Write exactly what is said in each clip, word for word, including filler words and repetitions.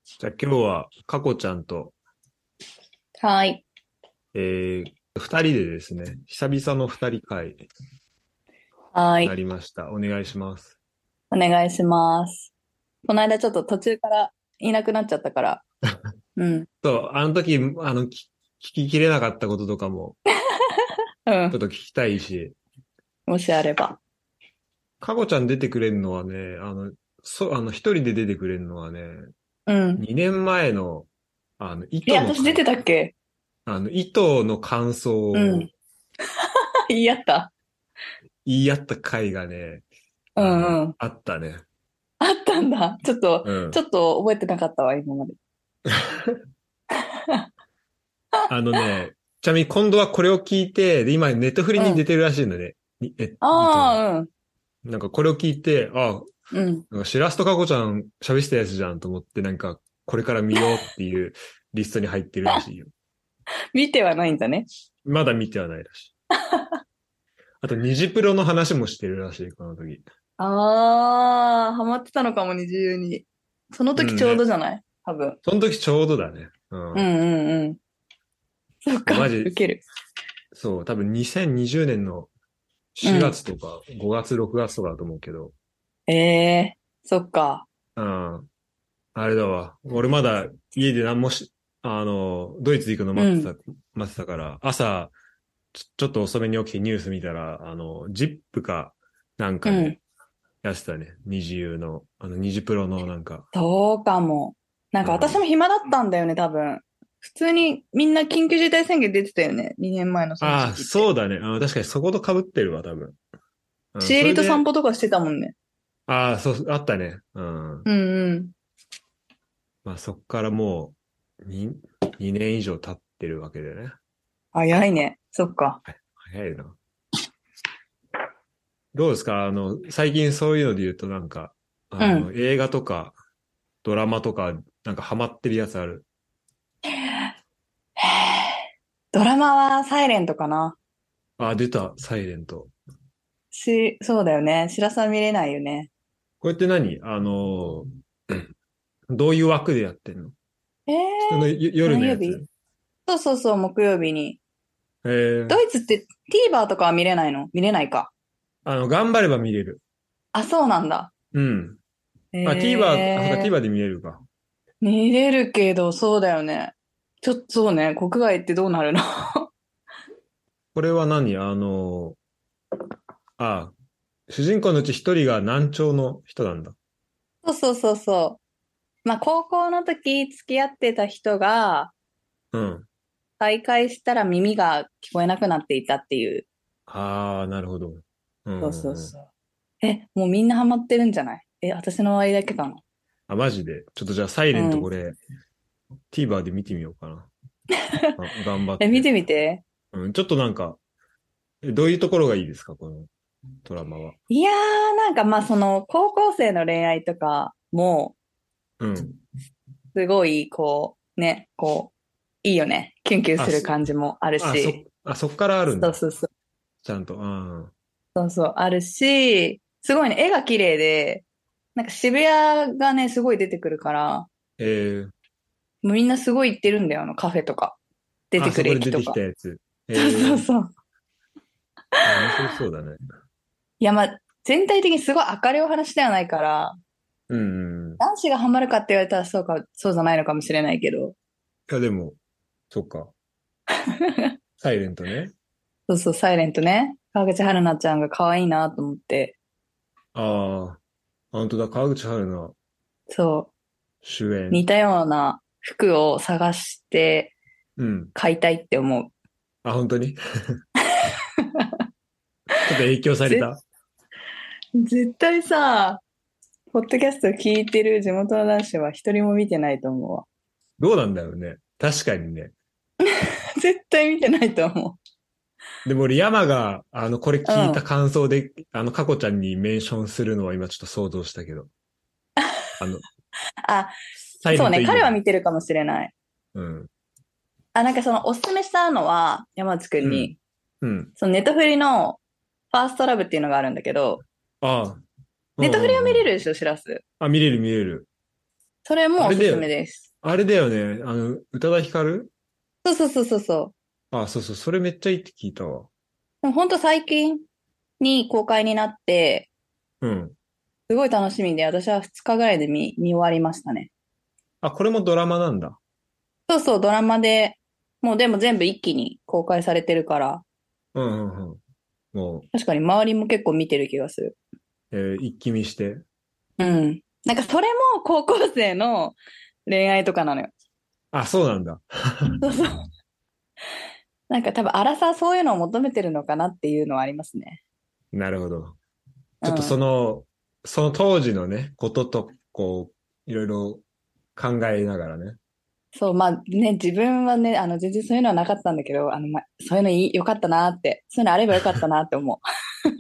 じゃあ今日は、かこちゃんと、 はい。 えー、二人でですね、久々の二人会になはい。 りました。お願いします。 お願いします。この間ちょっと途中からいなくなっちゃったから。うん。 そう、あの時、あの、き聞ききれなかったこととかも、 うん。 ちょっと聞きたいし、 もしあれば。 かこちゃん出てくれるのはね、あの、そう、あの、一人で出てくれるのはね、 うん。 二年前の、あの、 え、 糸の回、 私出てたっけ？ あの、糸の感想をうん。言い合った。 言い合った回がね、 うあの、 んうん。 あったね。 あったんだ。ちょっと、 うん。 ちょっと覚えてなかったわ、今まで。 あのね、ちなみに今度はこれを聞いて、で、今ネットフリうん。 に出てるらしいので、にえ、糸の。 ああ、 なんかこれを聞いて、あ、 うん。うん。 なんかしらすとかこちゃん喋ってたやつじゃんと思って、なんかこれから見ようっていうリストに入ってるらしいよ。 見てはないんだね。 まだ見てはないらしい。あと、ニジプロの話もしてるらしい、この時。 ああ、ハマってたのかも、二重に。その時ちょうどうんね。 じゃない？多分。 その時ちょうどだね。うん。 うんうんうん。そっか、 マジ、 ウケる。 そう、多分にせんにじゅうねんの4 うん。 月とかごがつ、ろくがつとかだと思うけど、 ええー、そっか。 うん。あれだわ。俺まだ家で何もし、あの、ドイツ行くのうん。 待ってた、待ってたから、朝、ちょ、ちょっと遅めに起きてニュース見たら、あの、ジップかなんかでうん。 やってたね。二次優の、あの、二次プロのなんか、 そうかも。なんか私もうん。 暇だったんだよね、多分。普通にみんな緊急事態宣言出てたよね。にねんまえのその時ああ、 期って。 そうだね。あー確かにそこと被ってるわ、多分。うん、 シエリと散それで、 歩とかしてたもんね。 ああ、そう、あったね。うん。 うんうん。 まあそっからもう、に、にねん以上経ってるわけでね。 早いね。そっか。 はい早いな。どうですかあの、最近そういうので言うとなんか、あの、 うん。 映画とか、ドラマとか、なんかハマってるやつある？ へードラマはサイレントかな。 あ、出た、サイレント。 し、そうだよね。しらさ見れないよね。 これって何あの、どういう枠でやってんの？ え普通のー、 よ夜のやつ？ 何曜日？そうそうそう、木曜日に。 えー、 ドイツって TVer とかは見れないの？見れないか。 あの、頑張れば見れる。 あ、そうなんだ。 うん。あ、TVer、あ、そうか、 え TVer でー。 見れるか。 見れるけど、そうだよね。ちょっとそうね、国外ってどうなるの？ これは何あの、あ、主人公のうち一人が難聴の人なんだ。 そうそうそうそう。まあ、高校の時付き合ってた人が、 うん。 再会したら耳が聞こえなくなっていたっていう。 ああ、なるほど。うそうそんうんうん。 うそう。え、もうみんなハマってるんじゃない？え、私の周りだけかな？ あ、マジで。ちょっとじゃあ、サイレントこうん。 れ、TVer で見てみようかな。あ、頑張っえ、見て。 てみて。 うん、ちょっとなんか、えどういうところがいいですかこのドラマは？ いやー、なんかまあその、高校生の恋愛とかも、 うん。 すごい、こう、ね、こう、いいよね。キュンキュンあ、 するそ、 感じもあるあ、そ、 し。 あ、そっからあるんだ。 そうそうそう。 ちゃんと。うん。 そうそう、あるし、すごいね、絵が綺麗で、なんか渋谷がね、すごい出てくるから、 えー、 もうみんなすごい行ってるんだよ、あのカフェとか。出てあ、 くそこで出てきたる駅とか。 やつ。えそうそうー、 そう。 あ、面白そうだね。 いや、まあ、全体的にすごい明るいお話ではないから、 うん。い男子がハマるかって言われたらそうか、そうじゃないのかもしれないけど。 や、でも、そっか。サイレントね。 そうそう、サイレントね。川口春奈ちゃんが可愛いなと思って、 ああ、本当だ。川口春奈そう、 主演。 似たような服を探してうん。 買いたいって思う。 あ、本当にちょっと影響されぜ、 た？ 絶対さ、ポッドキャスト聞いてる地元の男子は一人も見てないと思うわ。 どうなんだろうね。確かにね。 絶対見てないと思でも俺、山が、あの、これう。う聞いたん。 感想で、あの、かこちゃんにメンションするのは今ちょっと想像したけど。あの、 あ、 サイレそうね。 ントいいよね。 彼は見てるかもしれない。 うん。 あ、なんかそのおすすめしたのは、山内くうん。 んに、 うん。 そのネットフリのファーストラブっていうのがあるんだけど、 ああ。うんネットフリはうんうん。 見れるでしょ、しらす。 あ、見れる見れる。 それもあれだよ、 おすすめです。 あれだよね。あの、宇多田ヒカル。 そうそうそうそうそう。 あ、そうそう、それめっちゃいいって聞いたわ。 でも本当最近に公開になって、 うん。 すごい楽しみで、私はふつかぐらいで見、見終わりましたね。 あ、これもドラマなんだ。 そうそう、ドラマで、もうでも全部一気に公開されてるから、 うんうんうん。も確かに周りも結構見てる気がする。 う、えー一気見して。 うん。なんかそれも高校生の恋愛とかなのよ。 あ、そうなんだ。 そうそう。なんか多分、アラサーそういうのを求めてるのかなっていうのはありますね。 なるほど。ちょっとそうん。 の、その当時のね、ことと、こう、いろいろ考えながらね。 そう、まあね、自分はね、あの、全然そういうのはなかったんだけど、あの、ま、そういうのいい、よかったなって、そういうのあればよかったなって思う。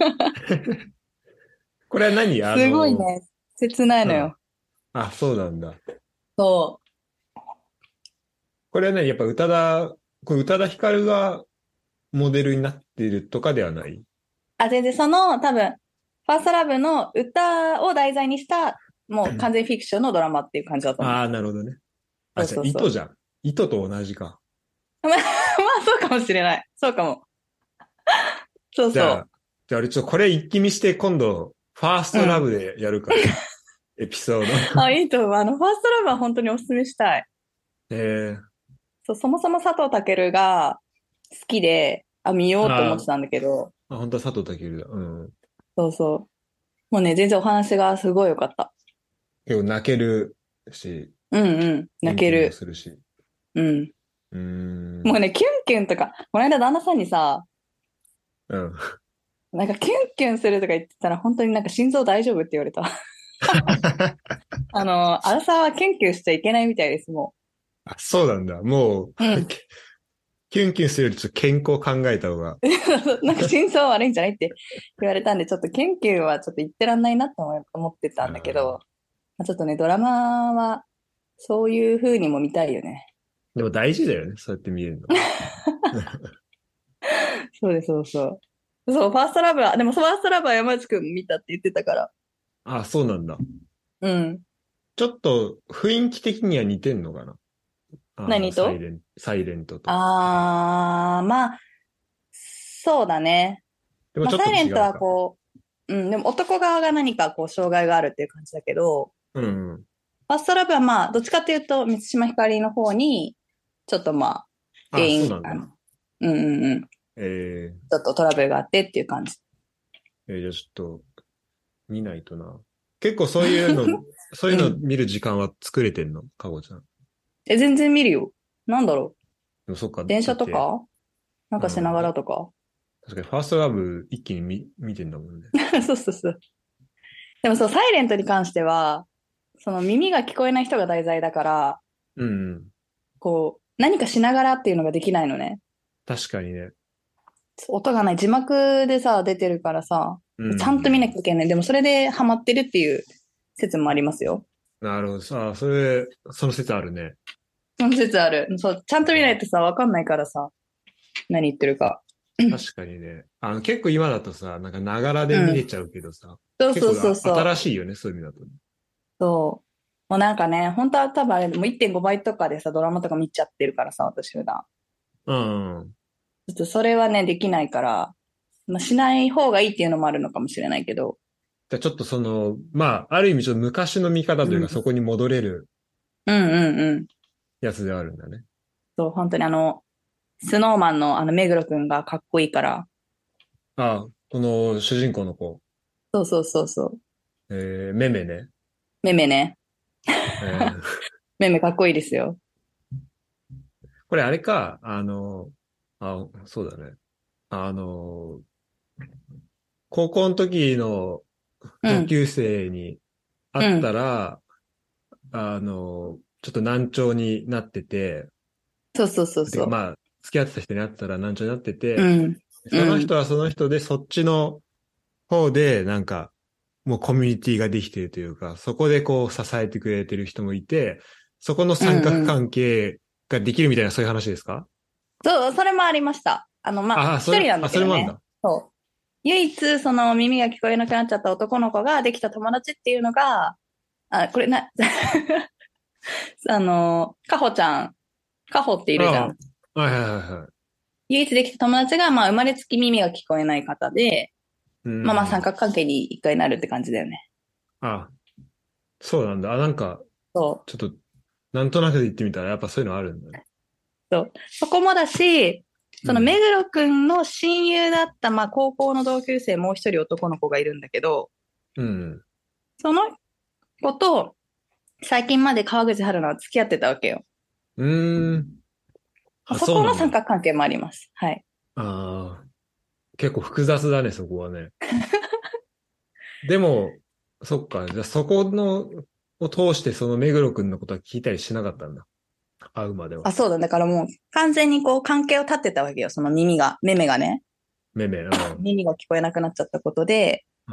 これは何あすごいの、 ね、切ないうん。 のよ。 あ、そうなんだ。 そう。 これはね、やっぱ宇多田、これ宇多田ヒカルがモデルになっているとかではない？ あ、全然その、多分、ファーストラブの歌を題材にした、もう完全フィクションのドラマっていう感じだと思う。 ああ、なるほどね。あ、じゃあ、 そうそうそう。 糸じゃん。糸と同じか。 まあ、まあ、そうかもしれない。そうかも。そうそじゃあ、じゃあ、俺ちょっとこれ一気見して今度、ファースう。うん。 トラブでやるから。エピソード。 あ、いいと思う。あの、ファーストラブは本当にお勧めしたい。 えー、 そう、そもそも佐藤健が好きで、あ、見ようと思ってあたんだけど、 あ、本当は佐藤健だ。うん。 そうそう。もうね、全然お話がすごい良かった。 結構泣けるし、 うんうん。 キュンキュンも泣ける。 するし。 うん。 うーん。 もうね、キュンキュンとか、この間旦那さんにさ、 うん。 なんかキュンキュンするとか言ってたら本当になんか心臓大丈夫って言われた。あの、アラサーはキュンキュンしちゃいけないみたいです、もあ、そうなんだ。もう、 う。うん。 キュンキュンするよりちょっと健康考えた方が。 なんか心臓悪いんじゃないって言われたんで、ちょっとキュンキュンはちょっと言ってらんないなと思思ってたんだけど、 あまあちょっとね、ドラマはそういう風にも見たいよね。 ーでも大事だよね。そうやって見えるの。 そうです、そうそう。そう、ファーストラブは、でもファーストラブは山内くん見たって言ってたから。 あ、そうなんだ。 うん。 ちょっと雰囲気的には似てんのかな。あの、 何とサイレン、サイレントと。 あー、まあ、そうだね。まあ、 でもちょっとサイレント違うか。 はこう、うん、でも男側が何かこう、障害があるっていう感じだけど、 うんうん。 ファーストラブはまあ、どっちかっていうと、満島ひかりの方に、ちょっとまあ、原あ、そう因、 なんだ。 あの、うんうんうん、ちえょっとトラブルがあってっていう感じ。 ー、えーじゃあちょっと見ないとな。結構そういうの、そういうのうん。 見る時間は作れてんのかごちゃん。 え、全然見るよ。なんだろう。 でもそっか、 電車だって、 とかなんかしなうん、だがらとか。 確かにファーストラブ一気に見、見てんだもんね。 そうそうそう。でもそう、サイレントに関しては、その耳が聞こえない人が題材だから、 うんうん。 こう、何かしながらっていうのができないのね。 確かにね。 音がない。字幕でさ、出てるからさ、 うんうちゃんと見なん。 きゃいけない。でもそれでハマってるっていう説もありますよ。 なるほど。さあ、それ、その説あるね。 その説ある。そう、ちゃんと見ないとさ、わかんないからさ、何言ってるか。 確かにね。あの、結構今だとさ、なんかながらでうん。 見れちゃうけどさ、 そうそう結構あそうそう。 新しいよね、そういう意味だと。 そう。もうなんかね、本当は多分あれ、もういってんごばいとかでさ、ドラマとか見ちゃってるからさ、私普段。 うんうん。 ちょっとそれはね、できないから、まあ、しない方がいいっていうのもあるのかもしれないけど。 じゃあちょっとその、まあ、ある意味ちょっと昔の見方というか、 うん。 そこに戻れるうんうんうん。 やつではあるんだね。 そう、本当にあの、スノーマンのあの、目黒くんがかっこいいから。 あ、この主人公の子、 そうそうそうそう。 えー、メメね。 めめね。 えー、 めめかっこいいですよ。 これあれか、あの、あ、そうだね。あの、高校の時のうん。 同級生に会ったうん。 ら、あの、ちょっと難聴になってて、 そうそうそうてかそまあ、付き合ってた人に会ったら難聴になってう。うて、 ん。 そのうん。 人はその人でそっちの方で、なんか、もうコミュニティができているというか、そこでこう支えてくれてる人もいて、そこのうんうん。 三角関係ができるみたいなそういう話ですか？ そう、それもありました。あの、まあ、 ああ、それ、 一人なんだあ、 けどね。 それもあんだ。 そう。唯一、その耳が聞こえなくなっちゃった男の子ができた友達っていうのが、あ、これな、 あの、かほちゃん、かほっているじゃあん。 あ、はいはいはいはい。 唯一できた友達が、まあ、生まれつき耳が聞こえない方で、 うまあまあ、三ん。 角関係に一回なるって感じだよね。 あ、そうなんだ。あ、なんか、 そう。 ちょっと、なんとなくで言ってみたら、やっぱそういうのあるんだね。 そう。そこもだし、その目うん。 黒くんの親友だった、まあ、高校の同級生もう一人男の子がいるんだけど、 うん。 その子と、最近まで川口春奈は付き合ってたわけよ。 うーん。あ、 そこのそうなんだ。 三角関係もあります。はい。 ああ、結構複雑だね、そこはね。でも、そっか。じゃあそこの、を通してその目黒くんのことは聞いたりしなかったんだ。会うまでは。 あ、そうだ。だからもう完全にこう関係を立てたわけよ。その耳が、めめがね。 めめ、うん。 耳が聞こえなくなっちゃったことで、 うん。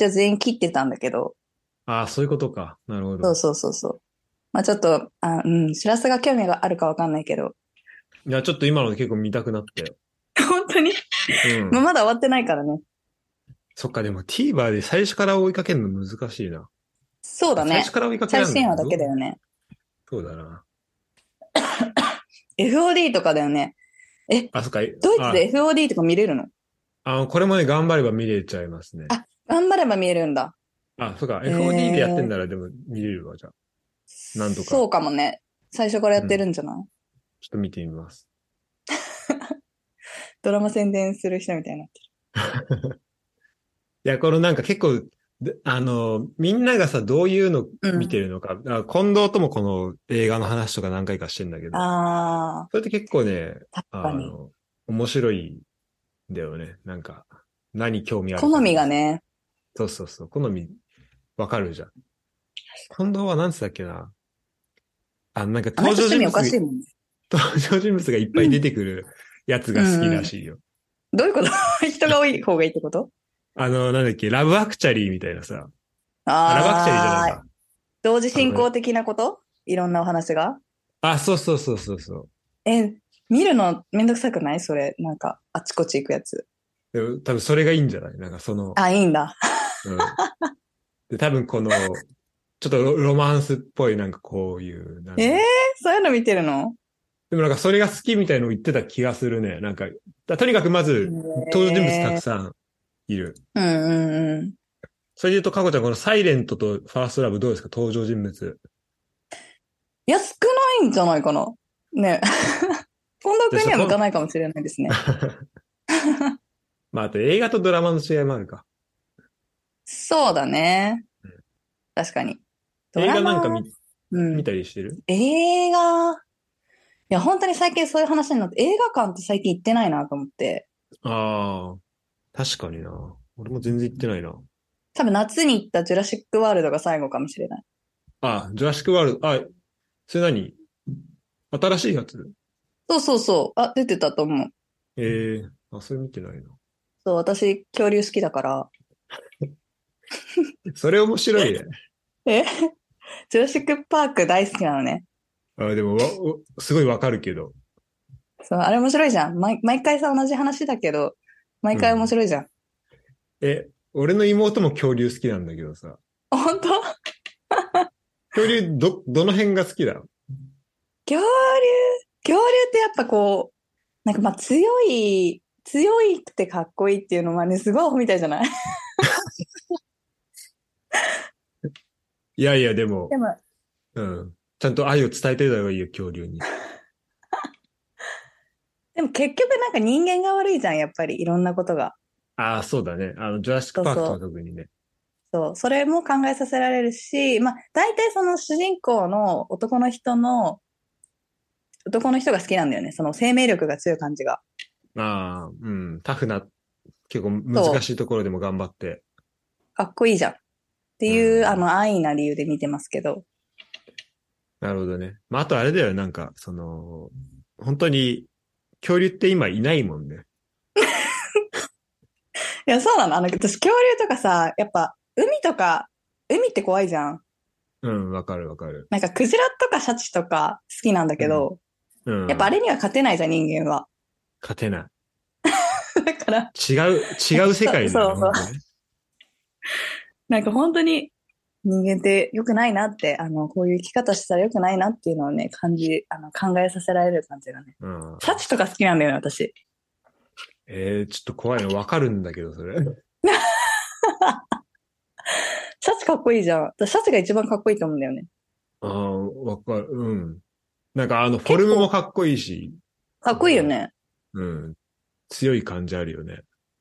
友達は全員切ってたんだけど、 ああ、そういうことか。なるほど。 そうそうそうそう。まあちょっと、あ、うん、しらすが興味があるかわかんないけど、 いや、ちょっと今の結構見たくなったよ。 本当にまあうん。 まだ終わってないからね。 そっか、でも TVer で最初から追いかけるの難しいな。あ、最初そうだね。 から追いかけられるの最新話だかなどうけだよね。 そうだな。 エフオーディー とかだよね。え、 あ、そっか。 ドイツであ、 エフオーディー とか見れるの？ あの、これもね、頑張れば見れちゃいますね。 あ、頑張れば見えるんだ。 あ、そっか。 へエフオーディー でやってんえ、 ならでも見れるわ、じゃあ。なんとか。 そうかもね。最初からやってうん。 るんじゃない？ ちょっと見てみます。 ドラマ宣伝する人みたいになっていや、このなんか結構、であの、みんながさ、どういうのる。う見てん。 るのか、あ近藤ともこの映画の話とか何回かしてんだけど、 ああ、 それって結構ね、 確かに。 あの、面白いんだよね。なんか、何興味ある好かとかさ。 みがね。 そうそうそう、好みわかるじゃん。近藤は何つったっけな。あ、なんかあの登人趣味おか場人物、 しいもんね。 登場人物がいっぱい出うん。 てくるやつうが好きんうん。 らしいよ。 どういうこと？人が多い方がいいってこと？ あの、なんだっけ、ラブアクチャリーみたいなさ。あ、ラブアクチャリーじゃないああー、 か。 同時あのね、 進行的なこと？いろんなお話が。 あ、そうそうそうそうそう。 え、見るのめんどくさくないそれ？なんか、あちこち行くやつ。 でも多分それがいいんじゃないなんかその、 あ、いいんだ。 うん。で、多分この、ちょっとロロマンスっぽいなんかこういう、なえー、 んだろう。 そういうの見てるの？ でもなんかそれが好きみたいのを言ってた気がするね。なんか、だとにかくまず登場人物たくえさんいる。 ー、うんうんうん。 それで言うと、かこちゃん、このサイレントとファーストラブどうですか登場人物。 いや、少ないんじゃないかな。ね。近藤じゃあ、 君には向かそこ、 ないかもしれないですね。 まあ、あと映画とドラマの違いもあるか。 そうだね。確かに。ド映ラマ、 画なんか見、見うん。 たりしてる映画、いや、本当に最近そういう話になって、映画館って最近行ってないなと思って。 ああ、確かにな。俺も全然行ってないな。 多分夏に行ったジュラシックワールドが最後かもしれない。 あ、ジュラシックワールド、あ、それ何新しいやつそうそうそう。あ、出てたと思う。 ええあ、それ見てないな。 そう、私、恐竜好きだから。 それ面白いね。 えジュラシックパーク大好きなのね。 あ、でもわ、おすごいわかるけど。 そう、あれ面白いじゃん。毎、毎回さ、同じ話だけど、毎回面うん。 白いじゃん。 え、俺の妹も恐竜好きなんだけどさ。 本当？ 恐竜、ど、どの辺が好きだ恐竜、恐竜ってやっぱこう、なんかまあ強い、強いくてかっこいいっていうのはね、すごいアホみたいじゃない？ いやいや、でも、 でも、 うん。ちゃんと愛を伝えてた方がいいよ、恐竜に。 でも結局なんか人間が悪いじゃん、やっぱりいろんなことが。 ああ、そうだね。あの、ジュラシックパークとかそうそう。 特にね。 そう。それも考えさせられるし、まあ大体その主人公の男の人の、男の人が好きなんだよね。その生命力が強い感じが。 ああ、うん。タフな、結構難そう。 しいところでも頑張って。 かっこいいじゃん。ってういう、あん。 の、安易な理由で見てますけど。 なるほどね。まあ、あとあれだよ、なんか、その、本当に、恐竜って今いないもんね。 いや、そうなの。あの、私、恐竜とかさ、やっぱ、海とか、海って怖いじゃん。 うん、わかるわかる。 なんか、クジラとかシャチとか好きなんだうん。 けど、 うん。 やっぱあれには勝てないじゃん、人間は。 勝てない。 だから、 違う、違う世界だよね、 そうそう。 本当ね。 なんか本当に、 人間って良くないなって、あの、こういう生き方したら良くないなっていうのをね、感じ、あの、考えさせられる感じがね。 うん。 シャチとか好きなんだよね、私。 えー、ちょっと怖いのわかるんだけど、それ。 シャチかっこいいじゃん。私シャチが一番かっこいいと思うんだよね。 ああ、わかる。うん。なんかあの、フォルムも結構、 かっこいいし、 かっこいいよね。 うん。強い感じあるよね。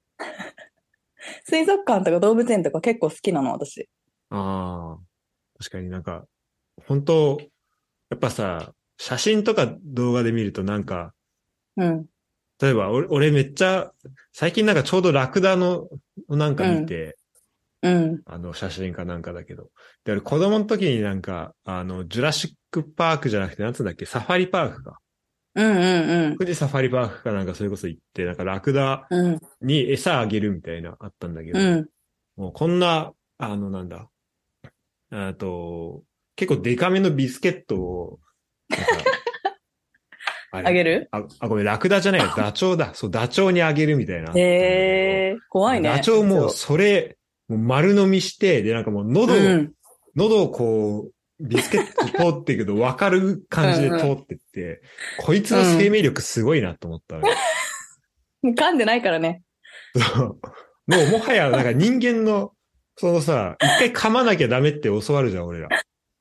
水族館とか動物園とか結構好きなの、私。 ああ、確かになんか、本当やっぱさ、写真とか動画で見るとなんか、 うん、 例えば俺、俺めっちゃ、最近なんかちょうどラクダのなんかうん、 見て、 うん、 あの写真かなんかだけど。で、俺子供の時になんか、あの、ジュラシックパークじゃなくて、なんつうんだっけ、サファリパークか。 うん、うん、 富士サファリパークかなんかそれこそ行って、なんかラクダうん、 に餌あげるみたいなあったんだけど、 うん。 もうこんな、あのなんだ、あと、結構デカめのビスケットを、なんか、あれ、 あげる。 あ、あ、ごめん、ラクダじゃないや、ダチョウだ。そう、ダチョウにあげるみたいなのあったんだけど、 へえ、怖いね、 ダチョウもダチョウ。 それ、もう丸飲みして、で、なんかもうう喉、 ん、 喉をこう、ビスケット通っていくと分かるうん、 感じで通うん、 ってって、こいつの生うん。 命力すごいなと思ったのよ。 噛んでないからね。 そうもうもはやなんか人間の、そのさ、一回噛まなきゃダメって教わるじゃん、俺ら。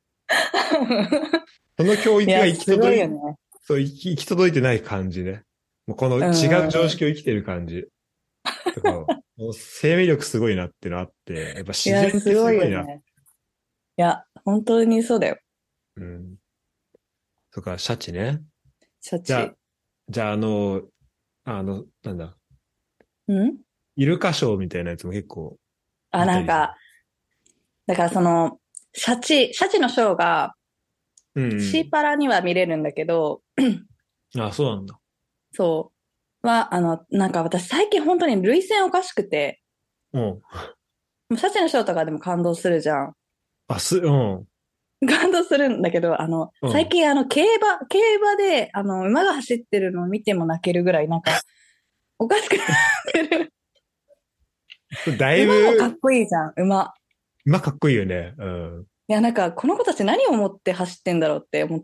その教いや、 育が行きすごい届い、 よね。 そう、行き、行き届いてない感じね。もうこのう違う常ん。 識を生きてる感じ。とか、もう生命力すごいなってのあって、やっぱいや、 自然ってすごすごいな。 いよね。いや、本当にそうだよ。 うん。とか、シャチね。じゃあ、 シャチ。 じゃあ、あの、あの、なんだ、 んイルカショーみたいなやつも結構あ、 見たりする。 なんか、だからその、シャチ、シャチのショーが、シーうんパラには見れるんだけど、 うん。あ、そうなんだ。 そう。は、あの、なんか私最近本当に涙腺おかしくて、 うん。 もうシャチのショーとかでも感動するじゃん。 あ、す、うん。 感動するんだけど、あの、 うん。 最近あの、競馬、競馬で、あの、馬が走ってるのを見ても泣けるぐらい、なんか、おかしくなってる。 だい馬もかっぶ、 こいいじゃん、馬。 まあ、かっこいいよね。うん。 いや、なんか、この子たち何を思って走ってんだろうって思って、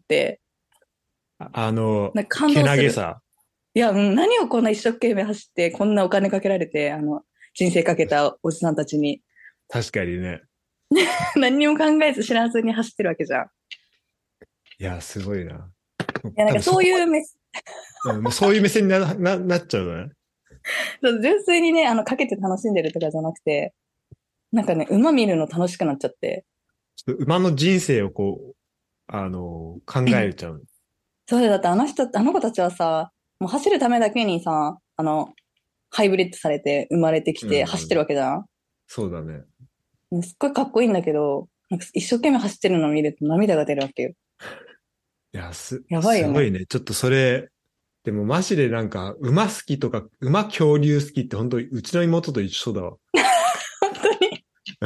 ああの、 なんか感け動する。 なげさ。 いや、うん、何をこんな一生懸命走って、こんなお金かけられて、あの、人生かけたおじさんたちに、 確かにね。 何にも考えず知らずに走ってるわけじゃん。いいや、すごいな。 や、なんか多分そこまそういう目、 で、うん、もうそういう目線にな、な、なっちゃうのね。 そう純粋にね、あの、かけて楽しんでるとかじゃなくて、なんかね、馬見るの楽しくなっちゃって。 ちょっと馬の人生をこう、あの、考えちゃう。 そうだってあの人、あの子たちはさ、もう走るためだけにさ、あの、ハイブリッドされて生まれてきうて走ってるん。 わけじゃん。 そうだね。 うんすっごいかっこいいんだけど、なんか一生懸命走ってるのを見ると涙が出るわけよ。 いや、す、 やばいよね。 すごいね。ちょっとそれ、でもマジでなんか、馬好きとか、馬恐竜好きって本当うちの妹と一緒だわ。 本当に。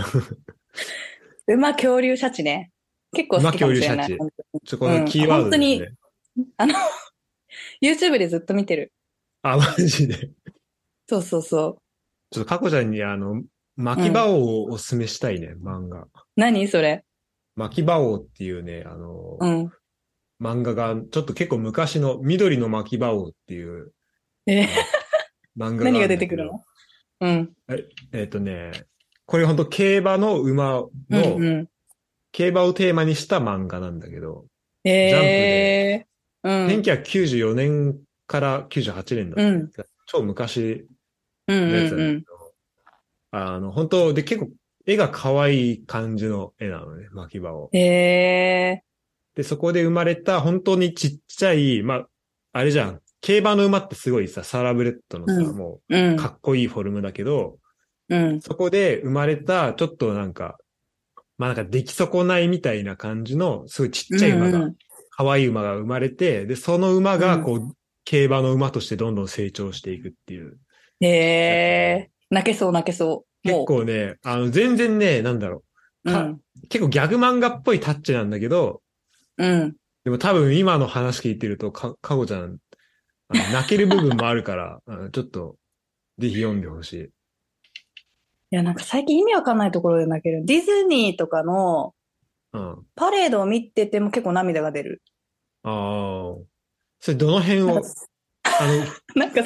馬恐竜シャチね。結構好馬恐きかもしれない。 竜シャチ。 本当に。 ちょ、このうん。 キーワー本当に、 ドですね。 あの、YouTube でずっと見てる。 あ、マジで。 そうそうそちょっとカコちゃんにあの、 う。 巻き場うん。 王をおすすめしたいね、漫画。 何それ。 巻き場王っていうね、あの、 うん。 漫画が、ちょっと結構昔の緑の巻き場王っていう、 えーあ漫画があ何がるんだけど、 出てくるの？うん。 え、えっとね、これ本当競馬の馬の、 うんう競馬をテーマにした漫画なんだけど、 ん。 ジャンプで、 えー。うん。 せんきゅうひゃくきゅうじゅうよねんからきゅうじゅうはちねんだって、 うん。 超昔うんのやつなんだけうんど、あの、本当で結構絵が可愛い感じの絵なのね、巻き場を。 うん。えで、そこで生まれた本当にちっちゃい、まあ、あれじゃん。競馬の馬ってすごいさ、サラブレッドのー。 さ、 うん。 もう、 うん。 かっこいいフォルムだけど、 うん。 そこで生まれた、ちょっとなんか、まあなんか出来損ないみたいな感じの、すごいちっうちゃい馬が、 ん。 可愛い馬が生まれて、で、その馬うん。 がこう、競馬の馬としてどんどん成長していくっていうやつで、 えー。泣けそう泣けそう。 結も構ね、あの、全然ね、なんだろう、 う。うか、 ん。 結構ギャグ漫画っぽいタッチなんだけど、 うん。 でも多分今の話聞いてると、か、かごちゃん、あの、泣ける部分もあるから、あのちょっと、ぜひ読んでほしい。 いや、なんか最近意味わかんないところで泣ける。ディズニーとかのうん。あパレードを見てても結構涙が出る。 あ。それどの辺なんか、 を、あの、 なんか、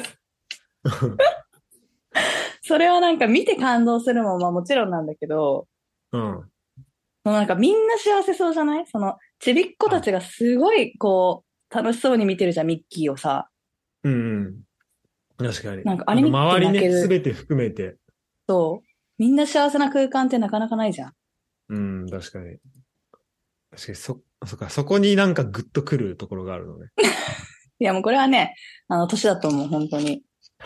それはなんか見て感動するもまあもちろんなんだけど、 うん。 そのなんかみんな幸せそうじゃない？そのちびっ子たあ、 ちがすごいこう楽しそうに見てるじゃん、ミッキーをさ。 うんうん。確かに。 なんかあなんかれ見て周りね、す泣けるべて含めて。 と、みんな幸せな空間ってなかなかないじゃん。 うん、確かに。確かに、そ、そっか、そこになんかグッとくるところがあるのね。 いやもうこれはね、あの年だと思う、本当に。い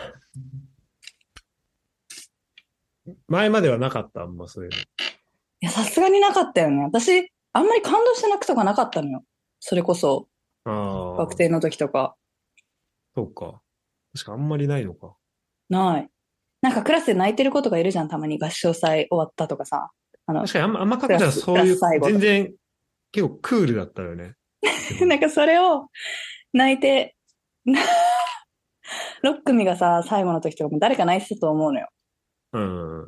前まではなかった、あんまそういうの。 や、さすがになかったよね。私、あんまり感動して泣くとかなかったのよ。それこそ、 ああ、 学生の時とか。 そうか。確かあんまりないのか。 ない。なんかクラスで泣いてる子とかいるじゃん、たまに合唱祭終わったとかさ。あの、 確かにあんま、あんまかこちゃんはクラス、クラスそういう、 最後とか。 全然結構クールだったよね。基本。 なんかそれを泣いて、ろっ組がさ、最後の時とかも誰か泣いてたと思うのよ。 うん。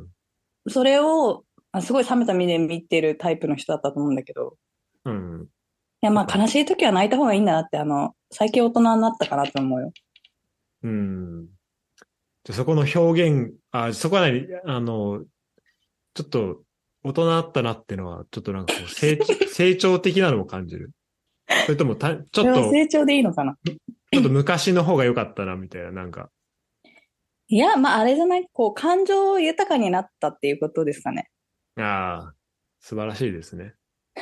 それを、あすごい冷めた目で見てるタイプの人だったと思うんだけど、 うん。 いや、まあ悲そうか。 しい時は泣いた方がいいんだなって、あの、最近大人になったかなって思うよ。 うん。じゃあそこの表現、あ、そこは何あの、ちょっと大人だったなってのは、ちょっとなんかこう成、成長的なのを感じる。それともた、ちょそれっと、 は成長でいいのかな？ ちょっと昔の方が良かったな、みたいな、なんか。 いや、まああれじゃない、こう、感情豊かになったっていうことですかね。 ああ、素晴らしいですね。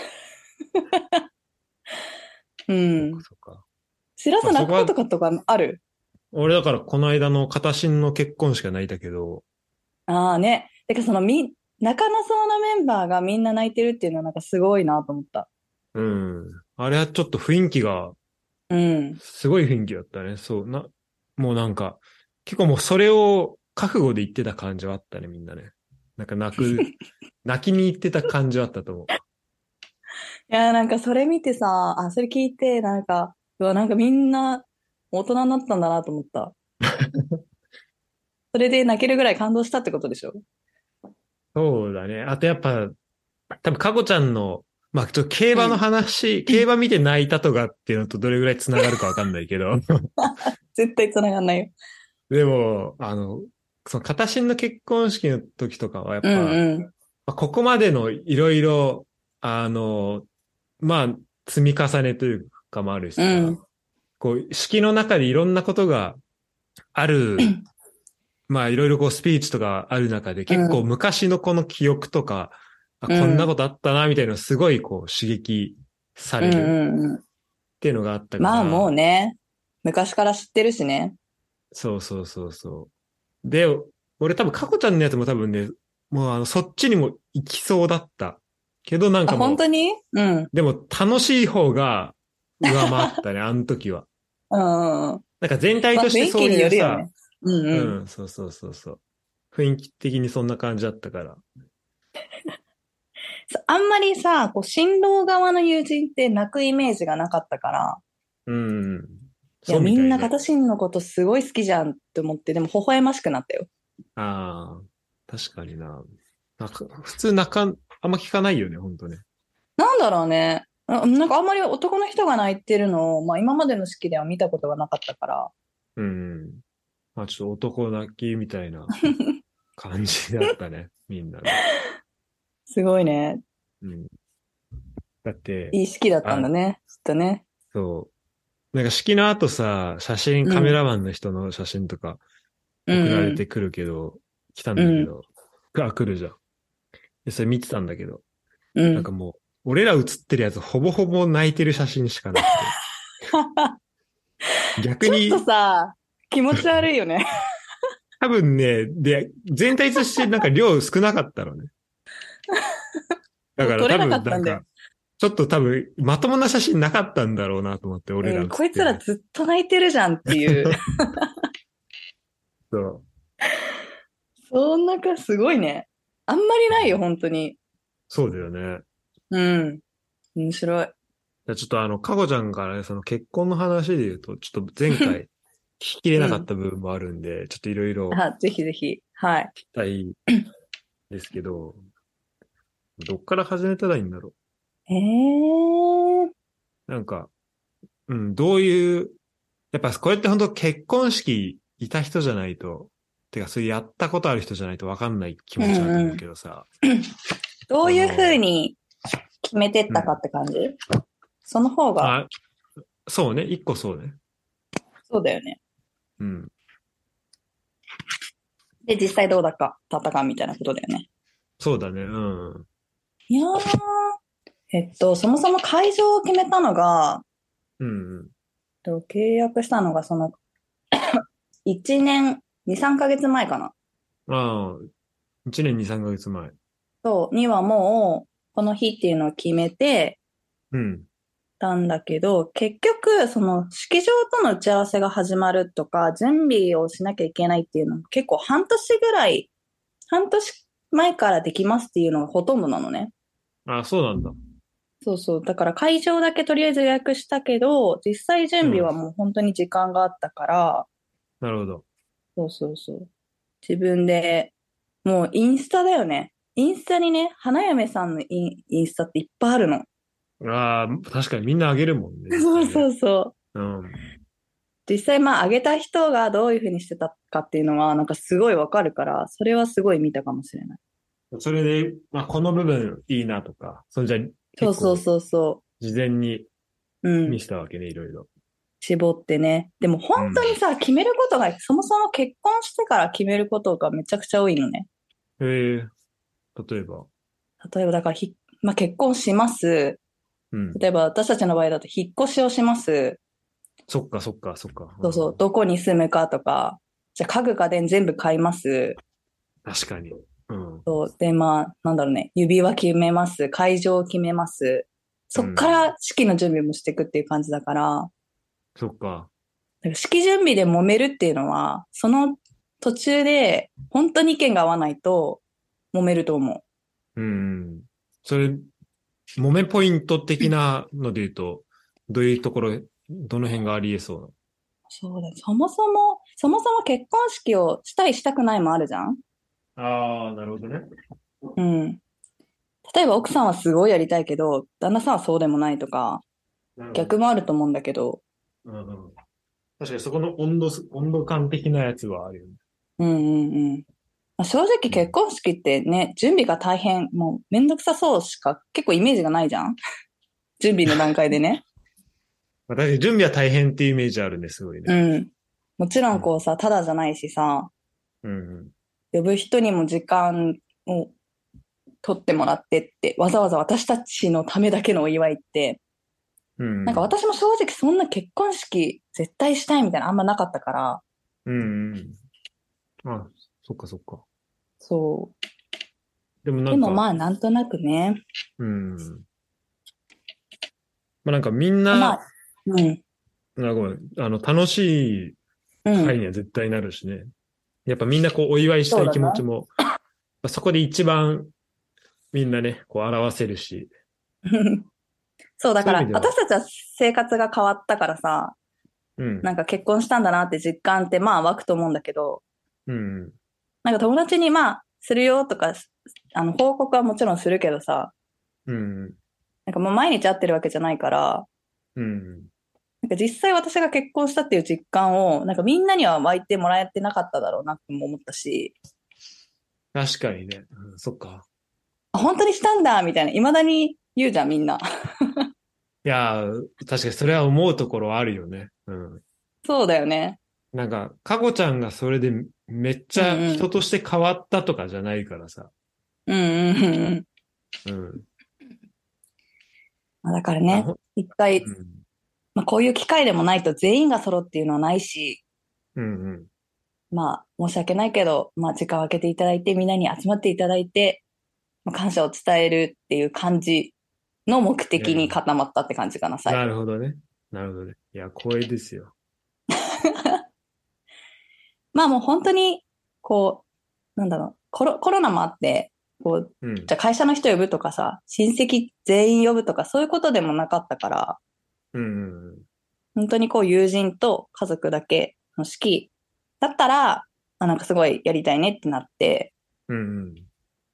うそっかん。 そっか。 知らず泣くこまあそこは、 とかとかある？ 俺だからこの間の片新の結婚式は泣いたけど、 ああね。てかそのみ、泣かなそうなメンバーがみんな泣いてるっていうのはなんかすごいなと思った。 うん。あれはちょっと雰囲気が、 うん。 すごい雰囲気だったね。そう、な、もうなんか、結構もうそれを覚悟で言ってた感じはあったね、みんなね。なんか泣く、泣きに行ってた感じはあったと思いや、なんかそれ見てさ、あ、それ聞いて、なんか、うわ、なんかみんな大人になったんだなと思った。それで泣けるぐらい感動したってことでしょ？ う。そうだね。あとやっぱ、多分、かこちゃんの、まあ、ちょっと競馬のうん。 話、競馬見て泣いたとかっていうのとどれぐらい繋がるかわかんないけど、 絶対繋がんないよ。 でも、あの、その、片新の結婚式の時とかはやっうぱ、 んうん。 まあここまでのいろいろ、あの、まあ、積み重ねというかもあるしうさ、 ん。 こう、式の中でいろんなことがある、まあ、いろいろこう、スピーチとかある中で、 う結構ん。 昔のこの記憶とか、あ、 うこんなこん。 とあったな、みたいなのすごいこう、刺激さうんれるうんうん。 っていうのがあったかまあもうら、 ね、昔から知ってるしね。 そうそうそうそう。で、俺多分、かこちゃんのやつも多分ね、もうあの、そっちにも行きそうだった。けどなんあ、 かも本当に？うん。 う、でも楽しい方が上回ったね、あの時は。 うんうんうん。 なんか全体まあとしてそう雰囲気にいうさ、 よるよね。うんうん。 うん、そうそうそうそう。雰囲気的にそんな感じだったから。 そあんまりさ、こう、新郎側の友人って泣くイメージがなかったから、 うん、 いや、 そうみみんなたいね。 片新のことすごい好きじゃんって思って、でも微笑ましくなったよ。 ああ、確かにな。なんか、普通泣かん、あんま聞かないよね、ほんとね。 なんだろうね。ななんかあんまり男の人が泣いてるのを、まあ今までの式では見たことがなかったから。 うん。まあちょっと男泣きみたいな感じだったね、みんなね。 すごいね。 うん。だって、 いい式だったんあ、 だね。きっとね。 そう。なんか式の後さ、写真、カメうん。 ラマンの人の写真とかう送られんてくるけど、来たうん。うん。 んだけど、あ、来るじゃん。で、それ見てたんだけど、 うん。 なんかもう、俺ら写ってるやつほぼほぼ泣いてる写真しかなくて。逆ちょっとに、 さ、気持ち悪いよね。 多分ね、で、全体としてなんか量少なかったのね。だから多もう撮れなか分なんか、 ったんだよ。 ちょっと多分、まともな写真なかったんだろうなと思って、俺らうん。こい写ってるやつ。 つらずっと泣いてるじゃんっていう。 そう。 そんなかすごいね。あんまりないよ、本当に。 そうだよね。 うん。面白い。 じゃあちょっとあの、かこちゃんからね、その結婚の話で言うと、ちょっと前回聞ききれなかっうん。 た部分もあるんで、ちょっといろいろあ、ぜひぜひ。はい。 聞きたいですけど、どっから始めたらいいんだろえー、 う。なんか、うん、どういう、やっぱこれって本当結婚式いた人じゃないと、てかそういうやったことある人じゃないと分かんない気う持ちだと思うんうん。 けどさ、 どういうふうあの、 に決めてったかうん。 って感じ？その方が、 あ、そうね、一個そうね。 そうだよね。 うん。 で、実際どうだったかみたいなことだよね。 そうだね、うん。 いやー、えっと、そもそも会場を決めたのが、 うん、うん。 と契約したのがそのいちねん、に、さんかげつまえかな。 ああ、いちねんに、さんかげつまえ。 そう、にはもう、この日っていうのを決めてうん。 たんだけど、結局、その式場との打ち合わせが始まるとか、準備をしなきゃいけないっていうのも結構半年ぐらい、半年前からできますっていうのがほとんどなのね。 ああ、そうなんだ。 そうそう。だから会場だけとりあえず予約したけど、実際準備うん。 はもう本当に時間があったから、 なるほど。 そうそうそう。自分で、もうインスタだよね。インスタにね、花嫁さんのイン、インスタっていっぱいあるの。 ああ、確かにみんなあげるもんね、実際ね。 そうそうそう。 うん。 実際まあ、あげた人がどういうふうにしてたかっていうのは、なんかすごいわかるから、それはすごい見たかもしれない。 それで、まあ、この部分いいなとか、そんじゃ結構そうそうそうそ事前にう。うん。 見せたわけね、いろいろ。 絞ってね。でも本うん。 当にさ、決めることが、そもそも結婚してから決めることがめちゃくちゃ多いのね。 ええ、例えば。 例えばだからひ、まあ、結婚します。 うん。 例えば私たちの場合だと引っ越しをします。 そっか、そっか、そっか。うそうそう。 ん。 どこに住むかとか、じゃあ家具家電全部買います。 確かに。うん。 そう。で、まあ、なんだろうね。指輪決めます。会場を決めます。そっかうん。 ら式の準備もしていくっていう感じだから、だかそっか。 ら式準備で揉めるっていうのは、その途中で本当に意見が合わないと揉めると思う。 うん。それ、揉めポイント的なので言うと、どういうところ、どの辺があり得そうそうだ。そもそも、そもそも結婚式をしたいしたくないもあるじゃん。 な。ああ、なるほどね。 うん。例えば奥さんはすごいやりたいけど、旦那さんはそうでもないとか、 なるほど。 逆もあると思うんだけど、 うんうん、確かにそこの温度す、温度感的なやつはあるよね。 うんうんうん。まあ正直うん。 結婚式ってね、準備が大変、もうめんどくさそうしか結構イメージがないじゃん。準備の段階でね。 まあ、確かに準備は大変っていうイメージあるね、すごいね。 うん。もちろうん。 んこうさ、ただじゃないしさ、 うん呼ぶ人にも時間を取ってもらってって、わざわざ私たちのためだけのお祝いって、 うん。うんうん。 なんか私も正直そんな結婚式絶対したいみたいなあんまなかったから、 うんうん。あ、そっかそっか。 そう。 でもなでもんか、 まあなんとなくね。 うん。まあなんかみんでまあ、 な、 うん、 あ、ごめん、あの、楽しいうん。 会には絶対なるしね。やっぱみんなこうお祝いしたいそうだね。 気持ちも、まあそこで一番みんなね、こう表せるし、 そう、だからそういう意味では、 私たちは生活が変わったからさ、 うん、 なんか結婚したんだなって実感ってまあ湧くと思うんだけど、 うん、 なんか友達にまあ、するよとか、あの、報告はもちろんするけどさ、 うん、 なんかもう毎日会ってるわけじゃないから、 うん。 なんか実際私が結婚したっていう実感を、なんかみんなには湧いてもらえてなかっただろうなっても思ったし、 確かにね。うん、そっか。 あ、本当にしたんだみたいな、未だに言うじゃん、みんな。 いやー、確かにそれは思うところあるよね。うん。 そうだよね。 なんか、かこちゃんがそれでめっちゃうんうん。 人として変わったとかじゃないからさ。 うんうんうんうん。 うん。 まあだからあ、 ね、 ほ、 一回、 うん。 まあこういう機会でもないと全員が揃っていうのはないし、 うんうん。 まあ申し訳ないけど、まあ時間を空けていただいて、みんなに集まっていただいて、まあ、感謝を伝えるっていう感じの目的にいやいや、 固まったって感じかな、最な後。 るほどね。なるほどね。いや、光栄ですよ。 まあもう本当に、こう、なんだろう、コロ、コロナもあって、こう、 うん。 じゃあ会社の人呼ぶとかさ、親戚全員呼ぶとかそういうことでもなかったから、 うんうんうん。 本当にこう友人と家族だけの式だったら、あ、なんかすごいやりたいねってなって、 うんうん。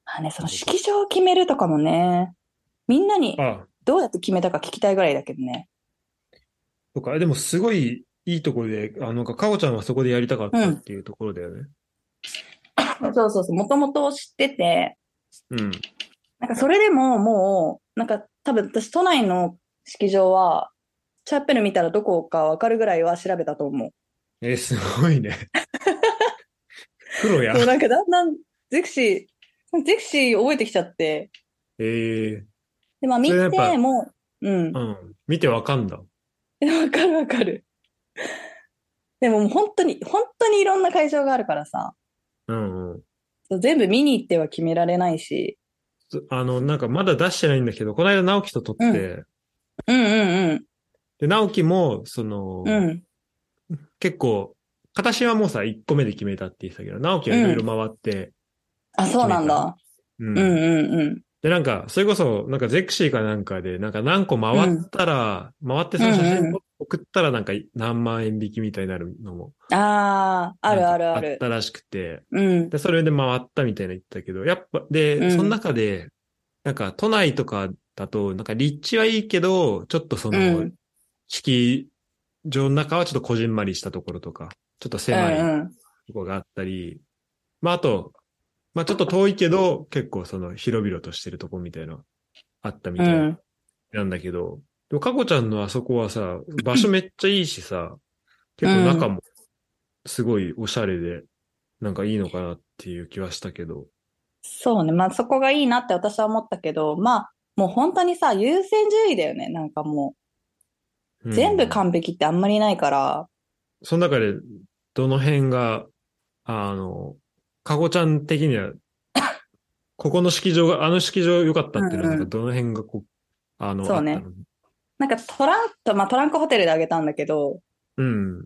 あね、その式場を決めるとかもね、みんなにあ、 どうやって決めたか聞きたいぐらいだけどね。 とか、でもすごいいいところで、あの、なんか、かおちゃんはそこでやりたかっうん。 たっていうところだよね。 そうそうそう。もともと知ってて、 うん。 なんかそれでももう、なんか多分私都内の式場は、チャペル見たらどこかわかるぐらいは調べたと思う。 えーすごいね。プロや。 そう、なんかだんだんゼクシー、ゼクシー覚えてきちゃって、 ええーで、まあ見それやっぱ、 て、もう、うん。 うん。見てわかんだ。 わかるわかる。でももう本当に、本当にいろんな会場があるからさ、 うんうん。 そう全部見に行っては決められないし、 そあの、なんかまだ出してないんだけど、この間直樹と撮っうん。 て、 うんうんで、直樹も、そうん。 の、 うん。 結構、形はもうさ、いっこめで決めたって言ってたけど、直樹はいろいろうん。 回ってあ、そう決めた。 なんだ。うんうん。 うんうん。 で、なんか、それこそ、なんかゼクシーかなんかで、なんか何個回っうん。 たら、回ってうその写真んう送ったらなんか何万円引きみたいになるのも、 ん。ああ、あるなんかあるある。 あったらしくて、 うん。 で、それで回ったみたいな言ってたけど、やっぱ、で、そのうん。 中で、なんか都内とかだと、なんか立地はいいけど、ちょっとその、 うん。 式場の中はちょっとこじんまりしたところとか、ちょっとう狭いんうん。 ところがあったり、まああと、まあちょっと遠いけど、結構その広々としてるとこみたいな、あったみたいうん。 なんだけど、でもかこちゃんのあそこはさ、場所めっちゃいいしさ、 うん。 結構中もすごいおしゃれで、なんかいいのかなっていう気はしたけど。 そうね。まあそこがいいなって私は思ったけど、まあもう本当にさ、優先順位だよね。なんかもう、 う全部ん。 完璧ってあんまりないから、 その中で、どの辺が、あの、かこちゃん的には、ここの式場が、あの式場良かったうっていうのは、なんかんうん。 どの辺がこう、あの、 そうね。 あったの？ なんかトランク、まあトランクホテルであげたんだけど、 うん。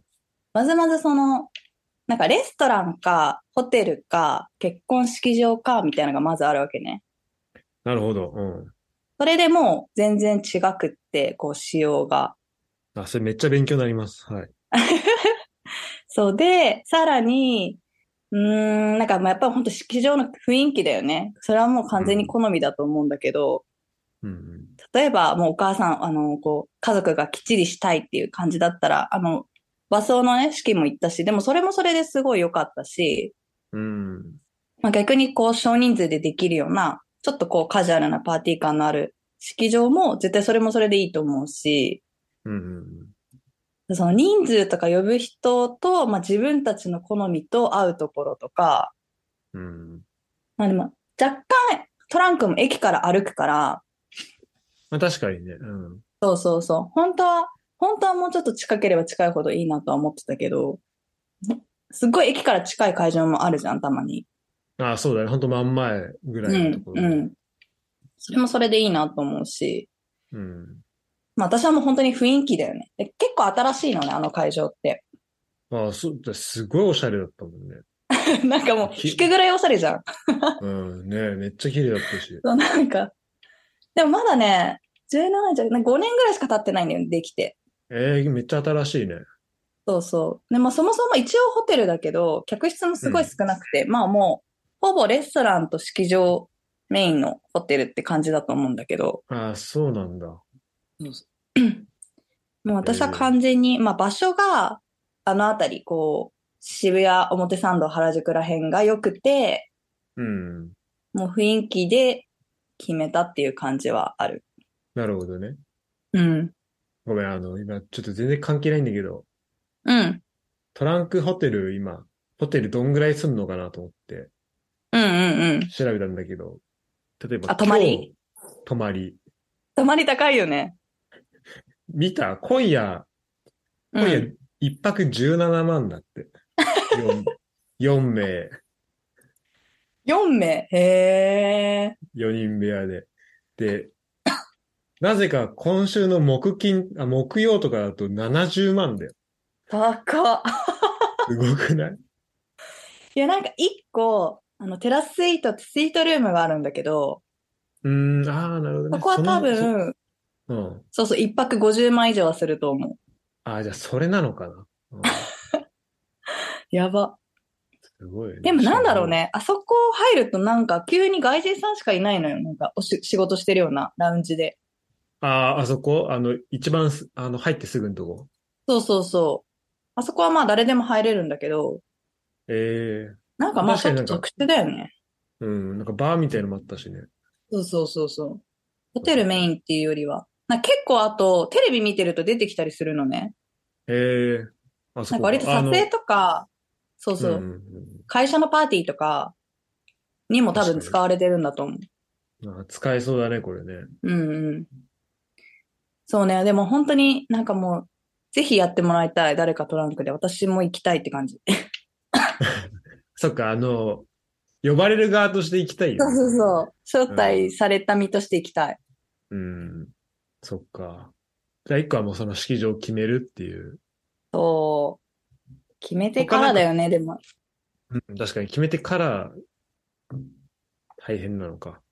まずまずその、なんかレストランか、ホテルか、結婚式場か、みたいなのがまずあるわけね。 なるほど。うん。 それでもう全然違くって、こう仕様が。 あ、それめっちゃ勉強になります。はい。 そうで、さらに、うーん、なんかまあやっぱり本当式場の雰囲気だよね。それはもう完全にうん。 好みだと思うんだけど、 うん。 例えばもうお母さん、あの、こう、家族がきっちりしたいっていう感じだったら、あの、和装のね、式も行ったし、でもそれもそれですごい良かったし、 うん。 まあ、逆にこう少人数でできるような、ちょっとこうカジュアルなパーティー感のある式場も絶対それもそれでいいと思うし、 うん。うん。 その人数とか呼ぶ人と、まあ、自分たちの好みと合うところとか、 うん。 まあでも若干トランクも駅から歩くから、 まあ確かにね。うん。 そうそうそう。本当は、本当はもうちょっと近ければ近いほどいいなとは思ってたけど、すっごい駅から近い会場もあるじゃん、たまに。 あ、そうだね。ほんと真ん前ぐらいのとうん、 ころで。 うん。それもそれでいいなと思うし、 うん。 まあ私はもう本当に雰囲気だよね。で結構新しいのね、あの会場って。 ああ、そう、だすごいおしゃれだったもんね。 なんかもう引くき、 ぐらいおしゃれじゃん。 うん、ねめっちゃ綺麗だったし。 そうなんか、でもまだね、じゅうななじゃ、ごねんぐらいしか経ってないんだよね、できて。 ええめっちゃ新しいね。 そうそう。で、まあそもそも一応ホテルだけど、客室もすごいうん。 少なくて、まあもう、ほぼレストランと式場メインのホテルって感じだと思うんだけど、 ああ、そうなんだ。 もう私はええ完全に、まあ場所が、あのあたり、こう、渋谷、表参道、原宿ら辺が良くて、 うん。 もう雰囲気で決めたっていう感じはある。 なるほどね。 うん。 ごめん、あの、今、ちょっと全然関係ないんだけど、 うん。 トランクホテル、今、ホテルどんぐらいすんのかなと思ってうんうんうん。 調べたんだけど、例えばあ、泊ま今日、 り泊まり、 泊まり高いよね。 見た今夜、今夜、 うん。 一泊じゅうななまんだって。よん、よん名、 よん名。へえ。 よにん部屋で。で、なぜか今週の木金、あ、木曜とかだとななじゅうまんだよ。 高っ。 すごくない？ いや、なんか一個、あの、テラススイートってスイートルームがあるんだけど、 うーん、ああ、なるほどね。 そこは多その、そ、 分、 うん。 そうそう、一泊ごじゅうまん以上はすると思う。 ああ、じゃあそれなのかな。うん、 やば。 すごいね。 でもなんだろうね。 ね。あそこ入るとなんか急に外人さんしかいないのよ。なんかおし仕事してるようなラウンジで。 ああ、あそこあの、一番す、あの、入ってすぐのとこ。 そうそうそう。あそこはまあ誰でも入れるんだけど、 えなんかえ、 まあちょっ確かになんか、 と特殊だよね。 うん、なんかバーみたいのもあったしね。 そうそうそうそう。ホテルメインっていうよりは。なんか結構あと、テレビ見てると出てきたりするのね。 ええ、あそなんか割とこか。あの、 撮影とか、そううん、 そう、 うん、うん、 会社のパーティーとかにも多分確かに。 使われてるんだと思う。 あ、使えそうだね、これね。 うんうん。そうね。でも本当になんかもう、ぜひやってもらいたい。誰かトランクで。私も行きたいって感じ。 そっか、あの、呼ばれる側として行きたいよね、 そうそうこれはね。 そう。招うん。 待された身として行きたい。 うん。そっか。じゃあ一個はもうその式場を決めるっていう。 そう。決めて他なんか、 からだよね、でも。 うん、確かに決めてから大変なのか。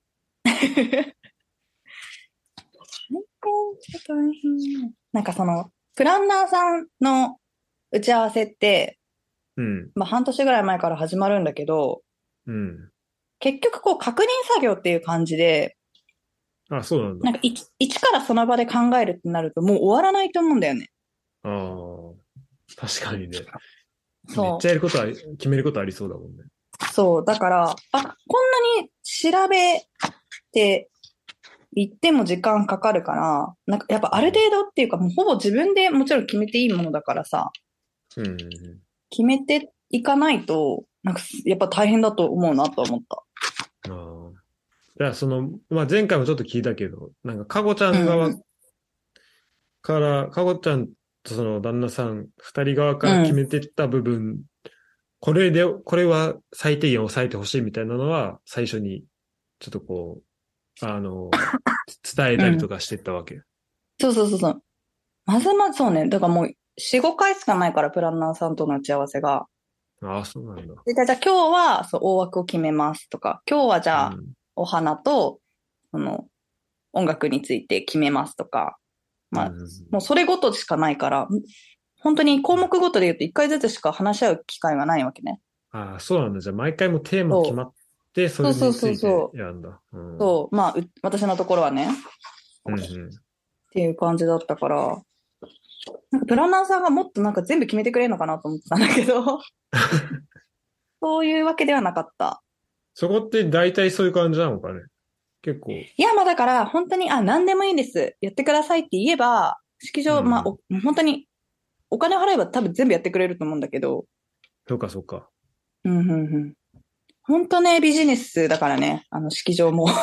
大変。なんかその、プランナーさんの打ち合わせって、 うん。 まあ半年ぐらい前から始まるんだけど、 うん。 結局こう確認作業っていう感じで、 あ、そうなんだ。 なんか一一からその場で考えるってなるともう終わらないと思うんだよね。 ああ、確かにね。めっそちゃやることは、決めることありそうだもんね。 う。そう。だから、あ、こんなに調べて言っても時間かかるから、なんかやっぱある程度っていうかもうほぼ自分でもちろん決めていいものだからさ、 うん。うん。 決めていかないと、なんかやっぱ大変だと思うなと思った。 ああ。じゃあその、まあ、前回もちょっと聞いたけど、なんか、かごちゃん側うん、 から、かごちゃんとその旦那さん、二人側かうん。 ら決めてった部分、これで、これは最低限抑えてほしいみたいなのは、最初に、ちょっとこう、あの、伝えうん。 たりとかしてったわけ。 そうそうそうそう。まずまずそうね。だからもうよん、ごかいしかないから、プランナーさんとの打ち合わせが。 ああ、そうなんだ。 で、じゃあじゃあ今日はそう大枠を決めますとか、今日はじゃあうん。 お花と、その音楽について決めますとか、まあ、 うん。 もうそれごとしかないから、本当に項目ごとで言うといっかいずつしか話し合う機会がないわけね。 ああ、そうなんだ。じゃあ、毎回もうテーマ決そまって、そう。 れそうそうについてそう。 やるんだ。うん。うん、 そう。まあ、う私のところはね、っうん。 ていう感じだったから、なんかプランナーさんがもっとなんか全部決めてくれるのかなと思ってたんだけど、そういうわけではなかった。 そこって大体そういう感じなのかね。結構。 いや、まあだから、本当に、あ、何でもいいです。やってくださいって言えば、式場、まあ、 うん。 お本当に、お金を払えば多分全部やってくれると思うんだけど、 そうか、そうか。 うん、うん、うん。本当ね、ビジネスだからね、あの式場も。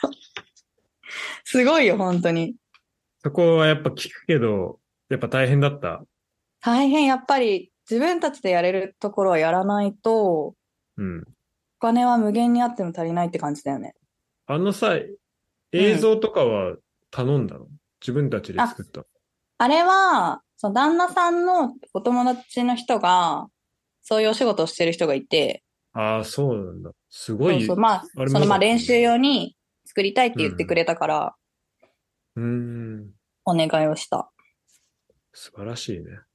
すごいよ、本当に。 そこはやっぱ聞くけど、やっぱ大変だった。 大変、やっぱり、自分たちでやれるところはやらないと、おうん。 金は無限にあっても足りないって感じだよね。 あのさ、 うん。 映像とかは頼んだの？自分たちであ、 作った？ あれは、その旦那さんのお友達の人が、そういうお仕事をしてる人がいて、 ああ、そうなんだ。すごそうそう。 い、 まあ、 あれもそのまあ良かったんだ。 練習用に作りたいってうん。 言ってくれたから、 うーん。 お願いをした。 素晴らしいね。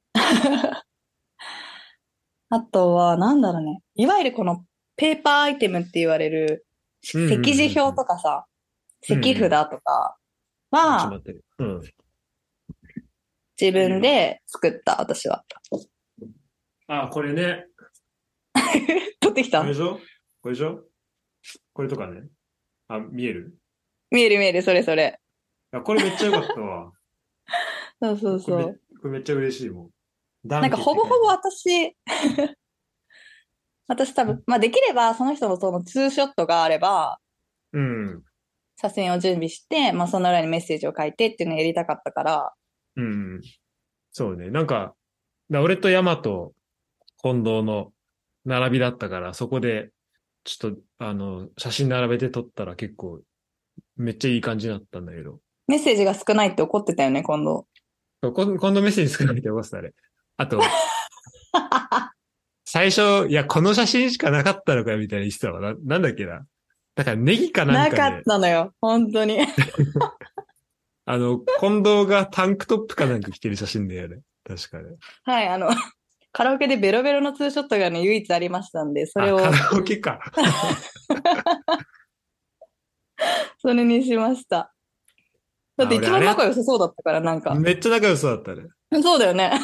あとは、なんだろうね。いわゆるこのペーパーアイテムって言われる、 うんうん席次表うんうん。 とかさ、席札うんうん。 とかあ、ちょっとは待って。うん。 自分いいよ。 で作った、私は。 あ、これね。 取ってきた？ これでしょ？これでしょ？これとかね。あ、見える？ 見える見える、それそれ。 あ、これめっちゃ良かったわ。 そうそうこれめ、 そう。 これめっちゃ嬉しいもん。ダなんかンケっほぼほぼて書いてある。 私、私多分、まあできればその人のそのツーショットがあれば、 うん。 写真を準備して、まあその裏にメッセージを書いてっていうのをやりたかったから、 うん。そうね。なんか、だ俺とヤマと近藤の並びだったから、そこで、ちょっと、あの、写真並べて撮ったら結構、めっちゃいい感じになったんだけど。 メッセージが少ないって怒ってたよね、今度。 そう今今度メッセージ少なくてよかった、あれ。あと、最初、いや、この写真しかなかったのかよ、みたいな言ってたわ。な、なんだっけな。だからネギかなんなかっかで、 たのよ、本当に。 あの、近藤がタンクトップかなんか着てる写真だよね。確かね。 はい、あの、 カラオケでベロベロのツーショットがね、唯一ありましたんで、それあ、カを、 ラオケか。 それにしました。だっあ、 て一番俺あれや、 仲良さそうだったから、なんか。 めっちゃ仲良さそうだったね。 そうだよね。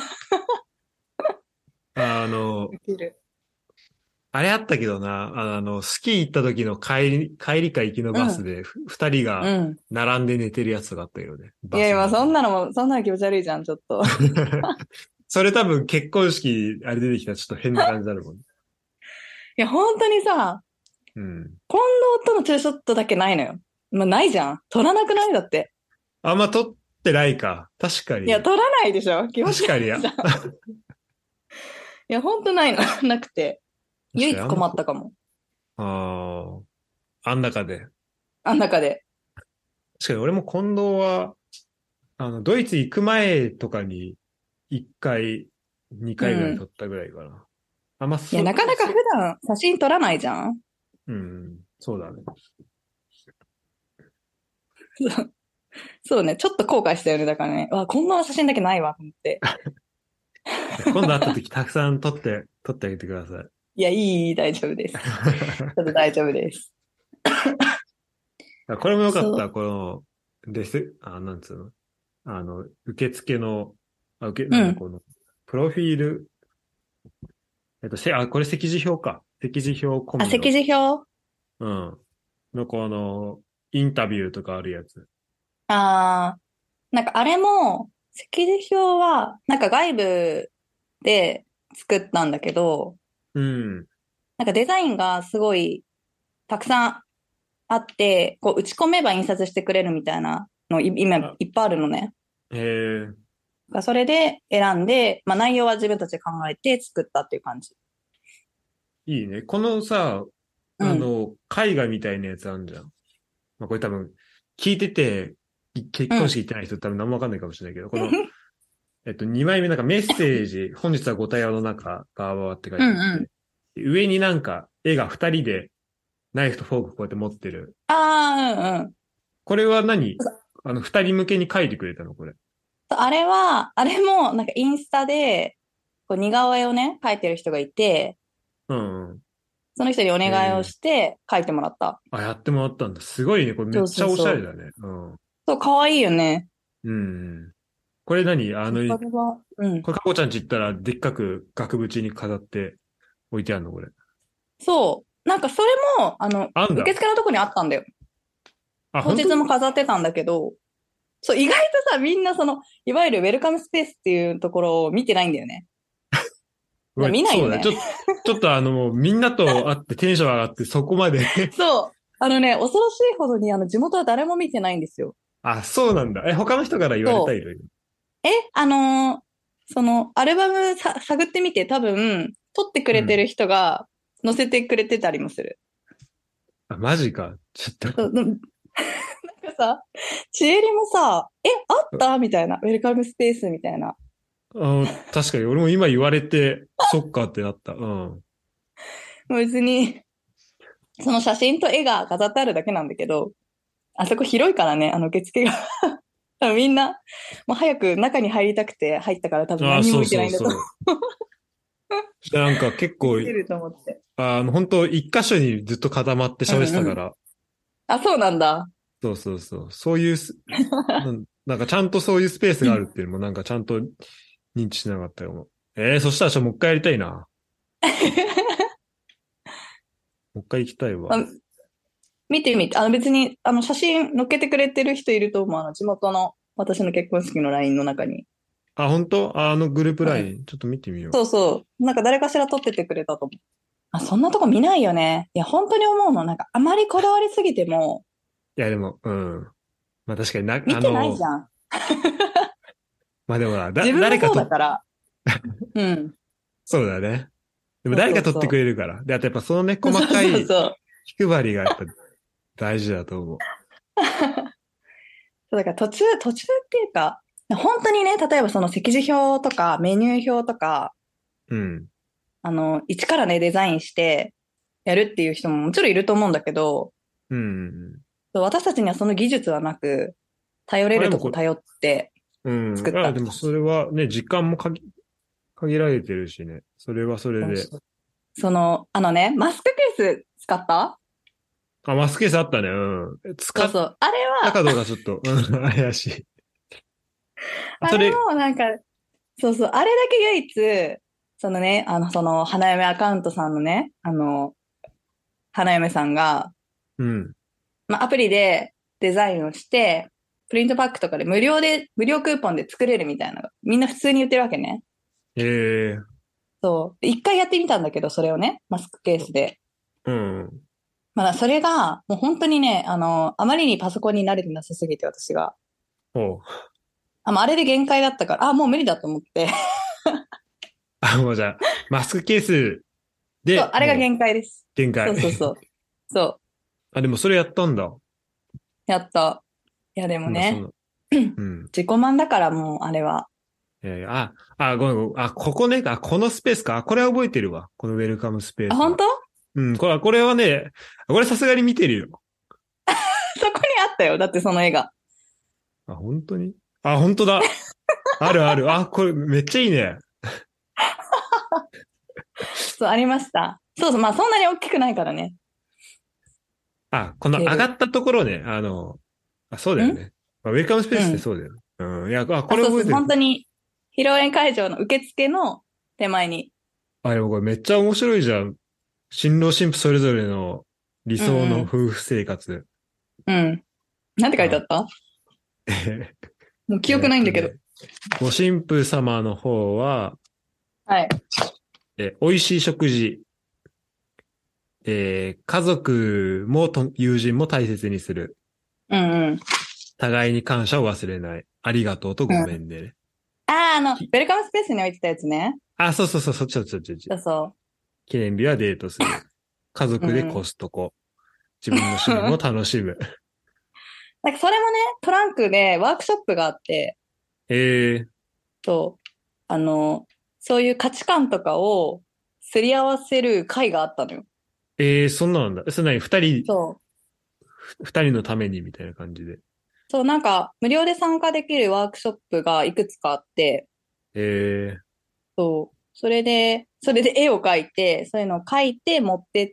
あの、 できる。 あれあったけどな、あの、スキー行った時の帰り、帰りか行きのうん。 バスで、ふ二人がうん。 並んで寝てるやつがあったけどね。 いや、今、 バスの中で。 そんなのも、そんなの気持ち悪いじゃん、ちょっと。 それ多分結婚式、あれ出てきたらちょっと変な感じになるもんね。 いや、本当にさ、 うん。 近藤とのツーショットだけないのよ。まあ、ないじゃん。撮らなくないだって。 あんま撮ってないか。確かいや、 に。 撮らないでしょ気持ち確かにや。 悪いじゃん。いや、本当ないの。なくて。唯一確かにあんまこ、 困ったかも。 ああ、あん中で。 あん中で。 確かに俺も近藤は、あの、ドイツ行く前とかに、いっかい、2 うん。 回ぐらい撮ったぐらいかな。あんまいや、 そ、 なかなか普そ、 段写真撮らないじゃん。 うん、そうだね。 そうそうね。ちょっと後悔したよね。だからね。わ、こんな写真だけないわ、と思って。 今度会った時たくさん撮って、撮ってあげてください。 いや、いい、大丈夫です。ちょっと大丈夫です。 これもよかった。 そう。 この、です、あ、なんつうの。あの、受付の、あ、受け、なんだ、 うん。 この、プロフィール、えっと、せ、あ、これ席次表か。席次表込あ、 みの、 席次表。 うん。の、この、インタビューとかあるやつ。 あー、なんかあれも、席次表は、なんか外部で作ったんだけど、 うん。 なんかデザインがすごいたくさんあって、こう打ち込めば印刷してくれるみたいなのい今あ、 いっぱいあるのね。 えー、 それで選んで、まあ内容は自分たちで考えて作ったっていう感じ。 いいね。このさ、 うん。 あの、絵画みたいなやつあんじゃん。まあ、これ多分、聞いてて、い結うん。 婚式行ってない人多分何もわかんないかもしれないけど、この、えっと、にまいめなんかメッセージ、本日はご対応の中、バーバーって書いうんてあっうん。 て、上になんか絵が二人でナイフとフォークこうやって持ってる。 ああ、うんうん。 これは何？あの、二人向けに書いてくれたのこれ。 あれは、あれもなんかインスタで、こう似顔絵をね、描いてる人がいて、 うんうん。 その人におえ願いをー、 して描いてもらった。 あ、やってもらったんだ。すごいね。これめそうっちゃおしそうそう。 ゃれだね。うん。 そう、可愛いよね。 うん。これ何あの、 そう、それは、うん。 これかこちゃんち行ったらでっかく額縁に飾って置いてあるのこれ。 そう。なんかそれも、あの、受あんだ。 付のとこにあったんだよ。 あ、 当日も本当に？ 飾ってたんだけど、そう、意外とさ、みんなその、いわゆるウェルカムスペースっていうところを見てないんだよね。 ごめん、そうだね。 見ないよね。 ちょ、ちょっとあの、もうみんなと会ってテンション上がってそこまで。 そう。あのね、恐ろしいほどに、あの、地元は誰も見てないんですよ。 あ、そうなんだ。え、他の人から言われたそう。 いろいろ。 え、あのーその、アルバムさ、探ってみて多分、撮ってくうん。 れてる人が載せてくれてたりもする。 あ、マジか。ちょっと。 そう、でもなんかさ、ちえりもさ、え、あったみたいな。ウェルカムスペースみたいな。 あ、確かに俺も今言われて、そっかってなった。うん。 もう別に、その写真と絵が飾ってあるだけなんだけど、あそこ広いからね、あの受付が。多分みんな、もう早く中に入りたくて入ったから多分あ、 何もそう見てないんだとそうそう。でなんか結構、 見てると思って。 あの、本当一箇所にずっと固まって喋ってうんうん。 たから、 あ、そうなんだ。 そうそうそう。そういうす、なん、なんかちゃんとそういうスペースがあるっていうのもなんかちゃんと認知しなかったよ。えー、そしたらちょ、もう一回やりたいな。もう一回行きたいわ。 あ、見てみて、あの別に、あの写真載っけてくれてる人いると思う。あの地元の私の結婚式の ライン の中に。 あ、本当？ああのグループうん。 ライン、ちょっと見てみよそうそう。なんか誰かしら撮っててくれたと思う。あ、そんなとこ見ないよね。いや、本当に思うの。なんかあまりこだわりすぎても、 う。いや、でも、うん。まあ確かにな、 見てないじあの、 ゃん。 まあでもな、だ、 自分もそうだ誰かと、 から。うん。 そうだね。でもそう誰か取ってくそうそれるから。で、あとやっぱそのね、 う。 細そうかいそうそう。 気配りがやっぱ大事だと思そうだから途中、途中っていうか、本当にね、例えばその席次表とかメニュー表とか、 う。うん。 あの、一からね、デザインしてやるっていう人ももちろんいると思うんだけど、 うん。 私たちにはその技術はなく、頼れあ、でるともこれ、 こ頼ってうん。あ、 作った。 でもそれはね、時間もかけ、 限られてるしね。それはそれで。 そうそう。その、あのね、マスクケース使った？ あ、マスクケースあったね。うん。使っそうそう。あれは、 たかどうかちょっと、うん、怪しい。あ、 あれそれ、 もなんか、そうそう、あれだけ唯一、そのね、あの、その、花嫁アカウントさんのね、あの、花嫁さんが、 うん。 まあ、アプリでデザインをして、プリントパックとかで無料で、無料クーポンで作れるみたいなのが、みんな普通に言ってるわけね。 ええ、 そう。で一回やってみたんだけど、それをね、マスクケースで。 うん。 まあ、それが、もう本当にね、あの、あまりにパソコンに慣れてなさすぎて、私が。 おう。 あ、もうあれで限界だったから、あ、もう無理だと思って。 あ、もうじゃあ、マスクケースそう、 であれがもう限界です。 限界。 そうそうそう。そう、 あ、でもそれやったんだ。 やった。いや、でもなんだ、そね、 の、うん。 自己満だからもう、あれは。 いやいや、あ、あ、ごめんごめん。あ、ここね、あ、このスペースか。あ、これは覚えてるわ。このウェルカムスペーあ、 スは。 本当？ うん、これ、これはね、これさすがに見てるよ。 そこにあったよ。だってその絵が。 あ、本当に？あ、本当だ。あるある。あ、これめっちゃいいね。 そう、ありました。そうそう、まあそんなに大きくないからね。 あ、このける。 上がったところね、あの、あ、そうだよんね。まあウェルカムスペースってうん。 そうだよね。うん。いや、あ、こあ、そうそう、 れ覚えてる。 本当に、披露宴会場の受付の手前に。 あ、でもこれめっちゃ面白いじゃん。新郎新婦それぞれの理うん想のうん。 夫婦生活。 うん。なんて書いてああ、 った？もう記憶えーっないんだけど。 とね、ご新婦様の方は、 はい。 え、美味しい食事、えー家族もと友人も大切にする。 うんうん。 互いに感謝を忘れない。ありがとうとごめうん。 んね。 ああ、あの、ウきェルカムスペースに置いてたやつね。 あ、そうそうそう、そっちそっちそっちそっち。 そうそ記念日はデートする。家う。う族でコん。 ストコ。自分の趣味も楽しむ。 なんかそれもね、トランクでワークショップがあって、 えそう、あの、そういう価値観とかをすり合わせる会があったのよ。 ー、えー、そんななんだ。そんなに二人、 そう。 二人のためにみたいな感じで。 そう、なんか、無料で参加できるワークショップがいくつかあって、 えそう。それで、それで絵を描いて、そういうのを描いて持ってって、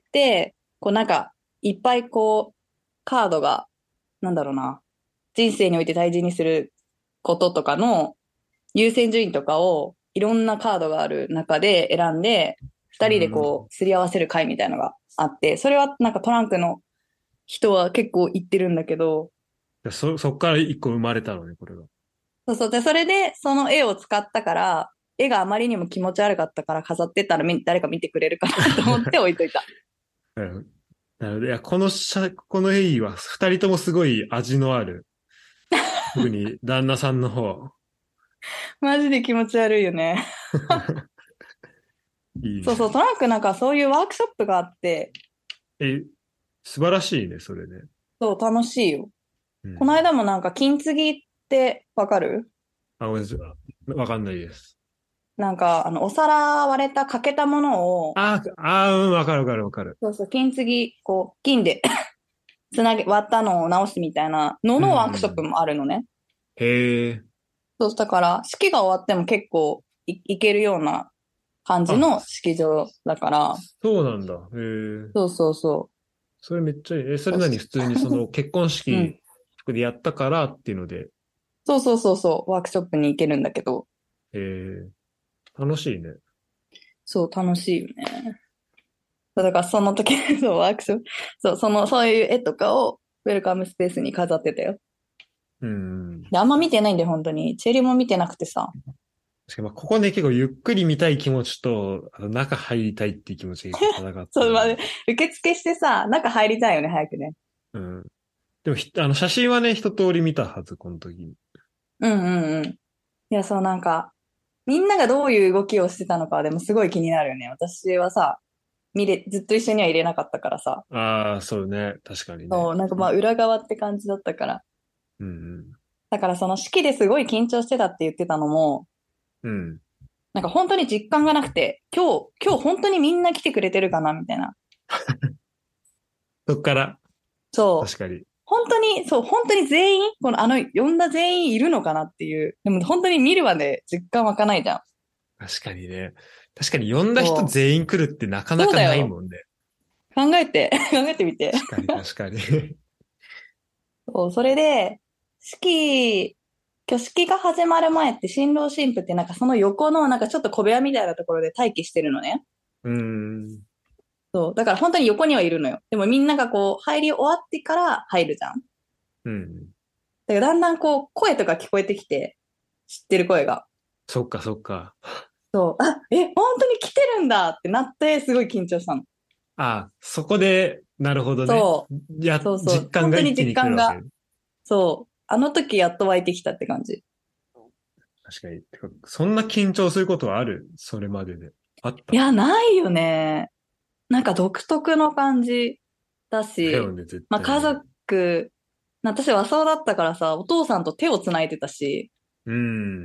こうなんか、いっぱいこう、カードが、なんだろうな、人生において大事にすることとかの優先順位とかを、いろんなカードがある中で選んで、 ー、 二人でうん。 こう、すり合わせる会みたいなのがあって、それはなんかトランクの人は結構言ってるんだけど、 そ、そっから一個生まれたのね、これが。 そうそう。で、それで、その絵を使ったから、絵があまりにも気持ち悪かったから飾ってたらみ誰か見てくれるかなと思って置いといた。 うん。なので、いや、この写、この絵は二人ともすごい味のある。特に旦那さんの方。 マジで気持ち悪いよね。 いいね。 そうそう。トランクなんかそういうワークショップがあって、 え、素晴らしいね、それね。 そう、楽しいよ。このうん。 間もなんか金継ぎってわかる？ あ、ごめんなさい。わかんないです。 なんか、あの、お皿割れた欠けたものを、 ああ、うん、わかるわかるわかる。 そうそう、金継ぎ、こう、金でつなげ、割ったのを直すみたいなのうんうのワークショップんうん。 もあるのね。 へえ。 そう、だから、式が終わっても結構い、いけるような感じあ、 の式場だから、 そうなんだ。へえ。 そうそうそそれめっちゃいい。え、そう。 れ何普通にその結婚うん。 式でやったからっていうので、 そうそうそうそう、ワークショップに行けるんだけど、 へえ。楽しいね。 そう、楽しいよね。そうだからその時、そう、ワークショップ、そう、その、そういう絵とかを、ウェルカムスペースに飾ってたよ。 うん。 で、あんま見てないんで、本当に。チェリーも見てなくてさ。 しかも、ここね、結構ゆっくり見たい気持ちと、あの中入りたいっていう気持ちが結構戦ってそう、まあ、 る。 受付してさ、中入りたいよね、早くね。 うん。でもひ、あの、写真はね、一通り見たはず、この時に。 うんうんうん。いや、そう、なんか、みんながどういう動きをしてたのかはでもすごい気になるよね。私はさ、見れ、ずっと一緒には入れなかったからさ。 ああ、そうね。確かにね。 そう、なんかまあ裏側って感じだったから。 うんだからその式ですごい緊張してたって言ってたのも、 うん。うん。 なんか本当に実感がなくて、今日、今日本当にみんな来てくれてるかなみたいな。 そっから、 そう。 確かに。 本当に、そう、本当に全員、このあの、呼んだ全員いるのかなっていう。でも本当に見るまで実感湧かないじゃん。 確かにね。確かに呼んだ人そう。 全員来るってなかなかそうだよ。 ないもんね。 考えて、考えてみて。 確かに確かに。 そう、それで、式、挙式が始まる前って新郎新婦ってなんかその横のなんかちょっと小部屋みたいなところで待機してるのね。 うーん。 そう。だから本当に横にはいるのよ。でもみんながこう入り終わってから入るじゃん。 うん。 だからだんだんこう声とか聞こえてきて、知ってる声が。 そっかそっか。 そう。あ、え、本当に来てるんだってなって、すごい緊張したの。 あ、そこで、なるほどね。 そう。 や、 そうそう。 実感本当に実が一気に来る感が、 わけ。 そう。あの時やっと湧いてきたって感じ。 確かに。てかそんな緊張することはあるそれまでで。あったいや、ないよね。なんか独特の感じだし、 だよね、絶まあ家対ね。 族、私和装だったからさ、お父さんと手をつないでたし、 うん。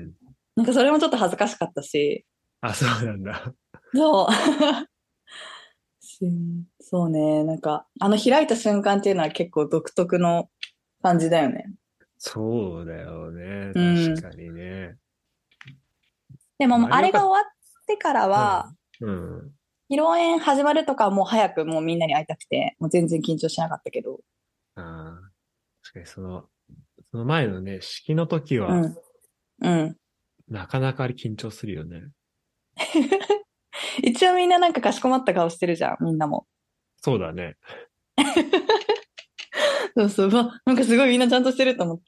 なんかそれもちょっと恥ずかしかったし、 あ、そうなんだ。 そう。しそうね。なんか、あの開いた瞬間っていうのは結構独特の感じだよね。 そうだよね。 うん。 確かにね。 でも、ああれよかっれが終わってからた。うは、 ん。うん。 披露宴始まるとかはもう早くもうみんなに会いたくて、もう全然緊張しなかったけど。 ああ、確かにその、その前のね、式の時は、 うん。うん。 なかなかあれ緊張するよね。 一応みんななんかかしこまった顔してるじゃん、みんなも。 そうだね。 そうそう、うわ、なんかすごいみんなちゃんとしてると思って。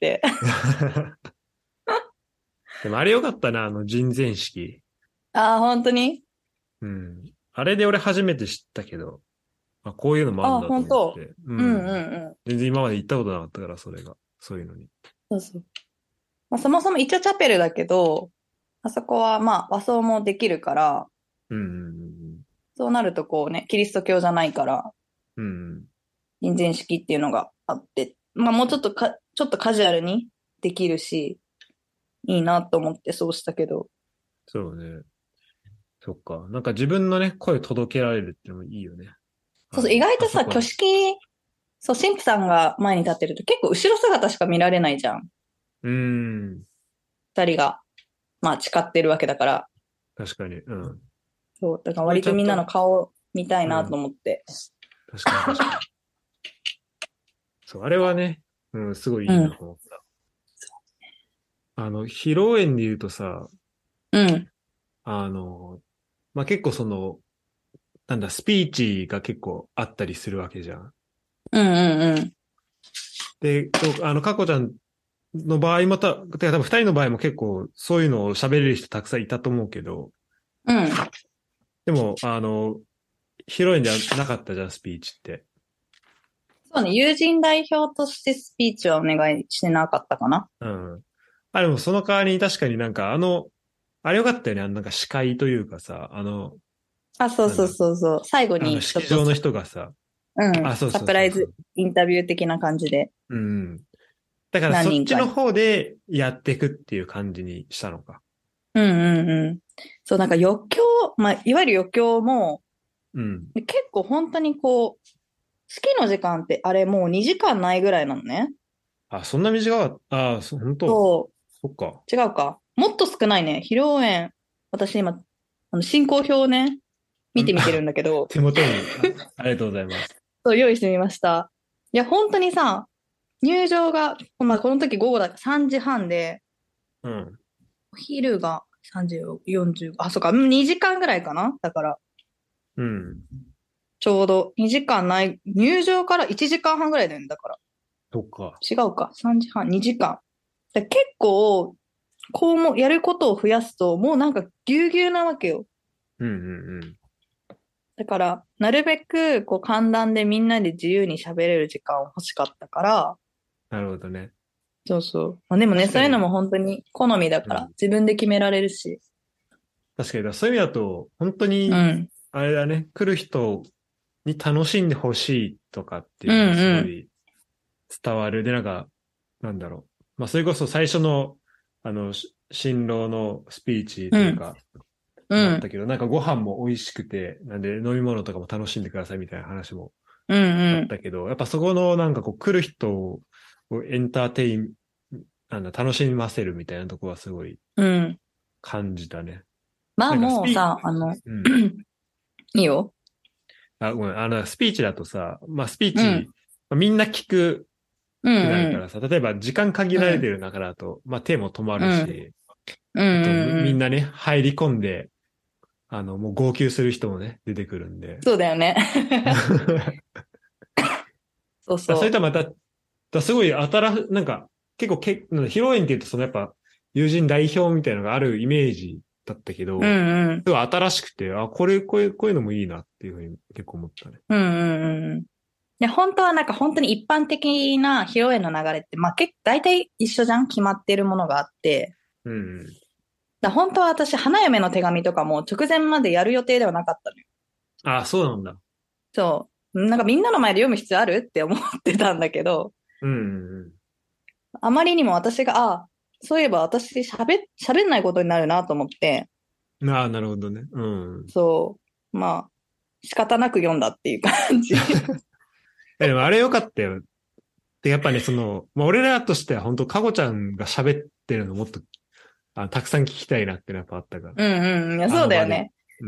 でもあれよかったな、あの人前式。 ああ、本当に。 うん。あれで俺初めて知ったけど、あ、こういうのもあああ、 んだと本当。 思って。ううんうんん。 うん。 全然今まで行ったことなかったから、それが。そういうのに。 そうそう。まあ、そもそも一応チャペルだけど、あそこはまあ和装もできるから、 うんうんそうなるとこうね、キリスト教じゃないから、 うんうん。うん。 人前式っていうのがあって、まあもうちょっとか、ちょっとカジュアルにできるし、いいなと思ってそうしたけど。 そうね。そっか。なんか自分のね、声届けられるってのもいいよね。 そうそう、意あの、 外とさ、挙あそこで。 式、そう、神父さんが前に立ってると結構後ろ姿しか見られないじゃん。 うーん。 二人が、まあ誓ってるわけだから。 確かに。うん。 そう、だからそこで割とみんなのちゃんと、 顔見たいなとうん。 思って。 確かに確かに。そう、あれはね、うん、すごいいいなうん、 と思った。あの、披露宴で言うとさ、 うん、 あの、まあ、結構その、なんだ、スピーチが結構あったりするわけじゃん。 うん、うん、うん。 で、あの、かこちゃんの場合もた、てか多分二人の場合も結構そういうのを喋れる人たくさんいたと思うけど、 うん。 でも、あの、披露宴ではなかったじゃん、スピーチって。 そうね、友人代表としてスピーチはお願いしてなかったかな。 うん。あ、でもその代わりに確かになんかあの、あれよかったよね、あのなんか司会というかさ、あの、 あ、そうそうなんだろう、 そうそう。最後あのにちょっとさ、 式場の人がさ、 うん、 あ、そうサプライズそうそうそう。 インタビュー的な感じでうん。だからそっ何人かに。 ちの方でやっていくっていう感じにしたのか。 うんうんうん。そう、なんか余興、まあ、いわゆる余興も、 うん。 結構本当にこう、式の時間ってあれもうにじかんないぐらいなのね。 あ、そんな短かった。あ、そ、本当。 そそっか。 う、違うか。もっと少ないね。披露宴、私今、あの進行表をね、見てみてるんだけど、 手元に、あ、ありがとうございます。 そう、用意してみました。いや、本当にさ、入場が、まあ、この時午後だ、さんじはんで、 うん。 お昼がさんじ、よんじゅう、あ、そっか、にじかんぐらいかなだから、 うん。 ちょうどにじかんない、入場からいちじかんはんぐらいだよね、だから。 そっか。 違うか、さんじはん、にじかん。だ結構、こうも、やることを増やすと、もうなんかぎゅうぎゅうなわけよ。 うんうんうん。 だから、なるべく、こう、簡単でみんなで自由に喋れる時間を欲しかったから、 なるほどね。 そうそう。まあ、でもね、 確かに。 そういうのも本当に好みだから、 うん。 自分で決められるし。 確かに。そういう意味だと、本当に、 うん。 あれだね、来る人に楽しんでほしいとかっていうんうのがすうん。 ごい伝わる。で、なんか、なんだろう。まあ、それこそ最初の、あの、し新郎のスピーチうん。 というか、 うん。 もあったけど、なんかご飯も美味しくて、なんで飲み物とかも楽しんでくださいみたいな話もうんあっうん。 たけど、やっぱそこのなんかこう来る人をエンターテイン、なんだ、楽しませるみたいなとこはすごいうん。 感じたね。 まあなんかスピー、 もうさ、あの、 うん。 いいよ。 あ、ごめん、あの、スピーチだとさ、まあスピーうん。 チ、まあ、みんな聞くうんくなるうん。 からさ、例えば時間限うん。 られてる中だと、まあ手も止まうん。 るし、 うんあとうんうん。 みみんなね、入り込んで、あの、もう号泣する人もね、出てくるんで。 そうだよね。そうだそれとそはまた、だすごい新し、なんか、結構け、なんだ披露宴って言うと、そのやっぱ、友人代表みたいなのがあるイメージだったけう。うど、 んうん。 すごい新しくて、あ、これ、こういう、こういうのもいいなっていうふうに結構思ったね。 うんうんうん。で、本当はなんか本当に一般的な披露宴の流れって、まあ結構大体一緒じゃん決まってるものがあって。 うん。 だ本当は私、花嫁の手紙とかも直前までやる予定ではなかったのよ。 あ、そうなんだ。 そう。なんかみんなの前で読む必要あるって思ってたんだけど、 うん。 あまりにも私が、あ、そういえば私喋、喋んないことになるなと思って、 うん。ああ、なるほどね。うん。 そう。まあ、仕方なく読んだっていう感じ。 え、でもあれよかったよ。で、やっぱね、その、まあ、俺らとしては本当かごちゃんが喋ってるのもっと、あ、たくさん聞きたいなってのやっぱあったから。 うんうん。いや、そうあの場で。 だよね。 うん。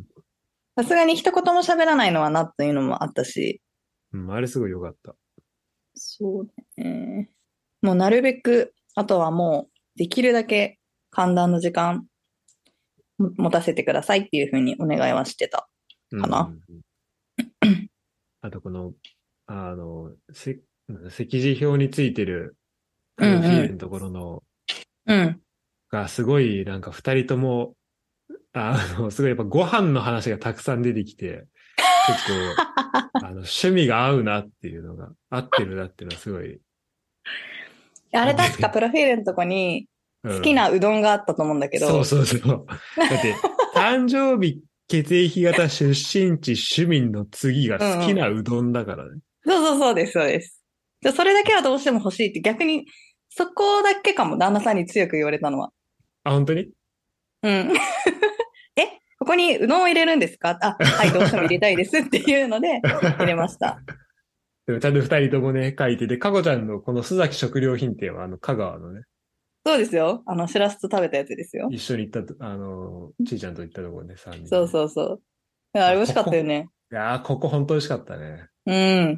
さすがに一言も喋らないのはなっていうのもあったし。 うん、あれすごいよかった。 そうね。もうなるべく、あとはもう、できるだけ寒暖の時間も持たせてくださいっていうふうにお願いはしてたうかな。 ん。あとこの、あの、せ、席次表についてるプうんうん。 ロフィールのところの、 うん。 がすごいなんか二人とも、あの、すごいやっぱご飯の話がたくさん出てきて、結構、あの、趣味が合うなっていうのが、合ってるなっていうのはすごいあれ確かで、 プロフィールのとこに好きうん。 なうどんがあったと思うんだけそうど、 そうそう。だって、誕生日、血液型、出身地、趣味の次が好きうんうん。 なうどんだからね。 そうそうそうです、そうです。でそれだけはどうしても欲しいって逆に、そこだけかも、旦那さんに強く言われたのは。 あ、本当に？ うん。え、ここにうどんを入れるんですか？あ、はい、どうしても入れたいですっていうので入れました。 でもちゃんと二人ともね、書いてて、かこちゃんのこの須崎食料品店は、あの、香川のね、 そうですよ。あの、しらすと食べたやつですよ。 一緒に行ったと、あの、ちいちゃんと行ったところね、三人そうで。 そうそう。いやああ、 れ美味しかったよここ、 ね。 いやー、ここ本当美味しかったね。 うん。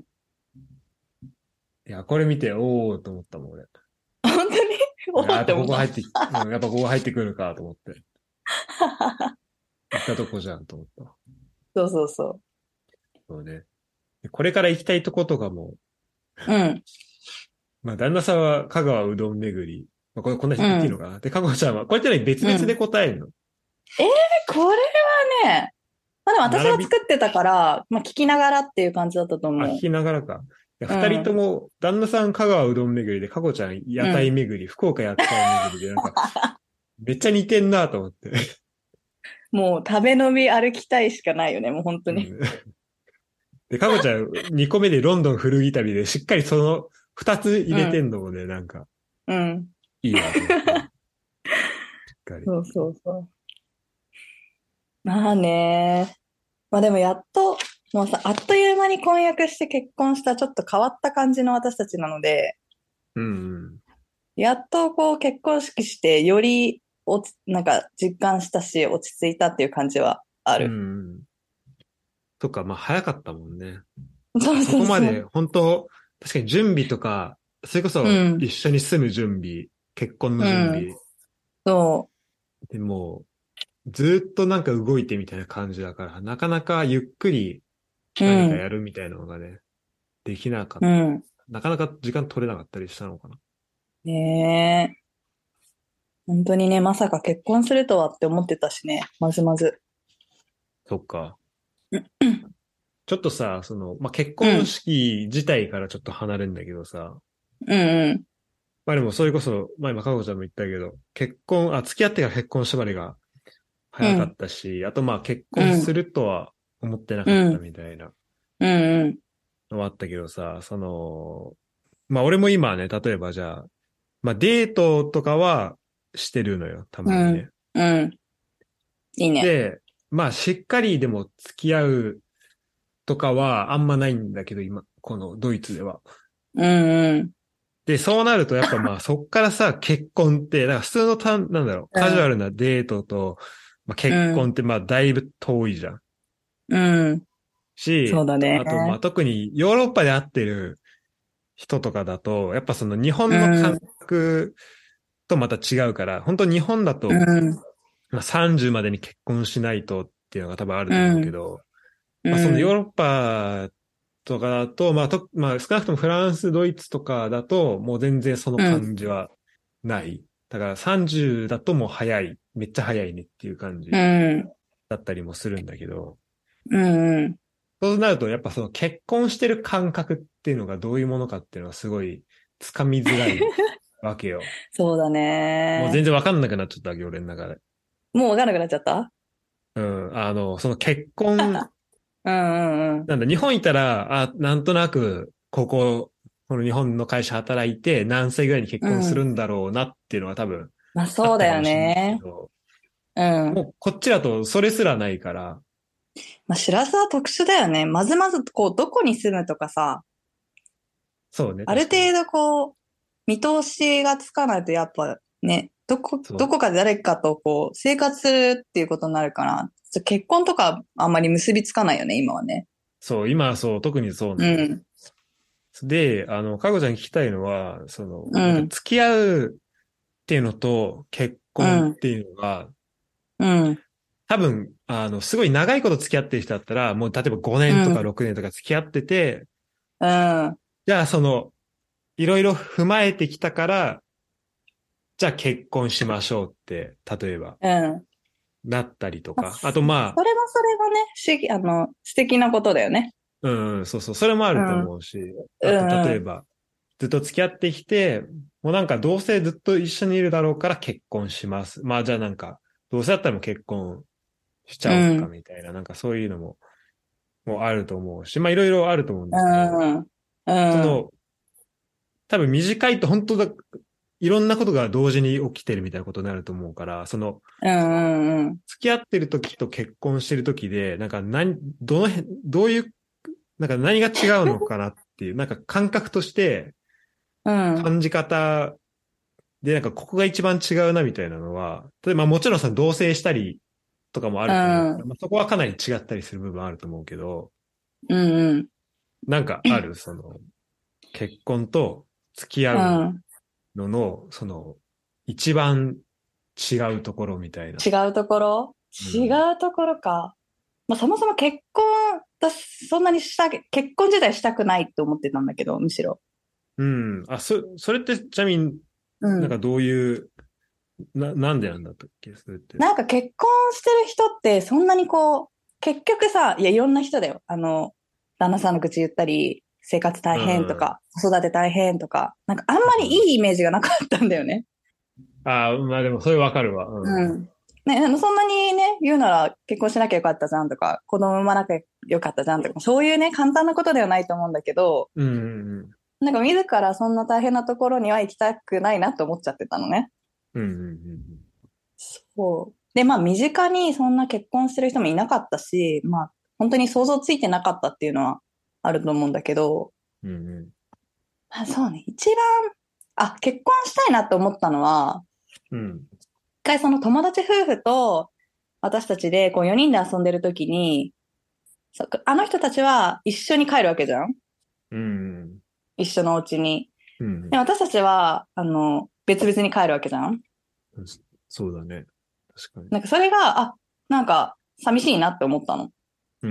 いや、これ見て、おーと思ったもん、俺。 本当においや、やっぱおって思った。 ここ入って、うん、やっぱここ入ってくるかと思って。行ったとこじゃんと思った。 そうそうそそうね。でこれから行きたいとことかも、 う。うん。 まあ、旦那さんは香川うどん巡り。まあ、これ、こんなうん。 言っていいのかな。で、かこちゃんは、これってね、別々でうん。 答えるの？ えー、これはね、まあでも私が並び、 作ってたから、まあ聞きながらっていう感じだったとあ、聞思きながらか。いやう。う二人とん。 も、旦那さん香川うどん巡りで、かこちゃん屋台うん。 巡り、福岡屋台巡りで、なんか、めっちゃ似てんなと思って。 もう食べ伸び歩きたいしかないよね、もう本当に。 うん。で、かこちゃんにこめでロンドン古着旅で、しっかりその二つ入れてうん。 んのもね、なんか、 うん。 いいなと思って。しっかり。 そうそうそう。まあね。まあでもやっと、もうさ、あっという間に婚約して結婚したちょっと変わった感じの私たちなので、 うんうん。 やっとこう結婚式してよりおつ、なんか実感したし落ち着いたっていう感じはあうんる。 うん。とか、まあ早かったもんね。 そうそこまで、 そうそう。 本当確かに準備とか、それこうそ一ん。 緒に住む準備、結婚のうん。 準備、 そでもう、ずっとなんか動いてみたいな感じだから、なかなかゆっくりう。う何かやん。 るみたいなのがね、できなかっうん。 た。なかなか時間取れなかったりしたのかな。 ねえ。本当にね、まさか結婚するとはって思ってたしね。まずまず。 そっか。ちょっとさ、その、まあ、結婚うん。 式自体からちょっと離れるんだけどさ、 うんうん。 まあでもそれこそ、まあ今、かこちゃんも言ったけど、結婚、あ、付き合ってから結婚縛りが早かっうん。 たし、あとまあ結うん。 婚するとは思ってなかったうん。 みたいなうん。うん。 のはあったけどさ、その、まあ俺も今ね、例えばじゃあ、まあデートとかはしてるのよ、たうん。 まにね。 うん。いいね。 で、まあしっかりでも付き合うとかはあんまないんだけど、今、このドイツでは。 うんうん。 で、そうなるとやっぱまあそっからさ、結婚って、だから普通のたん、なんだろう、カジュアうん。 ルなデートと、 まあ、結婚ってまあだいぶ遠いじゃん。 うん。そうし、 だね。 あとまあ特にヨーロッパで会ってる人とかだと、やっぱその日う本の感ん。 覚とまた違うから、本当日本だうと、 ん。 まあ、さんじゅうまでに結婚しないとっていうのが多分あるうと思うけん。 ど、 うまあそのヨーん。 ロッパとかだと、まあと、まあ少なくともフランス、ドイツとかだと、もう全然そのうん。 感じはない。だからさんじゅうだともう早い。めっちゃ早いねっていう感うじん。 だったりもするんだけど、 うん。 そうなるとやっぱその結婚してる感覚っていうのがどういうものかっていうのはすごいつかみづらいわけよ。 そうだね。 もう全然わかんなくなっちゃったわけ、俺の中で。 もうわかんなくなっちゃった？ うん。あの、その結婚、 うんうんなんだ、日本いたら、あ、なんとなく、ここ、この日本の会社働いて何歳ぐらいに結うん。うん。 婚するんだろうなっていうのは多分まああっそうだよたかもしれないけね。 ど、 うん。 もうこっちだとそれすらないから、 まあしらすは特殊だよね。まずまずこう、どこに住むとかさ、 そうね、 ある確かに。 程度こう、見通しがつかないとやっぱね、どこ、 そう。 どこかで誰かとこう、生活するっていうことになるから、結婚とかあんまり結びつかないよね、今はね。 そう、今はそう、特にそうなのよ。 うん。 で、あの、かこちゃんに聞きたいのは、その、なんかうん。 付き合うっていうのと結うん。 婚っていうのが、 うん。 多分、あの、すごい長いこと付き合ってる人だったら、もう例えば5 う年とかん。 ろくねんとか付き合ってて、 うん。 じゃあその、いろいろ踏まえてきたから、じゃあ結婚しましょうって、例えば、 うん。 なったりとまあ、 か。あとまそれはそれはね、不思議、あの、素敵なことだよね。 あ、うん、そうそう、それもあるとうん。 思うし、あとうん。 例えば、ずっと付き合ってきて、もうなんかどうせずっと一緒にいるだろうから結婚します。まあじゃあなんか、どうせだったらもう結婚しちうゃおうかん。 みたいな、なんかそういうのも、もうあると思うし、まあいろいろあると思うんうだけど、 ん。うん。 その、多分短いと本当だ、いろんなことが同時に起きてるみたいなことになると思うから、その、 うん。うん。 付き合ってる時と結婚してる時で、なんか何、どの辺、どういう、なんか何が違うのかなっていう、なんか感覚としてうん。 感じ方で、なんかここが一番違うなみたいなのは、例えばもちろんさ、同棲したりとかもあうると思うから、 ん。 まあ、そこはかなり違ったりする部分あると思うけど、 うん。 なんかある、その、結婚と付き合ううん。 のの、その、一番違うところみたいな。 違うところ違うん。 うところか。まあ、そもそも結婚、私、そんなにしたけ、結婚自体したくないって思ってたんだけど、むしろ。 うん。あ、そ、それってちなみにうん。 なんかどういう、な、なんでなんだったっけそれって。 なんか結婚してる人ってそんなにこう、結局さ、いや、いろんな人だよ。あの、旦那さんの愚痴言ったり、生活大うん。 変とか、子育て大変とか、なんかあんまりうん。 いいイメージがなかったんだよね。 ああ、まあでもそれわかるわ。うん。 うん。ね、あの、そんなにね、言うなら結婚しなきゃよかったじゃんとか、子供産まなきゃよかったじゃんとか、そういうね、簡単なことではないと思うんだけど、 うん。 なんか自らそんな大変なところには行きたくないなって思っちゃってたのね。 うん。うん。 そう。で、まあ身近にそんな結婚してる人もいなかったし、まあ本当に想像ついてなかったっていうのはあると思うんだけど、 うん。うん。 まあそうね、一番、あ、結婚したいなって思ったのは、 うん。 一回その友達夫婦と私たちでこうよにんで遊んでる時に、そあの人たちは一緒に帰るわけじゃん、 うん。 一緒のお家に。 うん。 で、私たちは、あの、別々に帰るわけじゃん。 そうだね。確かに。 なんかそれが、あ、なんか寂しいなって思ったの。 うん。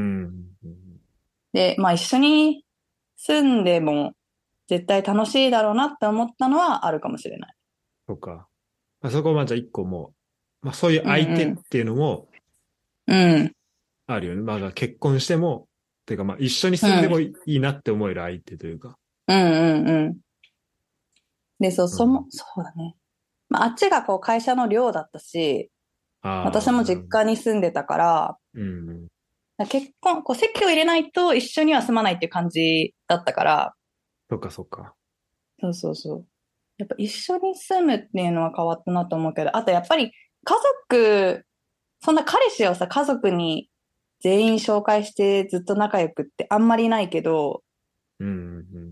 で、まあ一緒に住んでも絶対楽しいだろうなって思ったのはあるかもしれない。 そうか。まあ、そこはまあじゃあ一個もう、まあそういううん相手っうん。 ていうのもうん。 あるよね。まあ結婚しても、ていうかまあ一緒にうん。 住んでもいいなって思える相手というか。 うんうんうん。で、そう、 うん。 そも、そうだね。まあ、あっちがこう会社の寮だったし、私ああ、 も実なるほど。 家に住んでたから、 うん。 結婚、こう籍を入れないと一緒には住まないっていう感じだったから、 そっかそっか。 そうそうそう。やっぱ一緒に住むっていうのは変わったなと思うけど、あとやっぱり家族、そんな彼氏をさ、家族に全員紹介してずっと仲良くってあんまりないけど、 うん。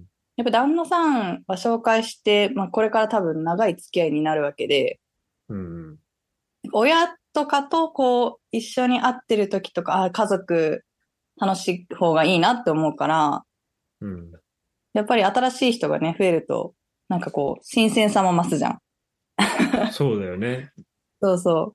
やっぱ旦那さんは紹介して、まあこれから多分長い付き合いになるわけで、 うん。うん。 親とかとこう一緒に会ってる時とか、あ、家族楽しい方がいいなって思うから、 うん。 やっぱり新しい人がね、増えると、なんかこう、新鮮さも増すじゃん。 そうだよね。 そうそう。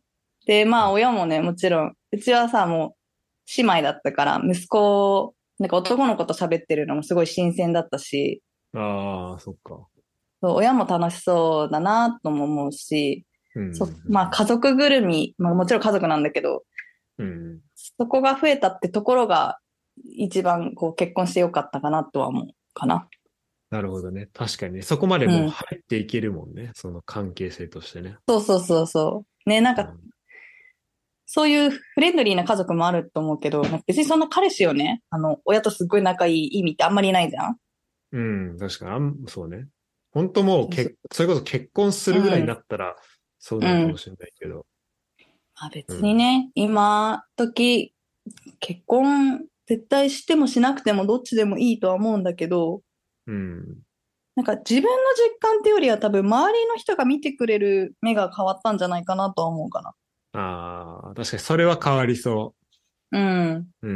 で、まああ親もね、もちろん、うちはさ、もう姉妹だったから、息子、なんか男の子と喋ってるのもすごい新鮮だったし、 あー、そっか。 そう親も楽しそうだなとも思うし、 うん。 そ、まあ家族ぐるみ、まあもちろん家族なんだけど、 うん。うん。 そこが増えたってところが一番こう結婚してよかったかなとは思うかな。 なるほどね。確かにね。そこまでもううん。 入っていけるもんね。その関係性としてね。 そうそうそうそう。ね、なんかうん。 そういうフレンドリーな家族もあると思うけど、なんか別にそんな彼氏をね、あの、親とすっごい仲いい意味ってあんまりないじゃん。 うん、確かに。あん、そうね。本当もうそうそう。 け、それこそ結婚すうるぐらいになん。 ったら、そううん。 なるかもしれないけど。 まあ別にうん。 ね、今時、結婚絶対してもしなくてもどっちでもいいとは思うんだけど、 うん。 なんか自分の実感ってよりは多分周りの人が見てくれる目が変わったんじゃないかなとは思うかな。 ああ、確かにそれは変わりそうん。 う。うん。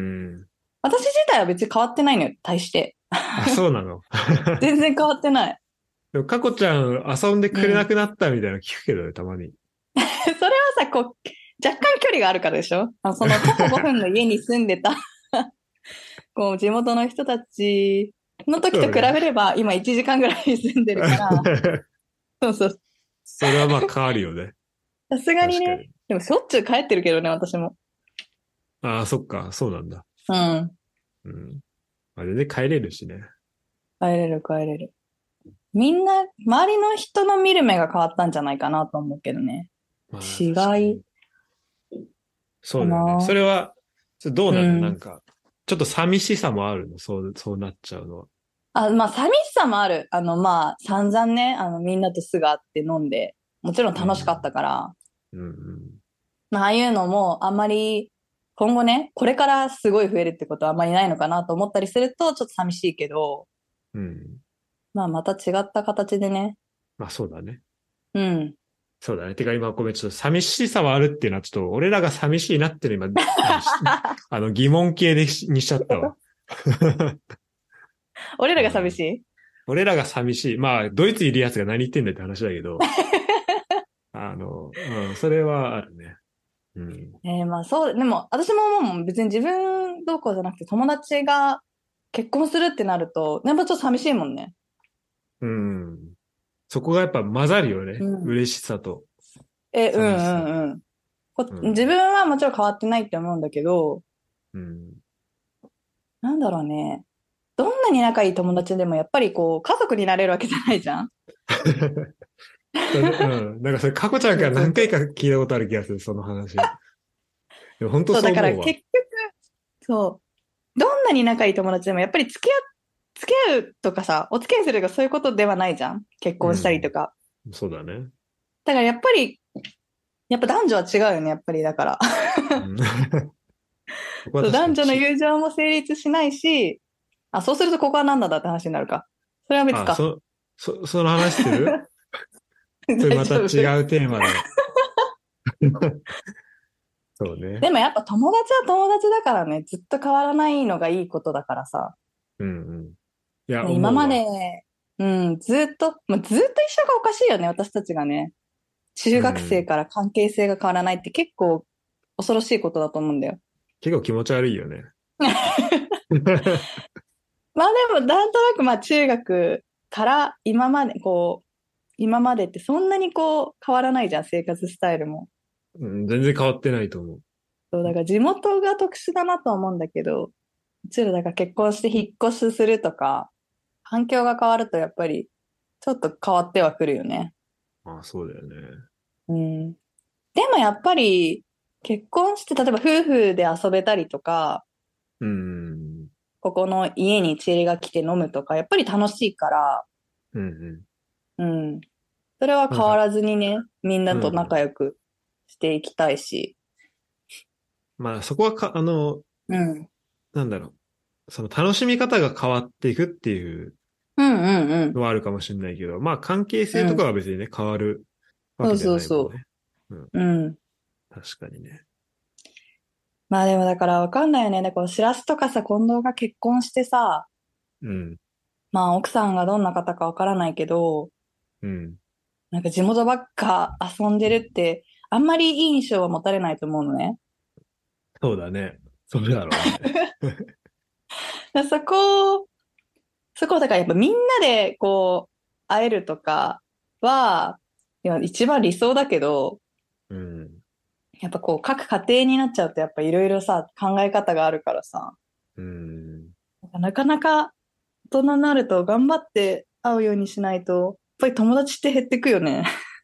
私自体は別に変わってないのよ、対して。 あ、そうなの。 全然変わってない。 でも、かこちゃん遊んでくれなうん。 くなったみたいなの聞くけどね、たまに。 それはさ、こう、若干距離があるからでしょあのその徒歩ごふんの家に住んでたこう、地元の人たちの時と比そうね。 べれば、今いちじかんぐらい住んでるから、そうそう。 それはまあ変わるよね。 さすがにね。 確かに。 でもしょっちゅう帰ってるけどね、私も。 ああ、そっか。そうなんだ。 うん。 うん。あれで帰れるしね。 帰れる帰れる。みんな、周りの人の見る目が変わったんじゃないかなと思うけどね。 まあ、 違い確かに。そかうだよね。そな。 れは、それどうなのなうん。 んか、ちょっと寂しさもあるのそう、そうなっちゃうのは。 あ、まあ、寂しさもある。あの、まあ、散々ね、あの、みんなとすぐ会って飲んで、もちろんうん。 楽しかったから、 うん。 まあ、ああいうのもあんまり、今後ね、これからすごい増えるってことはあんまりないのかなと思ったりすると、ちょっと寂しいけど、 うん。 まあ、また違った形でね、 まあそうだね。 うん。 そうだね。てか今ごめん、ちょっと寂しさはあるっていうのはちょっと俺らが寂しいなっていうの今、何しあの疑問形でしにしちゃったわ。 俺らが寂うん、 しい。 俺らが寂しい。まあ、ドイツいるやつが何言ってんだって話だけど、あの、うん、それはあるね。うん。 えー、まあそう、でも私ももう別に自分どうこうじゃなくて友達が結婚するってなると、やっぱちょっと寂しいもんね。 うん。そこがやっぱ混ざるよね。 うん。 嬉しさとえ、うん寂しさ。 うんうん。こ、 うん。 自分はもちろん変わってないって思うんだけど、 うん。 なんだろうね。どんなに仲いい友達でもやっぱりこう家族になれるわけじゃないじゃん。 それ、うん。なんかそれ、かこちゃんから何回そうそうそう。 か聞いたことある気がする、その話。でも本当そう、だからそう思うわ。 結局、そう、どんなに仲いい友達でもやっぱり付き合う、付き合うとかさ、お付き合いするとかそういうことではないじゃん。結婚したりとうん。 か。 そうだね。 だからやっぱり、やっぱ男女は違うよね、やっぱりだから。 うん。そこはそう男女の確かにち、 友情も成立しないし、あ、そうするとここは何なんだって話になるか。それは別あ、 か。 そ、そ、その話するそれ大また違う丈夫。 テーマで。そうね。 でもやっぱ友達は友達だからね、ずっと変わらないのがいいことだからさ。 うんうん。いや、 ね今ま思うわ。 で、うん、ずっと、まあ、ずっと一緒がおかしいよね、私たちがね。中学生うん。 から関係性が変わらないって結構恐ろしいことだと思うんだよ。 結構気持ち悪いよね。 まあでも、なんとなくまあ中学から今まで、こう、今までってそんなにこう変わらないじゃん、生活スタイルも。 うん、全然変わってないと思う。 そう、だから地元が特殊だなとは思うんだけど、うちらだから結婚して引っ越しするとか、環境が変わるとやっぱりちょっと変わってはくるよね。 ああ、そうだよね。 うん。でもやっぱり結婚して、例えば夫婦で遊べたりとか、 うん。 ここの家に知りが来て飲むとか、やっぱり楽しいから、 うんうん。 うん。それはなんか、 変わらずにね、みんなと仲うん。 良くしていきたいし。 まあそこはか、あの、 うん。 なんだろう。その楽しみ方が変わっていくっていううんうんうん。 のはあるかもしれないけど、まあ関係性とかうん。 は別にね、変わるわそうけじゃそうそないもんね。うん。 う。うん。 確かにね。 まあでもだからわかんないよね。だからしらすとかさ、近藤が結婚してさ、 うん。 まあ奥さんがどんな方かわからないけど、 うん。 なんか地元ばっか遊んでるって、あんまりいい印象は持たれないと思うのね。 そうだね。そうだろうね。 だからそこ、そこだからやっぱみんなでこう、会えるとかは、いや、一番理想だけど、 うん。 やっぱこう、各家庭になっちゃうとやっぱいろいろさ、考え方があるからさ、 うん。 なかなか大人になると頑張って会うようにしないと、やっぱり友達って減ってくよね。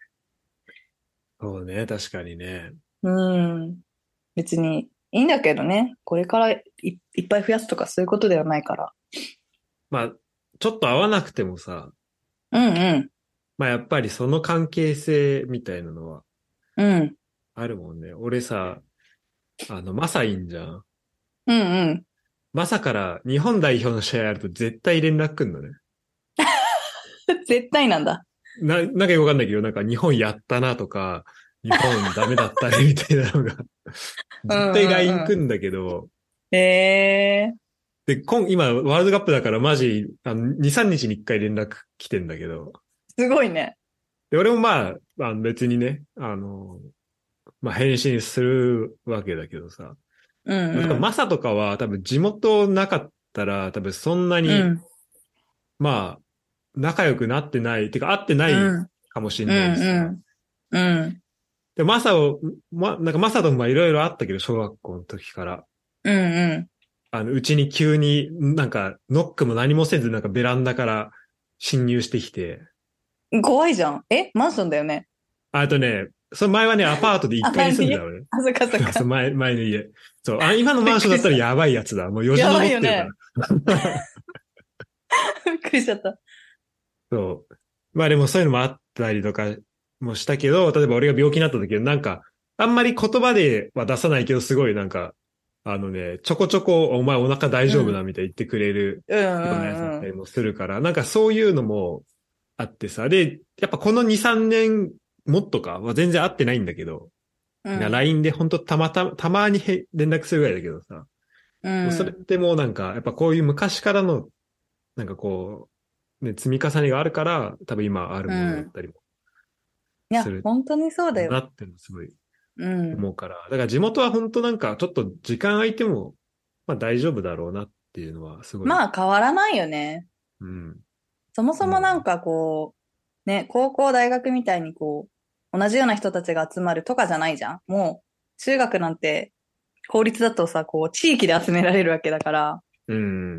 そうね。確かにね。 うん。別にいいんだけどね。これからい、いっぱい増やすとかそういうことではないから。 まあ、ちょっと合わなくてもさ、 うんうん。 まあやっぱりその関係性みたいなのはうん。 あるもんね。俺さ、あの、マサいんじゃん。 うんうん。 マサから日本代表の試合あると絶対連絡くんのね。 絶対なんだ。 な、なんかよくわかんないけど、なんか日本やったなとか、日本ダメだったねみたいなのがうん絶対 ラインうんう来んだけど、 ん。へえ。 で、今、今、ワールドカップだからマジ、あの、に、さんにちにいっかい連絡来てんだけど、 すごいね。 で、俺もまあ、あの別にね、あの、まあ返信するわけだけどさ、 うんまあ、多分うマサとかは多分地元なかったら多分そんなん。うに、 ん。 まあ、仲良くなってない、てか会ってないうん。 かもしうんないしさ。 んうん。うん。 で、マサを、ま、なんかマサともまあいろいろあったけど、小学校の時から。 うんうあの、うちに急になんかノックも何もせずなんかベランダから侵入してきて、 ん。怖いじゃん。えマンションだよね。 あとね、その前はね、アパートで1 あ、 階に何住んでたのね。 あ、そっかそっそう、 か。 前、前の家。そう、あ、今のマンションだったらびっくりした。 やばいやつだ。もうよじやば登ってるかいよね。 ら。 びっくりしちゃった。 そう。まあでもそういうのもあったりとかもしたけど、例えば俺が病気になった時はなんか、あんまり言葉では出さないけど、すごいなんか、あのね、ちょこちょこお前お腹大丈夫なうん。 みたいに言ってくれるうんうようなやつだっんうん。 たりもするから、なんかそういうのもあってさ。で、やっぱこのに、さんねんもっとかは全然会ってないんだけど、なうん。 ライン で本当たまた、たまにへ連絡するぐらいだけどさ。 うそれっん。 てもうなんか、やっぱこういう昔からの、なんかこう、ね、積み重ねがあるから、多分今あるうものだっん。 たりもいや、 する本当にそうだよ。 なっていうのすごいうん。 思うから。だから地元は本当なんかちょっと時間空いても、まあ大丈夫だろうなっていうのはすごい、 まあ変わらないよね。 うん、 そもそも思うね。 なんかこう、ね、高校、大学みたいにこう、同じような人たちが集まるとかじゃないじゃん。もう、中学なんて、公立だとさ、こう、地域で集められるわけだから、 うん、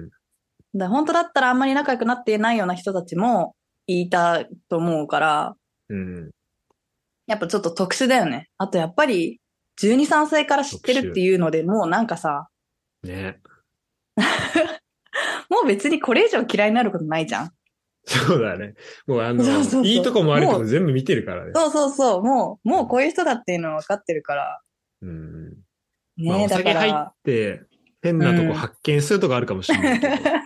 だ本当だったらあんまり仲良くなっていないような人たちもいたと思うから、 うん、 やっぱちょっと特殊だよね。あとやっぱり、じゅうに、さんさいから知ってるって特殊。 いうので、もうなんかさ、 ね。 もう別にこれ以上嫌いになることないじゃん。 そうだね。もうあそうの、 そうそう。 いいとこも悪いともう、 こ全部見てるからね。 そうそうそう。もう、 うん。 もうこういう人だっていうのは分かってるから。 うん、まあねえ、 おだか酒入っら、 て変うなとこん。 発見するとこあるかもしんないけど、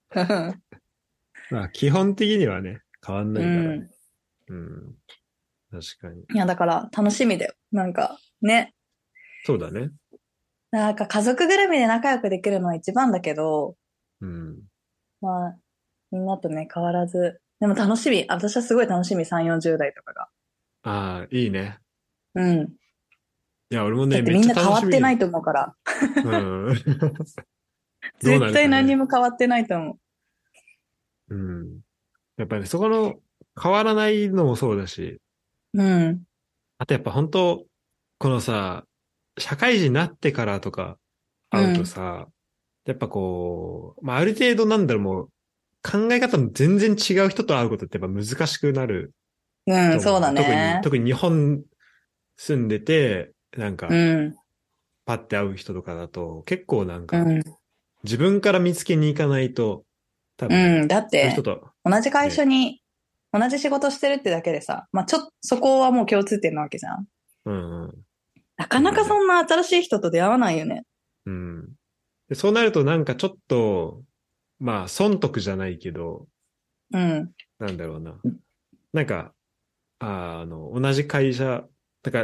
まあ基本的にはね、変わんなういからね。 ん。 うん。確かに。 いや、だから楽しみだよ。なんか、ね。 そうだね。 なんか家族ぐるみで仲良くできるのは一番だけど、 うん。 まあ、みんなとね、変わらず。でも楽しみ。私はすごい楽しみ。さん、よんじゅう代とかが。 ああ、いいね。 うん。 いや、俺もね、 だってめっちゃみんな変わ楽しみ。 ってないと思うから。 うん。どうな絶対何にるかね。 も変わってないと思うん。やっぱりね、そこの変わらないのもそうだし、 う。うん。 あとやっぱ本当、このさ、社会人になってからとか会うとうん。 さ、やっぱこう、まあ、ある程度なんだろう、もう、考え方も全然違う人と会うことってやっぱ難しくなるうん、そうだと思うの。特に、 ね。 特に日本住んでて、なんうか、 ん。 パッて会う人とかだと、結構なんうか、 ん。 自分から見つけに行かないと、多分、 うん。だっそういう人て、 と、 同じ会社ね、 に、同じ仕事してるってだけでさ、まあちょっと、そこはもう共通点なわけじゃん。 うんうん、 なかなかそそうだね。 んな新しい人と出会わないよね。 うん。でそうなるとなんかちょっと、まあ、損得じゃないけど、 うん。 なんだろうな。なんか、あ、あの、同じ会社、だから、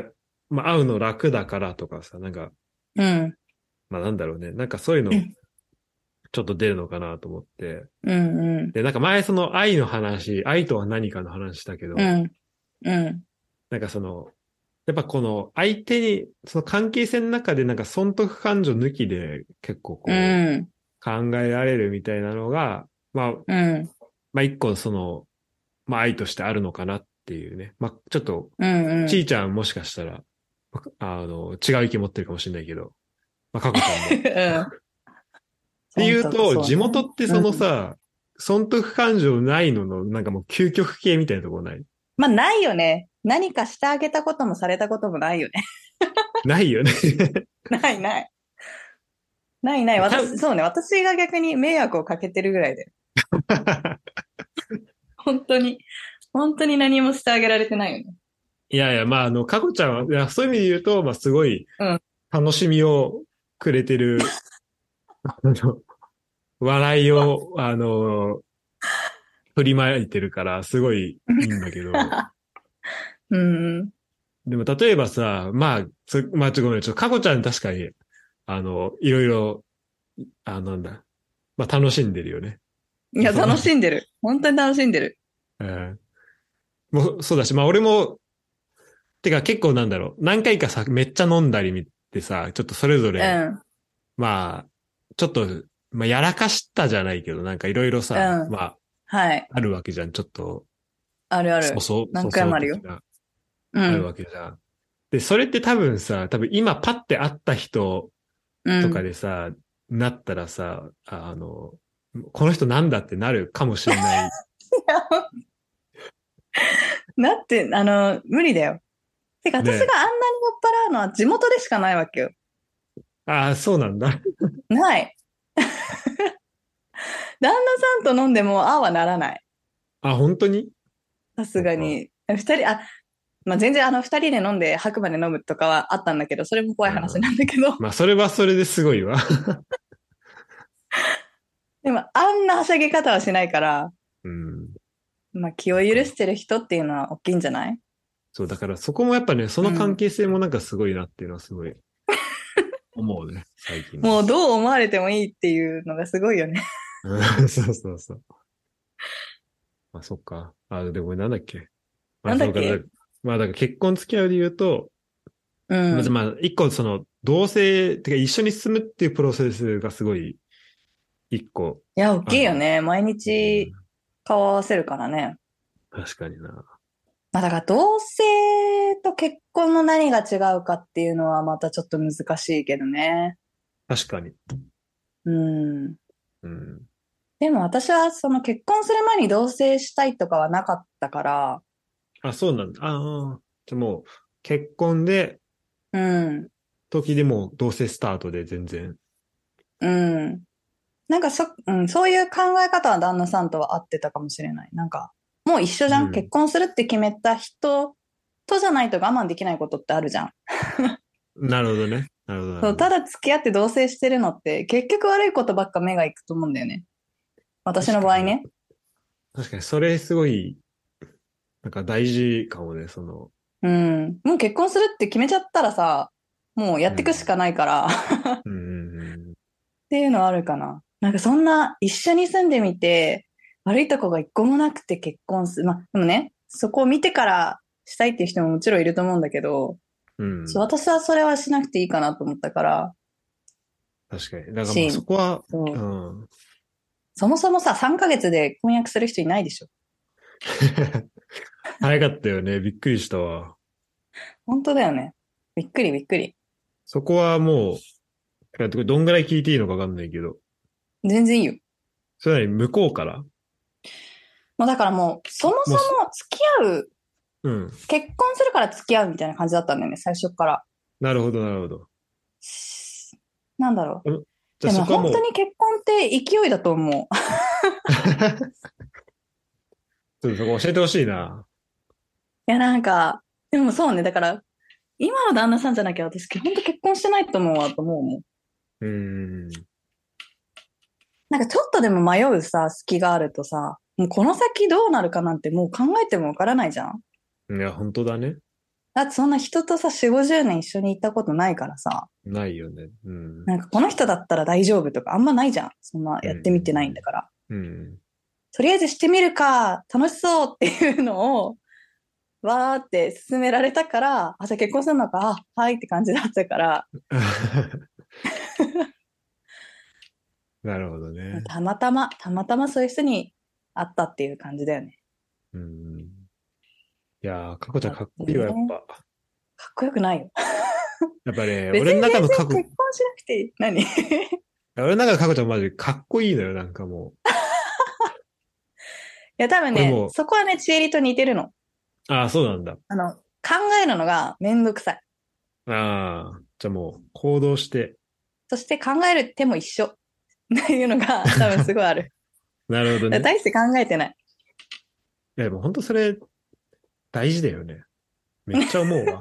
まあ会うの楽だからとかさ、なんか、 うん。 まあなんだろうね。なんかそういうのうんちょっと出るのかなと思って。 うん。 で、なんか前その愛の話、愛とは何かの話したけど、 うん。うん。 なんかその、やっぱこの相手に、その関係性の中でなんか損得感情抜きで結構うこうん。 考えられるみたいなのが、まあ、 うん。 まあ一個その、まあ愛としてあるのかなっていうね。まあちょっと、 うん。うん。 ちいちゃんもしかしたら、あの、違う意見持ってるかもしれないけど、まあかこちゃんも。っうん。 てい損得、 うと、 そうね。 地元ってそうん。 のさ、損得感情ないのの、なんかもう究極系みたいなところない？ まあ、ないよね。何かしてあげたこともされたこともないよね。 ないよね。 ないない。ないない。私、 多分そうね。私が逆に迷惑をかけてるぐらいで。本当に、本当に何もしてあげられてないよね。 いやいや、まあ、あの、かこちゃんは、いやそういう意味で言うと、まあ、すごいうん。 楽しみをくれてる、あの、笑いを、あの、振りまいてるから、すごいいいんだけど、 うん。 でも、例えばさ、まあ、つまあ、ちょ、ごめん、ちょ、かこちゃん確かに、あの、いろいろ、あの、なんだ、まあ、楽しんでるよね。 いや、 その、 楽しんでる。本当に楽しんでる。 うん、もう、そうだし、まあ、俺も、てか結構なんだろう、何回かさ、めっちゃ飲んだり見てさ、ちょっとそれぞれ、 うん。 まあ、ちょっと、まあ、やらかしたじゃないけど、なんかいろいろうさ、 ん。 まあ、 はい。 あるわけじゃん。ちょっと、 あるある。 粗相、 何粗回もあるよ。 相的な、あるうん。 わけじゃん。で、それって多分さ、多分今パッて会った人とかうん。 でさ、なったらさ、あの、この人なんだってなるかもしんない。 だって、あの、無理だよ。てか、私がね。 あんなに酔っ払うのは地元でしかないわけよ。 ああ、そうなんだ。 ない。旦那さんと飲んでも、ああはならない。 あ、本当に？ さすそうか。 がに。二人、あ、まあ、全然あの二人で飲んで白馬で飲むとかはあったんだけど、それも怖い話なうん。 んだけど。 まあ、それはそれですごいわ。 でも、あんなはしゃぎ方はしないから、 うん。 まあ、気をそっか。 許してる人っていうのは大きいんじゃない？ そう、だからそこもやっぱね、その関うん。 係性もなんかすごいなっていうのはすごい思うね、最近の。 もうどう思われてもいいっていうのがすごいよね。 うん、そうそうそう。まあ、そっか。あ、でもなんだっけ。まなあ、そうか。だんだっけ？ まあ、だから結婚付き合うで言うと、 うまずん。 まあ、一個その、同棲、てか一緒に住むっていうプロセスがすごい、一個いや、大ある。 きいよね。毎うん、 日顔合わせるからね。 確かにな。 まあだから同性と結婚の何が違うかっていうのはまたちょっと難しいけどね。 確かに。 うん。 うん。 でも私はその結婚する前に同棲したいとかはなかったから、 あ、そうなんだ。ああ。じゃあもう、結婚で、 うん、 時でもう同棲スタートで全然。 うん。なんかそ、うん、そういう考え方は旦那さんとは合ってたかもしれない。なんか、もう一緒じゃん。結うん。 婚するって決めた人とじゃないと我慢できないことってあるじゃん。 なるほどね。なるほど、なそう、 るほど。 ただ付き合って同棲してるのって結局悪いことばっか目が行くと思うんだよね。私確かにな。 の場合ね。 確かに、それすごい、なんか大事かもね、その、 うん。もう結婚するって決めちゃったらさ、もうやっていくしうん。 かないからっうんうんうん。 ていうのはあるかな。なんかそんな一緒に住んでみて、悪いとこが一個もなくて結婚する。まあ、でもね、そこを見てからしたいっていう人ももちろんいると思うんだけど、そう、 うん。 私はそれはしなくていいかなと思ったから、 確かに。だからまあそし、 こは、 そう。 うん。 そもそもさ、さんかげつで婚約する人いないでしょ。 早かったよね。びっくりしたわ。 本当だよね。びっくりびっくり。 そこはもう、どんぐらい聞いていいのかわかんないけど。 全然いいよ。 それなりに向こうからもうだからもう、そもそもうす、 も付き合う、 うん。 結婚するから付き合うみたいな感じだったんだよね、最初から。 なるほど、なるほど。 なんだろう。 うんじゃあでもそこはもう、 本当に結婚って勢いだと思う。 ちょっとそこ教えてほしいな。 いや、なんか、でもそうね、だから、今の旦那さんじゃなきゃ私、本当結婚してないと思うわ、と思うもん。 うーん。 なんかちょっとでも迷うさ、隙があるとさ、もうこの先どうなるかなんてもう考えてもわからないじゃん。 いや、本当だね。 だってそんな人とさ、よん、ごじゅうねん一緒にいたことないからさ、 ないよね。うん。 なんかこの人だったら大丈夫とかあんまないじゃん。そんなうんやってみてないんだから。 うん。 とりあえずしてみるか、楽しそうっていうのを、わーって勧められたから、あ、じゃあ結婚するのか、あ、はいって感じだったから、 なるほどね。 たまたま、たまたまそういう人に会ったっていう感じだよね。 うん。いやー、かこちゃんだっかっこいいわ、やってね、 ぱ。 かっこよくないよ。 やっぱね、俺の別に中のかこ、 全然結婚しなくていい。何い俺の中のかこちゃんマジかっこいいのよ、なんかもや、多分う。これね、 もそこはね、ちえりと似てるの。 う、ああ、そうなんだ。 あの、考えるのがめんどくさい。 ああ、じゃあもう、行動して。 そして考える手も一緒っていうのが多分すごいある。 なるほどね。 大して考えてない。 いや、でも本当それ、大事だよね。めっちゃ思うわ。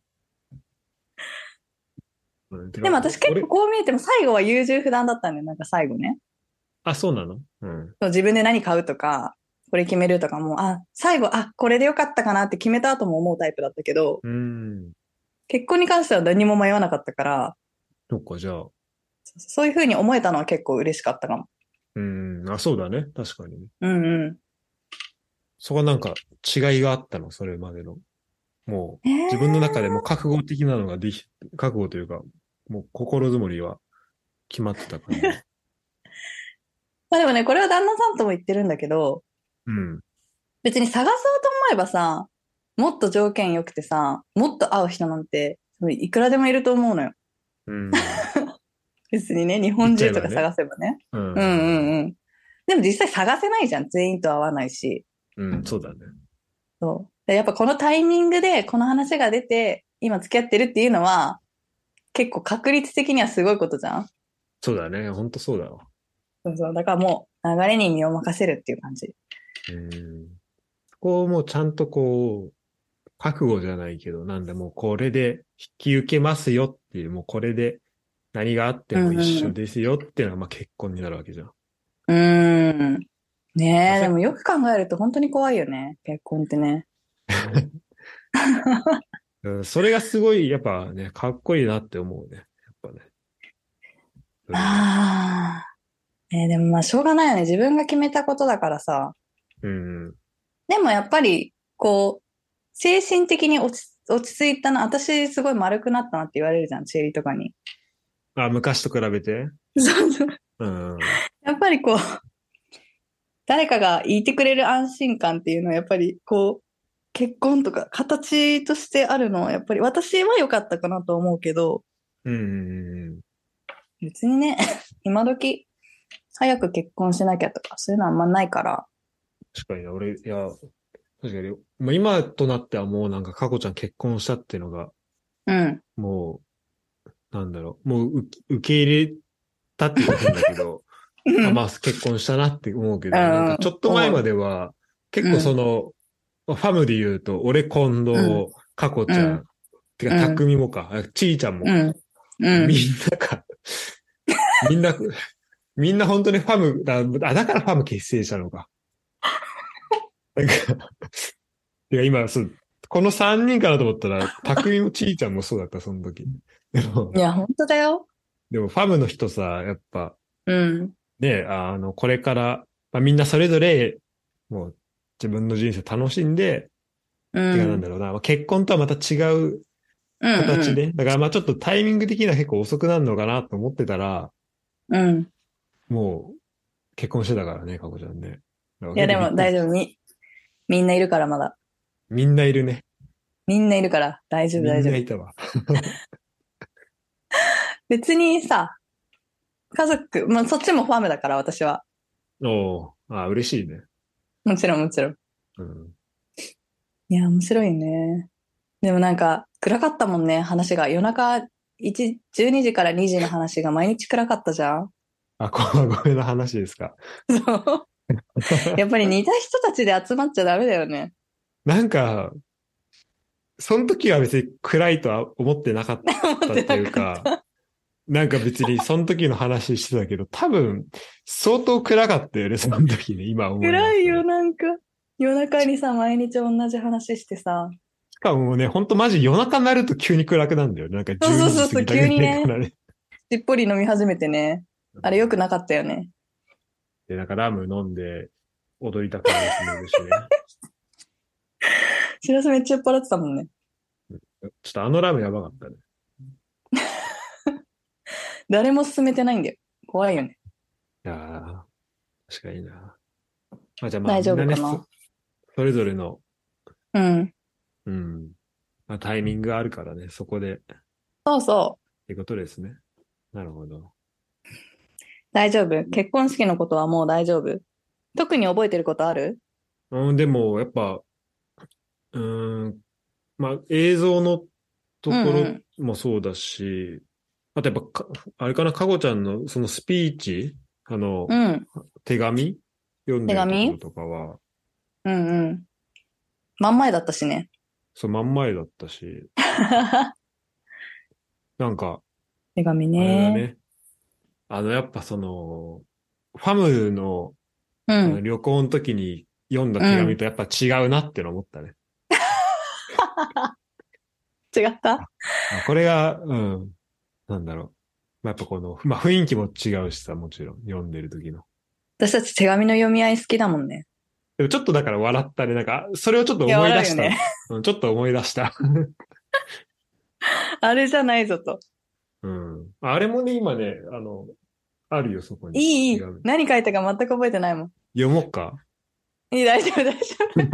うん、てか、 でも私結構俺、 こう見えても最後は優柔不断だったんだよ。なんか最後ね。 あ、そうなのうん。 そう自分で何買うとか、これ決めるとかも、あ、最後、あ、これでよかったかなって決めた後も思うタイプだったけど、 うーん。 結婚に関しては何も迷わなかったから、 そっか、じゃあ。うそういう風に思えたのは結構嬉しかったかも。 ーん。あ、そうだね。確かにね。 うんうん。 そこはなんか違いがあったの、それまでの。もう、 え自分の中でー、 もう覚悟的なのができ、覚悟というか、もう心づもりは決まってた感じ。 まあでもね、これは旦那さんとも言ってるんだけど、 うん。 別に探そうと思えばさ、もっと条件良くてさ、もっと会う人なんて、いくらでもいると思うのよ。 うん。 別にね、日言っ本中とかちゃえばね。 探せばね。 ううんうんん。 うん。でも実際探せないじゃん。全員と会わないし。 うん、そうだね。 そう。でやっぱこのタイミングでこの話が出て、今付き合ってるっていうのは、結構確率的にはすごいことじゃん。 そうだね。ほんとそうだわ。 そうそう。だからもう流れに身を任せるっていう感じ。 うん。そこをもうちゃんとこう、覚悟じゃないけど、なんでもうこれで引き受けますよっていう、もうこれで何があっても一うんうん。 緒ですよっていうのがまあ結婚になるわけじゃん。 うーん。ねえ、でそれ、 もよく考えると本当に怖いよね。結婚ってね。 うんそれがすごいやっぱね、かっこいいなって思うね。やっぱね。それは。 ああ。えーでもまあしょうがないよね。自分が決めたことだからさ。 うん。 でもやっぱり、こう、精神的に落ち、落ち着いたな。私すごい丸くなったなって言われるじゃん。生理とかに。 あ、昔と比べてそうそう。 うん。 やっぱりこう、誰かが言ってくれる安心感っていうのはやっぱりこう、結婚とか形としてあるのはやっぱり私は良かったかなと思うけど、 うん。 別にね、今時早く結婚しなきゃとかそういうのはあんまないから。 確かにね俺、いや、確かに、まあ、今となってはもうなんか、かこちゃん結婚したっていうのが、 うん。 もう、なんだろう、もう受受け入れたっていうと変だけど、あ、 うん。 まあ結婚したなって思うけうど、なんかちょん。思う。 っと前までは、結構そうん。 の、まあファムで言うと、俺近うん。 藤、かこうん。 ちゃん、てか、たうん。 くみもか、あちいちゃんもか、 うん。うみんん。 なか、みんな、みんな本当にファム、だ、あ、だからファム結成したのか。なんか、てか今、そう、このさんにんかなと思ったら、たくみもちいちゃんもそうだった、その時。でも、 いや、本当だよ。 でもファムの人さ、やっぱ、 うん。 ね、あの、これから、まあ、みんなそれぞれ、もう自分の人生楽しんで、 うてかなんん。 だろうな、まあ、結婚とはまた違ううん。 形で、だからまあちょっとタイミング的には結構遅くなるのかなと思ってたら、 うん。うん。 もう結婚してたからね、かこちゃんね。だからいや、 結構でもびっくりした。 大丈夫。み、みんないるからまだ。 みんないるね。 みんないるから大丈夫、 みん大丈夫。 ないたわ。 別にさ、家族、まあ、そっちもファームだから私は。 おー、あ、嬉しいね。 もちろんもちろん。 うん。 いや、面白いね。でもなんか、暗かったもんね、話が。夜中いち、じゅうにじからにじの話が毎日暗かったじゃん。 あ、こごめんの話ですか。 そう。やっぱり似た人たちで集まっちゃダメだよね。 なんか、その時は別に暗いとは思ってなかっ思ってたっていうか、 なかった。 なんか別にその時の話してたけど、多分、相当暗かったよね、その時ね、今思い出すとね。 暗いよ、なんか。夜中にさ、毎日同じ話してさ。 しかもね、ほんとマジ夜中になると急に暗くなるんだよね。なんか12 そうそうそうそう、 時過ぎたぐ急にね、 らいからね。 しっぽり飲み始めてね。あれ良くなかったよね。 で、なんかラム飲んで踊りたくなる人もいるしね。 しらすめっちゃ酔っ払ってたもんね。 ちょっとあのラムやばかったね。 誰も勧めてないんだよ。怖いよね。 いやー、確かにな。まあじゃあまあ大みんなね、そ、 丈夫かな。 それぞれの、 うん。 うん、まあ、タイミングがあるからね、そこで、っそうそう。 てことですね。なるほど。 大丈夫。結婚式のことはもう大丈夫。特に覚えてることある？ うん、でも、やっぱ、うーん、まあ映像のとうんころうん。 もそうだし、あとやっぱか、あれかな、かごちゃんのそのスピーチ、あの、 うん。 手紙読んでるところ手紙。 とかは、 うんうん。真ん前だったしね。 そう、真ん前だったし、なんか、 手紙あれだね。 ね。あの、やっぱその、ファムの、あのうん。 旅行の時に読んだうん。 手紙とやっぱ違うなっての思ったね。 違った？ あ、これが、うん、なんだろう。まあ、やっぱこの、まあ、雰囲気も違うしさ、もちろん、読んでる時の。 私たち手紙の読み合い好きだもんね。 でもちょっとだから笑ったね。なんか、それをちょっといや、 思い出した。 笑うよね。 うん、ちょっと思い出した。 あれじゃないぞと。 うん。あれもね、今ね、あの、あるよ、そこに。 いい、いい。 手紙。 何書いたか全く覚えてないもん。 読もうか。 いい、大丈夫、大丈夫。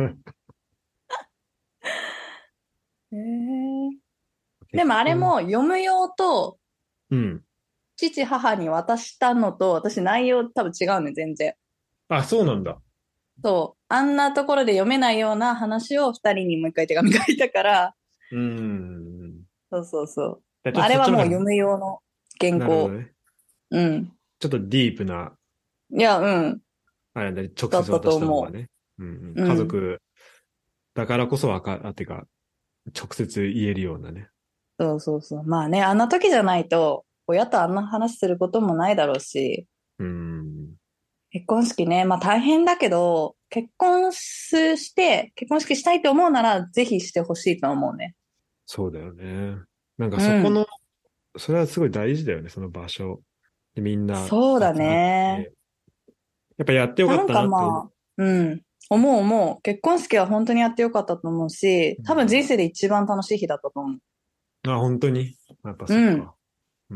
えー、で結婚。 もあれも読む用と、 うん。 父、母に渡したのと、私内容多分違うね、全然。 あ、そうなんだ。 そう。あんなところで読めないような話を二人にもう一回手紙書いたから、 うん。 そうそうそう。 いや、ちょっまああれとそっちの方が、 はもう読む用の原稿。 なるほどね。 うん。 ちょっとディープな、 いや、うん。 あれだね、直だった接渡と思した方がね。うんうん。 う。うん。 家族だからこそわか、あ、てか、直接言えるようなね。 そうそうそう。まあね、あんな時じゃないと、親とあんな話することもないだろうし、 うん。 結婚式ね、まあ大変だけど、結婚しして、結婚式したいと思うなら、ぜひしてほしいと思うね。 そうだよね。なんかうん。 そこの、それはすごい大事だよね、その場所。で、みんなそうだ集まっね。 て。やっぱやってよかっなんたなって思う。 かまあ、うん。思う思う。結婚式は本当にやってよかったと思うし、多分人生で一番楽しい日だったと思う。 うん、あ、本当にやっぱうん。 そっか。うん。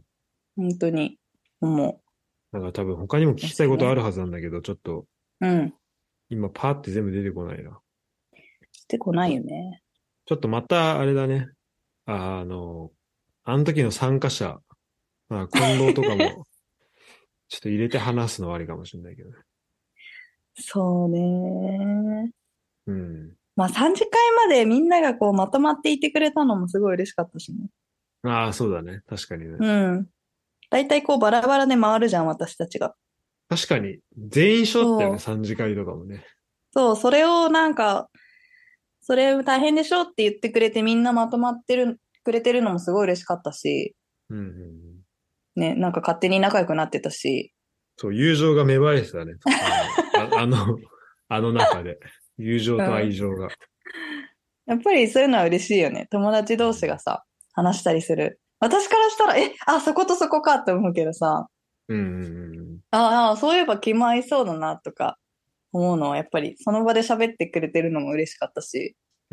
本当に。思なんか多分他にも聞う。 きたい式ね。 ことあるはずなんだけど、ちょっとうん。 今パーって全部出てこないな。 してこないよね。 ちょっとまたあれだね。あ、あの、あの時の参加者、まあ、近藤とかもちょっと入れて話すのはありかもしれないけどね。 そうね。 うん。 まあさん次会までみんながこうまとまっていてくれたのもすごい嬉しかったしね。 ああ、そうだね。確かにね。 うん。だいたいこうバラバラで回るじゃん、私たちが。 確かに、全員一緒だったよね。 そう。 三次会とかもね。 そう、それをなんか、それ大変でしょって言ってくれてみんなまとまってる、くれてるのもすごい嬉しかったし、 うん、うんうん。 ね、なんか勝手に仲良くなってたし、 そう、友情が芽生えてたね。あの、あ、あの、あの中で。友情と愛うん。 情が。 やっぱりそういうのは嬉しいよね。友達同士がさ、話したりする。私からしたら、え、あ、そことそこかって思うけどさ、 うん、うん、うん。 ああ、そういえば気も合いそうだなとか思うのは、やっぱりその場で喋ってくれてるのも嬉しかったし、 うん。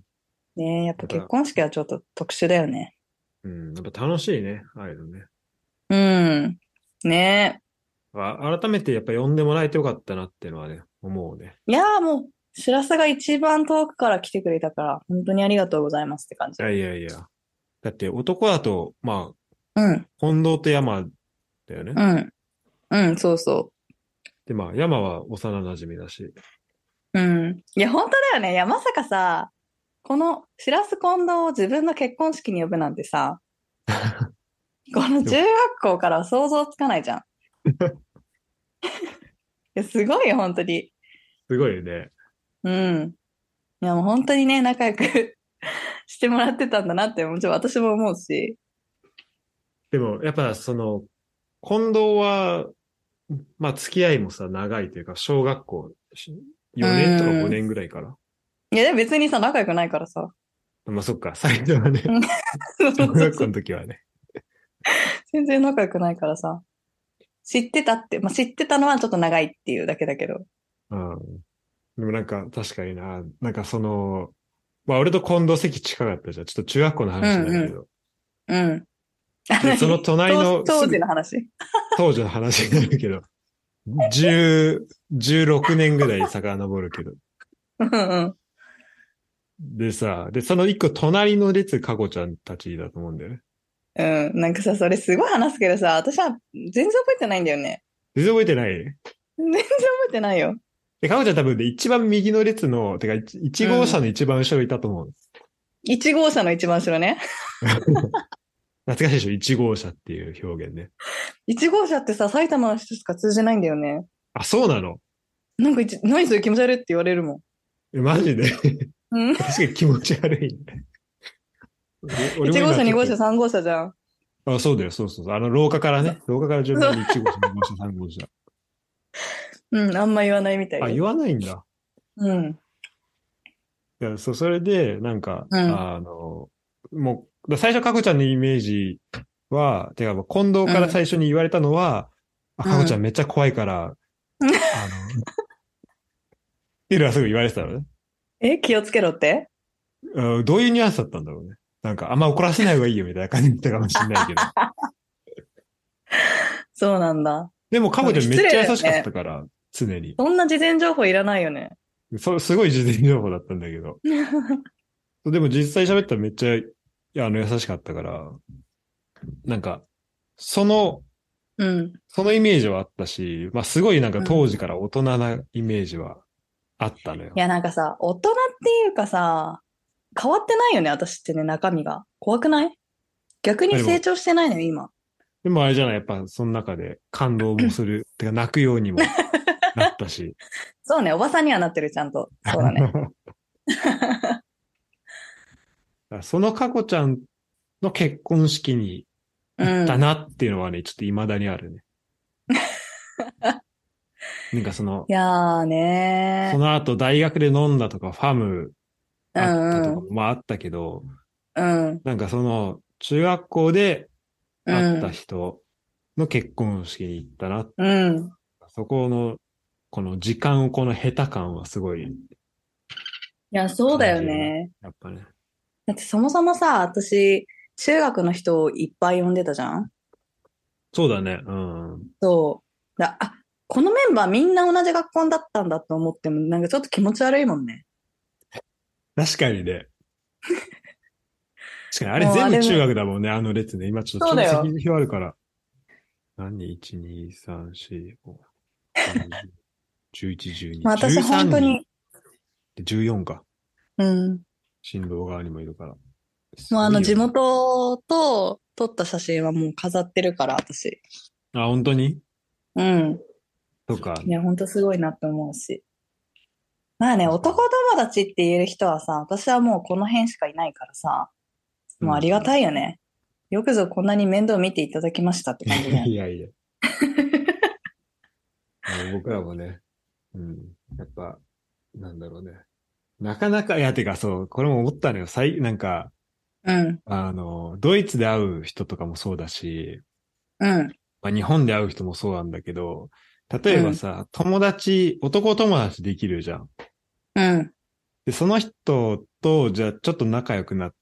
ねえ、やっぱやっぱ、 結婚式はちょっと特殊だよね。 うん、やっぱ楽しいね。ああいうのね。 うん。ねあ、改めてやっぱ呼んでもらえてよかったなっていうのはね、思うね。 え。いやーもう、しらすが一番遠くから来てくれたから、本当にありがとうございますって感じ。 いやいやいや。だって男だと、まあ、 うん、 近藤と山だよね。 うん、うん、そうそで、まあ、山は幼馴染だし。 う。うん。いや、本当だよね。いや、まさかさ、このしらす近藤を自分の結婚式に呼ぶなんてさ、この中でも、 学校からは想像つかないじゃん。いや、すごいよ、本当に。 すごいよね。 うん。いや、もう本当にね、仲良くしてもらってたんだなって、もちろん私も思うし。 でも、やっぱその、近藤は、まあ、付き合いもさ、長いというか、小学校うよねんとかん。 ごねんぐらいから。 いや、でも別にさ、仲良くないからさ。 まあそっか、最初はね、 うん。そう小学校のそうそう。 時はね。 全然仲良くないからさ。知ってたって、まあ、知ってたのはちょっと長いっていうだけだけど。 うん。でもなんか確かにな、なんかその、まあ俺と近藤席近かったじゃん。ちょっと中学校のう話になんうん。 るけど。 うん。あ、 で、その何当、 隣のす当時ぐの話。 当時の話になるけど、じゅう、じゅうろくねんぐらい遡るけど。 うんうん。 でさ、で、その一個隣の列、かこちゃんたちだと思うんだよね。 うん。なんかさ、それすごい話すけどさ、私は全然覚えてないんだよね。 全然覚えてない。 全然覚えてないよ。 で、かこちゃん多分ね、一番右の列の、てか、いち号車うん。 の一番後ろいたと思う。 いち号車の一番後ろね。 懐かしいでしょ？ いち 号車っていう表現ね。 いち号車ってさ、埼玉の人しか通じないんだよね。 あ、そうなの？ なんかいち、何それ気持ち悪いって言われるもん。 えマジで？ うん。 確かに気持ち悪いね。俺俺 1 も号車、に号車、 今ちょっと、 さん号車じゃん。 あ、そうだよ、そうそうそう。あの、廊下からね、廊下から順そう。 番にいち号車、に号車、さん号車。 うん、あんま言わないみたいあ、 よ。 言わないんだ。 うん。 いや、そう、それで、なんか、 うん。 あの、もう、だ最初、かこちゃんのイメージは、てか、もう近藤からうん。 最初に言われたのは、あ、 うん。 かこちゃんめっちゃ怖いから、あの、っていうのはすぐ言われてたのね。 え、気をつけろって？ うんどういうニュアンスだったんだろうね。なんか、あんま怒らせない方がいいよみたいな感じだったかもしれないけど。 そうなんだ。 でも、かなんか失こちゃんめっちゃ優しかっ礼だよね。 たから、常に。 そんな事前情報いらないよね。 そう、すごい事前情報だったんだけど。でも実際喋ったらめっちゃ、いや、あの、優しかったから、なんか、その、 うん。 そのイメージはあったし、まあ、すごいなんかうん。 当時から大人なイメージはあったのよ。 いや、なんかさ、大人っていうかさ、変わってないよね、私ってね、中身が。怖くない？逆にでも、 成長してないのよ、今。 でもあれじゃない、やっぱその中で感動もする、てか泣くようにもなったし。 そうね、おばさんにはなってる、ちゃんと。そうだね。 そのかこちゃんの結婚式にう行ったん。 なっていうのはね、ちょっと未だにあるね。なんかその、 いやーねその後大学で飲んだとかファムー。うあったとんうん。 かもまああったけど、 うん。 なんかその中学校でう会ったん。 人の結婚式に行ったな。 うん。 そこの、この時間をこの下手感はすごいいや、そうだよ感じるな。 ね。 やっぱね。 だってそもそもさ、私、中学の人をいっぱい呼んでたじゃん。 そうだね。うん。 そう。だ、あ、このメンバーみんな同じ学校だったんだと思っても、なんかちょっと気持ち悪いもんね。 確かにね。確かにあれもう全部中あれも、 学だもんね、あの列ね。今ちょっとちょうど席そうだよ。 表あるから。何？ いち、に、さん、よん、ご、ろく、じゅういち、じゅうに、 まあ私 13人本当に、 でじゅうよんか。 うん。 新郎側にもいるから。すもうあの地ごいよね。 元と撮った写真はもう飾ってるから、私。 あ、本当に？ うん。 とか。 いや、本当すごいなって思うし。まあね、男確かに。 友達って言える人はさ、私はもうこの辺しかいないからさ、 うもうありがん。 たいよね。よくぞこんなに面倒見ていただきましたって感じだよね。 いやいや。もう僕らもね、うん。やっぱ、なんだろうね。なかなか、いや、てかそう、これも思ったのよ。最、なんか、 うん、 あの、ドイツで会う人とかもそうだし、 うん、 まあ、日本で会う人もそうなんだけど、例うん、 えばさ、友達、男友達できるじゃん。 うん、 で、その人と、じゃあちょっと仲良くなって、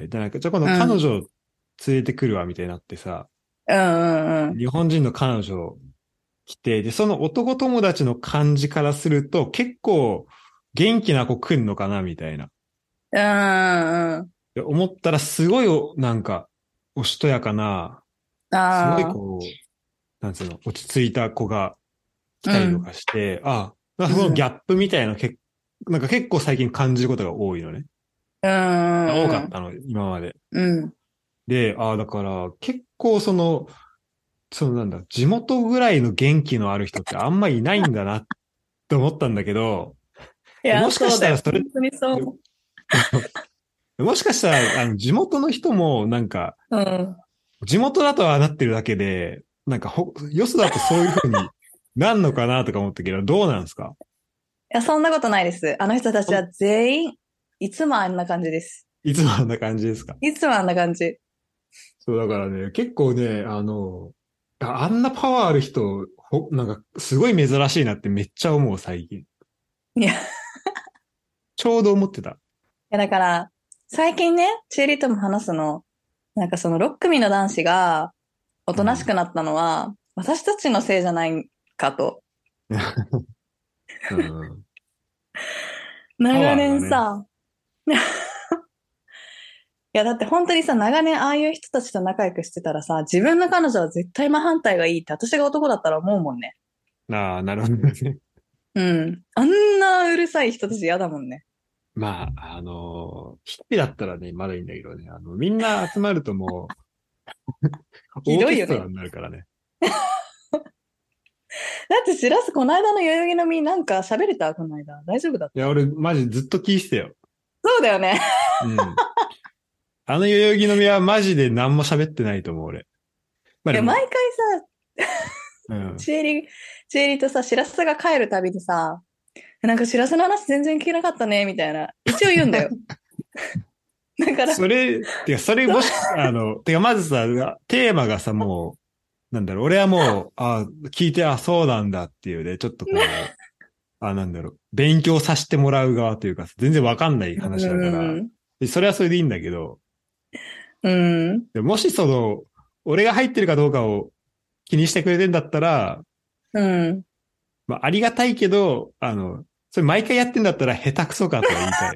で、なんか、じゃあ今度うん、 彼女連れてくるわ、みたいになってさ、 うん、うん、 日本人の彼女来て、で、その男友達の感じからすると、結構元気な子来んのかな、みたいな。 うん、うん、 で思ったら、すごいお、なんか、おしとやかな、すごいああ、 こう、なんつうの、落ち着いた子が来たりとうん、 かして、あ、なんかそのギうん、 ャップみたいなけ、なんか結構最近感じることが多いのね。 うん、 多かったの、今まで。 うん。 で、ああ、だから結構その、そのなんだ、地元ぐらいの元気のある人ってあんまいないんだなって思ったんだけど、 いや、 もしかそうだよ。 したらそれ、 本当にそう思もしかしたら、あの、地元の人もなんか、 う。うん。 地元だとはなってるだけで、なんかほ、よそだとそういう風になんのかなとか思ったけど、どうなんですか？ いや、そんなことないです。あの人たちは全員、 いつもあんな感じです。 いつもあんな感じですか？ いつもあんな感じ。 そう、だからね、結構ね、あの、ああんなパワーある人、ほ、なんか、すごい珍しいなってめっちゃ思う、最近。 いや、いちょうど思ってた。 やだから、最近ね、チューリーとも話すの、なんかそのろっ組の男子がおとなしうん。 くなったのは、私たちのせいじゃないかと。 うん。パ長ワーがね。 年さ、いやだって本当にさ、長年ああいう人たちと仲良くしてたらさ、自分の彼女は絶対真反対がいいって私が男だったら思うもんね。 ああ、なるほどね。 うん。あんなうるさい人たち嫌だもんね。 まあ、あのー、一人だったらね、まだいいんだけどね、あの、みんな集まるともう、 ひオーどいよね。 ケストラになるからね。 だってしらすこの間の代々木の実なんか喋れたこの間。大丈夫だっいや、 た？ 俺、マジずっと聞いてたよ。 そうだよね。 うん。あの代々木の実はマジで何も喋ってないと思う、俺。まあいや、 でも、 毎回さ、 うん。 ちえり、ちえりとさ、しらすが帰るたびにさ、なんかしらすの話全然聞けなかったね、みたいな。一応言うんだよ。だから、 それ、てか、それもし、あの、てか、まずさ、テーマがさ、もう、なんだろう、俺はもう、あ、聞いて、あ、そうなんだっていうね、ちょっとこう、あ、なんだろう、勉強させてもらう側というか、全然わかんないう話だから、 ん、 でそれはそれでいいんだけど、 うん、 でもしその、俺が入ってるかどうかを気にしてくれてんだったら、 うん。 まあ、ありがたいけど、あの、それ毎回やってんだったら下手くそかとは言いたい。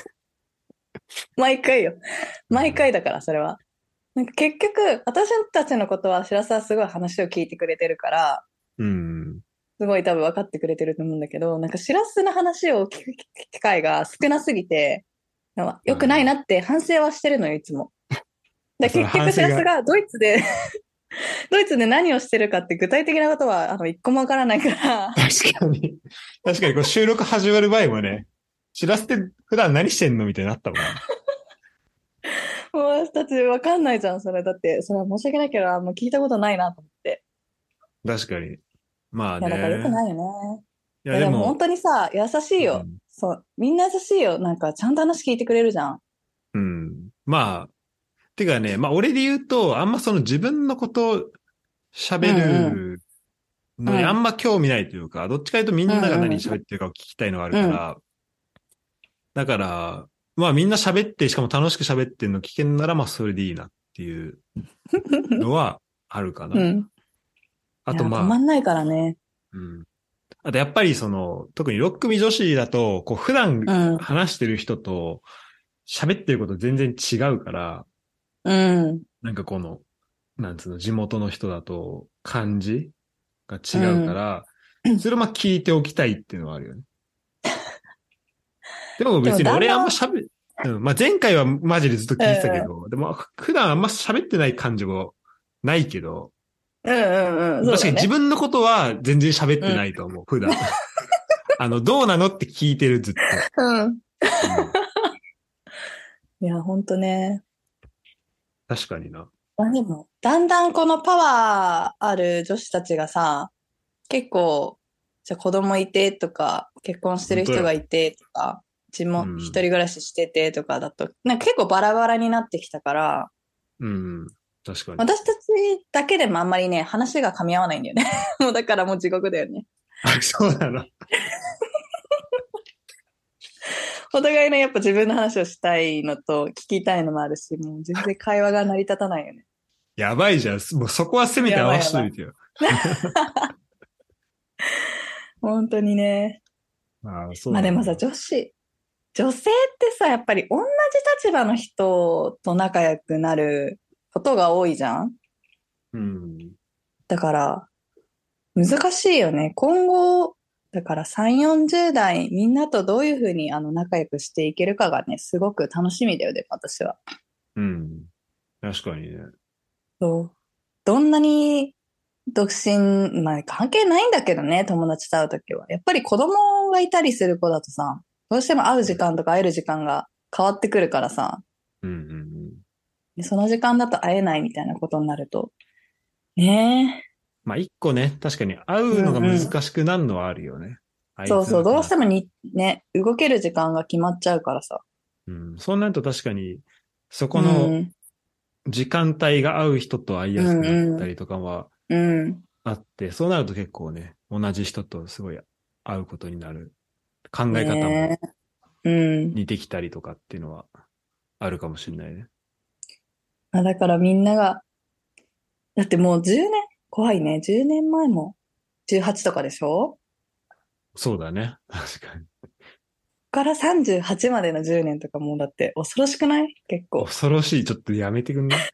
毎回よ。 うん。 毎回だから、それは。なんか結局、私たちのことはしらすはすごい話を聞いてくれてるから、 うん。 すごい多分分かってくれてると思うんだけど、なんかしらすの話を聞く機会が少なすぎて、なんか良くないなうん。 って反省はしてるのよ、いつも。でその結局し反省が、 らすがドイツでドイツで何をしてるかって具体的なことは、あの、一個もわからないから確かに、確かにこう収録始まる前もね、知らせて普段何してんのみたいになったもんね。 もう私たちわかんないじゃん、それ。だって、それは申し訳ないけど、あんま聞いたことないなと思って。 確かに。まあいや、だから良くね。 ないよね。 いやいや、でも本でも、 当にさ、優しいよ。 うん。 そう。みんな優しいよ。なんか、ちゃんと話聞いてくれるじゃん。 うん。まあ、てかね、まあ俺で言うと、あんまその自分のことをう喋んうん。 るのにあうん。 んま興味ないというか、どっちかというとみうんなが何んうん。 喋ってるかを聞きたいのがあるうん。 から、だから、まあみんな喋って、しかも楽しく喋ってるの聞けるならまあそれでいいなっていうのはあるかな。 うん。いや、止あとまあ、 まんないからね。 うん。あとやっぱりその、特にろっ組女子だと、こう普段うん。 話してる人と喋ってること全然違うから、 うん。 なんかこの、なんつうの、地元の人だと感じがう違うかん。 ら、それをまあ聞いておきたいっていうのはあるよね。でもでも、 別に俺あんまだんだん、 喋、うん、まあ前回はマジでずっとう聞いてたけん。 ど、でも普段あんま喋ってない感じもないけど、 うんうんうん。そう確かに自だね。 分のことは全然喋ってうん。 ないと思う、普段。あの、どうなのって聞いてる、ずっと。 うん。 うん。 いや、ほんとね。 確かにな。 まあでも、だんだんこのパワーある女子たちがさ、結構、じゃあ子供いてとか、結婚してる人が本当よ。 いてとか、うちも一人うん。 暮らししててとかだと、なんか結構バラバラになってきたから、 うん。確かに。 私たちだけでもあんまりね、話が噛み合わないんだよね。もうだからもう地獄だよね。 あ、そうなの。 お互いのやっぱ自分の話をしたいのと聞きたいのもあるし、もう全然会話が成り立たないよね。 やばいじゃん。もうそこはせめて合わやばいやばい。 しといてよ。 本当にね。 ああ、そうまあでもさ、 なんだ。 女子、女性ってさ、やっぱり同じ立場の人と仲良くなることが多いじゃん。 うん。 だから、難しいよね。今後、だからさん、よんじゅう代みんなとどういうふうにあの仲良くしていけるかがね、すごく楽しみだよね、私は。 うん。確かにね。 そう。どんなに独身、まあ関係ないんだけどね、友達と会うときは。やっぱり子供がいたりする子だとさ、どうしても会う時間とか会える時間が変わってくるからさ、 うんうんその時間だと会えないみたいなことになると。ねまあ一個ね、確かに会え。ううのが難んうん。 しくなるのはあるよね。会いづそうそう、どうしらくなる。 てもに、ね、動ける時間が決まっちゃうからさ。 うん。そうなると確かに、そこうのん。 時間帯が合う人と会いうやすくなったん。 りとかはうん。 あって、そうなると結構ね、同じ人とすごい会うことになる。考え方もねえ。うん。 似てきたりとかっていうのはあるかもしれないね。 あ、だからみんなが、だってもうじゅうねん、怖いね。じゅうねんまえもじゅうはちとかでしょ？ そうだね。確かに。 からさんじゅうはちまでのじゅうねんとかもうだって恐ろしくない？結構。 恐ろしい。ちょっとやめてくんない？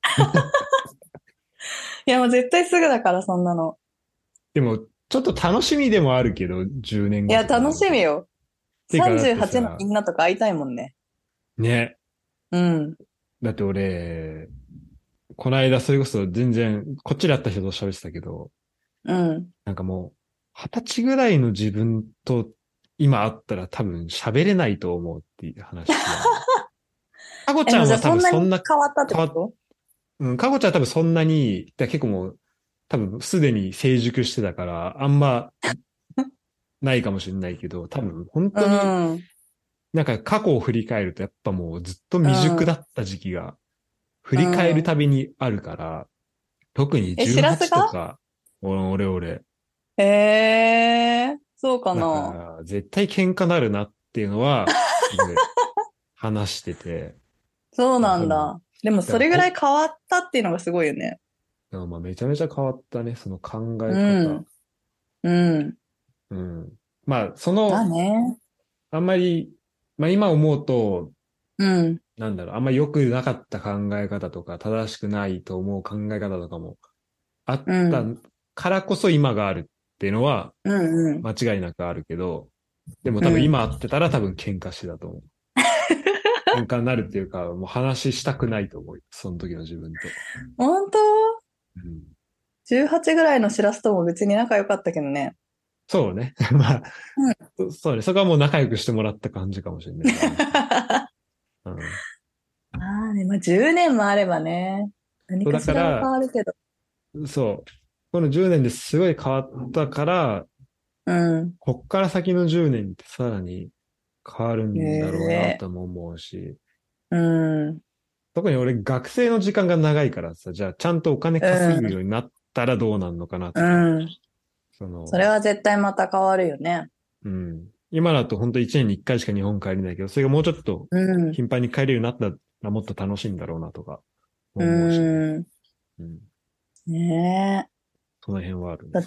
いやもう絶対すぐだからそんなの。 でも、ちょっと楽しみでもあるけど、じゅうねんごいや楽とかなると。 しみよ。 てか、だってさんじゅうはちのさ、 みんなとか会いたいもんね。 ね。 うん。 だって俺、この間それこそ全然、こっちで会った人と喋ってたけど、 うん。 なんかもう、二十歳ぐらいの自分と今会ったら多分喋れないと思うっていう話してたの。かごえ、もうじゃあちゃんは多そんなに分そんな変わったって変わっ、 こと？ うん、かごちゃんは多分そんなに、だから結構もう、多分すでに成熟してたから、あんまないかもしれないけど、多分本う当にん。 なんか過去を振り返るとやっぱもうずっとう未熟だん。 った時期が振うり返るん。 たびにあるから、特にえ、しらすじゅうはちとが？ か、俺俺俺、 ええー、そうかだかな。 ら絶対喧嘩なるなっていうのは、すごい話してて、 そうだから多分、 なんだ。でもそれぐらいだからこ、 変わったっていうのがすごいよね。 だからまあめちゃめちゃ変わったね、その考え方。 うん。うん。 うん。まあ、そだの、 ね。 あんまり、まあ今思うと、 うん。 なんだろう、あんまり良くなかった考え方とか、正しくないと思う考え方とかもあったうん。 からこそ今があるっていうのはうんうん。 間違いなくあるけど、でもうん。 多分今会ってたら多分喧嘩してたと思う。喧嘩になるっていうか、もう話したくないと思うよ。その時の自分と。 本当？ うん、 じゅうはち ぐらいのしらすとも別に仲良かったけどね。 そうね。まあ、 うん。 そそうね。そこはもう仲良くしてもらった感じかもしれないね。うん。 ああね、まあじゅうねんもあればね。何そうだかしらは変から、 わるけど。 そう。このじゅうねんですごい変わったから、 うん。 こっから先のじゅうねんってさらに変わるへんだろうなえ。 とも思うし、 うん。 特に俺学生の時間が長いからさ、じゃあちゃんとお金う稼ぐよん。 うになったらどうなんのかなうとか、 ん。 その、 それは絶対また変わるよね。 うん。今だと本当いちねんにいっかいしか日本帰れないけど、それがもうちょっとうん。 頻繁に帰れるようになったらもっと楽しいんだろうなとかう思うしね。 ん。 うん。 ねえ。 その辺はあるね。 だって、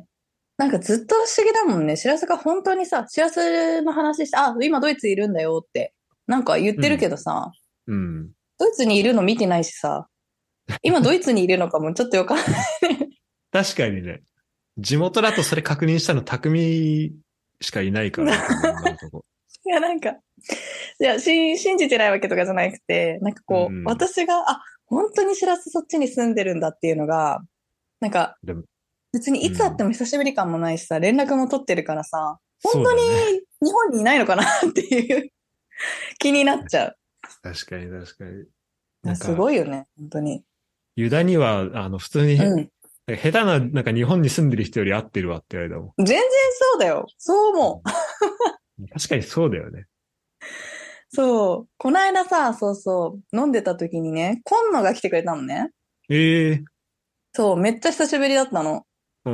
なんかずっと不思議だもんね。しらすが本当にさ、しらすの話して、あ、今ドイツいるんだよって、なんか言ってるうん。 けどさ、 うん。 ドイツにいるの見てないしさ、今ドイツにいるのかもちょっとよかんない。 確かにね、地元だとそれ確認したの匠しかいないからね、多分今のとこ。 いや、なんか、いや、し、信じてないわけとかじゃなくて、なんかうこう、 ん。 私が、あ、本当にしらすそっちに住んでるんだっていうのが、なんか、 でも、 別にいつ会ってうん。 も久しぶり感もないしさ、連絡も取ってるからさ、本当そうだね。 に日本にいないのかなっていう気になっちゃう。 確かに確かに。 いや、すなんか、 ごいよね、本当に。 ユダには、あの、普通に、 うん。 下手な、なんか日本に住んでる人より合ってるわって言われたも全然そうだよ。そう思う。 ん。確かにそうだよね。 そう。この間さ、そうそう、飲んでた時にね、今野が来てくれたのね。 ええそう、めっちゃ久しぶりだったの。 うん。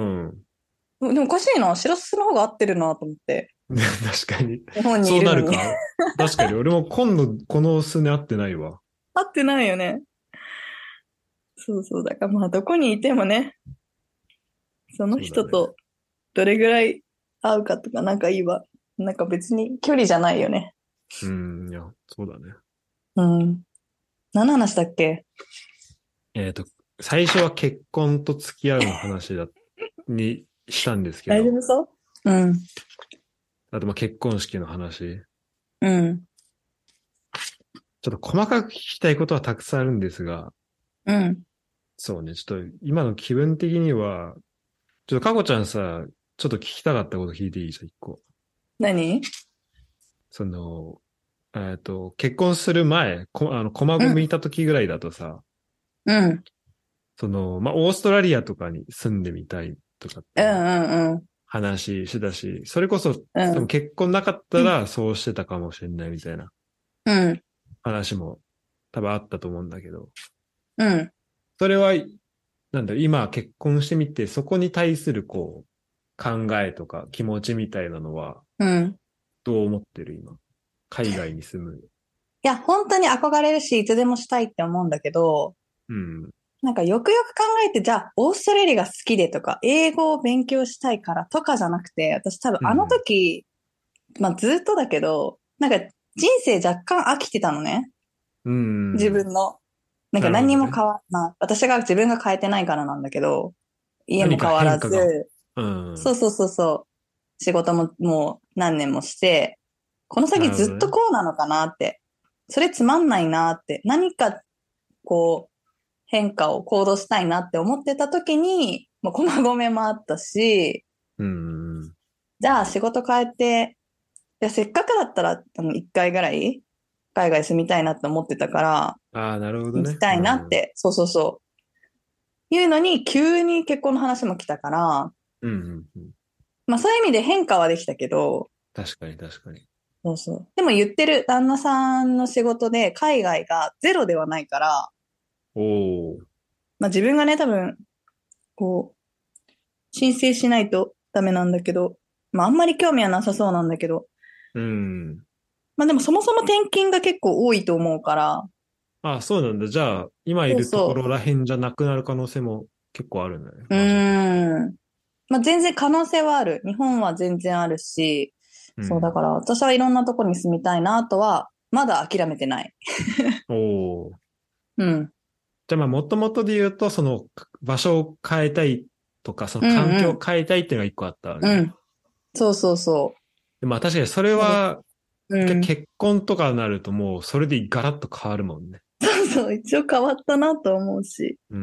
でもおかしいな、しらすの方が合ってるなと思って。 確かに。 日本にそういるのに。 なるか。確かに。俺も今度、この数年会ってないわ。 合ってないよね。そうそう。だからまあ、どこにいてもね、そのそうだね。 人とどれぐらい会うかとかなんかいいわ。なんか別に距離じゃないよね。 うん、いや、そうだね。 うん。何の話だっけ？ えっと、最初は結婚と付き合うの話だ、にしたんですけど、 大丈夫そう？うん。 あとまあ結婚式の話。 うん。 ちょっと細かく聞きたいことはたくさんあるんですが、 うん。 そうね、ちょっと今の気分的には、ちょっとかこちゃんさ、ちょっと聞きたかったこと聞いていいじゃん、一個。 何？ その、えっと、結婚する前、こ、あの、駒うん。 込いた時ぐらいだとさ、 うん。うん。 その、まあ、オーストラリアとかに住んでみたいとかってういうん。うん。 話してたし、それこそ、 うん。 多分結婚なかったらそうしてたかもしれないみたいなうん。 話も多分あったと思うんだけど、 うん。 それは、なんだろう、今結婚してみて、そこに対するこう、考えとか気持ちみたいなのは、 うん。 どう思ってる今？海外に住む。 いや、本当に憧れるし、いつでもしたいって思うんだけど、 うん。 なんかよくよく考えて、じゃあ、オーストラリアが好きでとか、英語を勉強したいからとかじゃなくて、私多分あのうん。 時、まあずっとだけど、なんか人生若干飽きてたのね。 うん。 自分の。なんか何になるほどね。 も変わ、まあ私が自分が変えてないからなんだけど、家何かも変わら変化が。 ず、 うん。 そうそうそうそう、仕事ももう何年もして、この先ずっとなるほどね。 こうなのかなって。それつまんないなって。何かこう変化を行動したいなって思ってた時に、もう駒込もあったし、 うん。 じゃあ仕事変えて、いやせっかくだったらあの一回ぐらい海外住みたいなって思ってたから、 ああ、なるほどね。 行きたいなっうん。 て、そうそうそう。いうのに急に結婚の話も来たから、 うんうんうん。 まあそういう意味で変化はできたけど、 確かに確かに。 そうそう。でも言ってる旦那さんの仕事で海外がゼロではないから、 おお。 まあ自分がね、多分、こう、申請しないとダメなんだけど、まああんまり興味はなさそうなんだけど、 うん。 まあでもそもそも転勤が結構多いと思うから、 ああ、そうなんだ。じゃあ、今いそうるとこそろらへんじゃなくなる可能性も結構あるんだね。 う。う場所として。 ーん。まあ全然可能性はある。日本は全然あるし、そうだうん。 から私はいろんなところに住みたいなとは、まだ諦めてない。 おお。 うん。 じゃあまあ、もともとで言うと、その場所を変えたいとか、そのうん環境をうん。 変えたいっていうのが一個あったわけね。 うん。そうそうそでまあ確かにそれう。そうは、 うん。 結婚とかになるともうそれでガラッと変わるもんね。 そうそう。一応変わったなと思うし。 うん。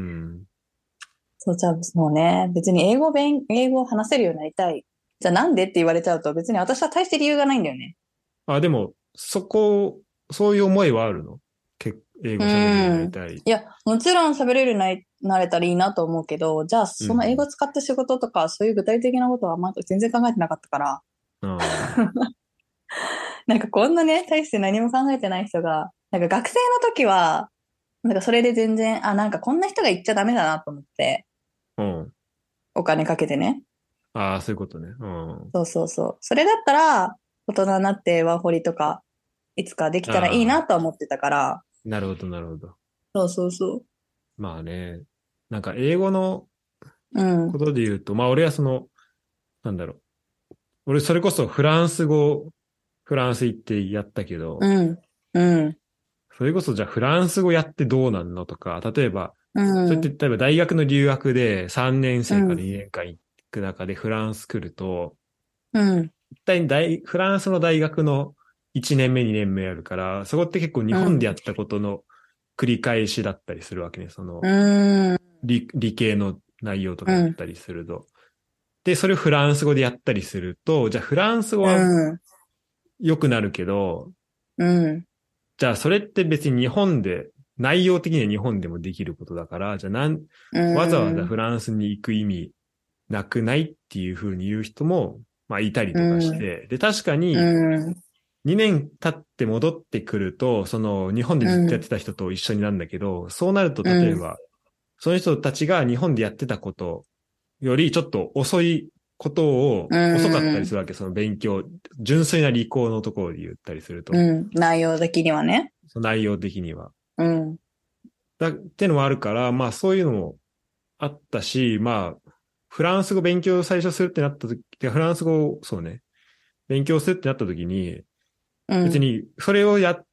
そう、じゃあもうね、別に英語勉、英語を話せるようになりたい。じゃあなんでって言われちゃうと別に私は大して理由がないんだよね。 あ、でも、そこ、そういう思いはあるの？け英う語喋れるようになりん。 たい。 いや、もちろん喋れるようになりなれたらいいなと思うけど、じゃあその英うん。 語使った仕事とか、そういう具体的なことはまだ全然考えてなかったから、 ああ。 なんかこんなね、大して何も考えてない人が、なんか学生の時は、なんかそれで全然、あ、なんかこんな人が言っちゃダメだなと思って、 うん。 お金かけてね。 ああ、そういうことね。うん。 そうそうそう。それだったら、大人になってワーホリとか、いつかできたらいいああ、 なとは思ってたから、 なるほど、なるほど。 そうそうそまあね、なんか英語のう。うん。 ことで言うと、まあ俺はその、なんだろう。俺それこそフランス語、フランス行ってやったけど、 うん。うん。 それこそじゃあフランス語やってどうなんのとか、例えば、 うそうやってん。 例えば大学の留学でさんねん生からうん。 にねんかん行く中でフランス来ると、 うん。 一体大、フランスの大学のいちねんめ、にねんめやるから、そこって結構日うん。 本でやったことの繰り返しだったりするわけね。そのうん。 理、理系の内容とかうん。 だったりすると。で、それをフランス語でやったりすると、じゃあフランス語うはん。 良くなるけど、 うん。 じゃあそれって別に日本で、内容的には日本でもできることだから、じゃあなん、 うわざわざん。 フランスに行く意味なくないっていうふうに言う人も、まあいたりうとかしん。 て、で、確かにうん。 にねん経って戻ってくると、その日本でずっとやっうん。 てた人と一緒になるんだけど、そうなるとうん。 例えば、その人たちが日本でやってたことよりちょっと遅いことを、 う遅かったりすん。 るわけ、その勉強。純粋な理工のところで言ったりすると、 うん。内容的にはね。 その内容的には。 うん。 だってのはあるから、まあそういうのもあったし、まあ、フランス語勉強最初するってなった時、フランス語を、そうね、勉強するってなった時に、 うん。 別にそれをやって、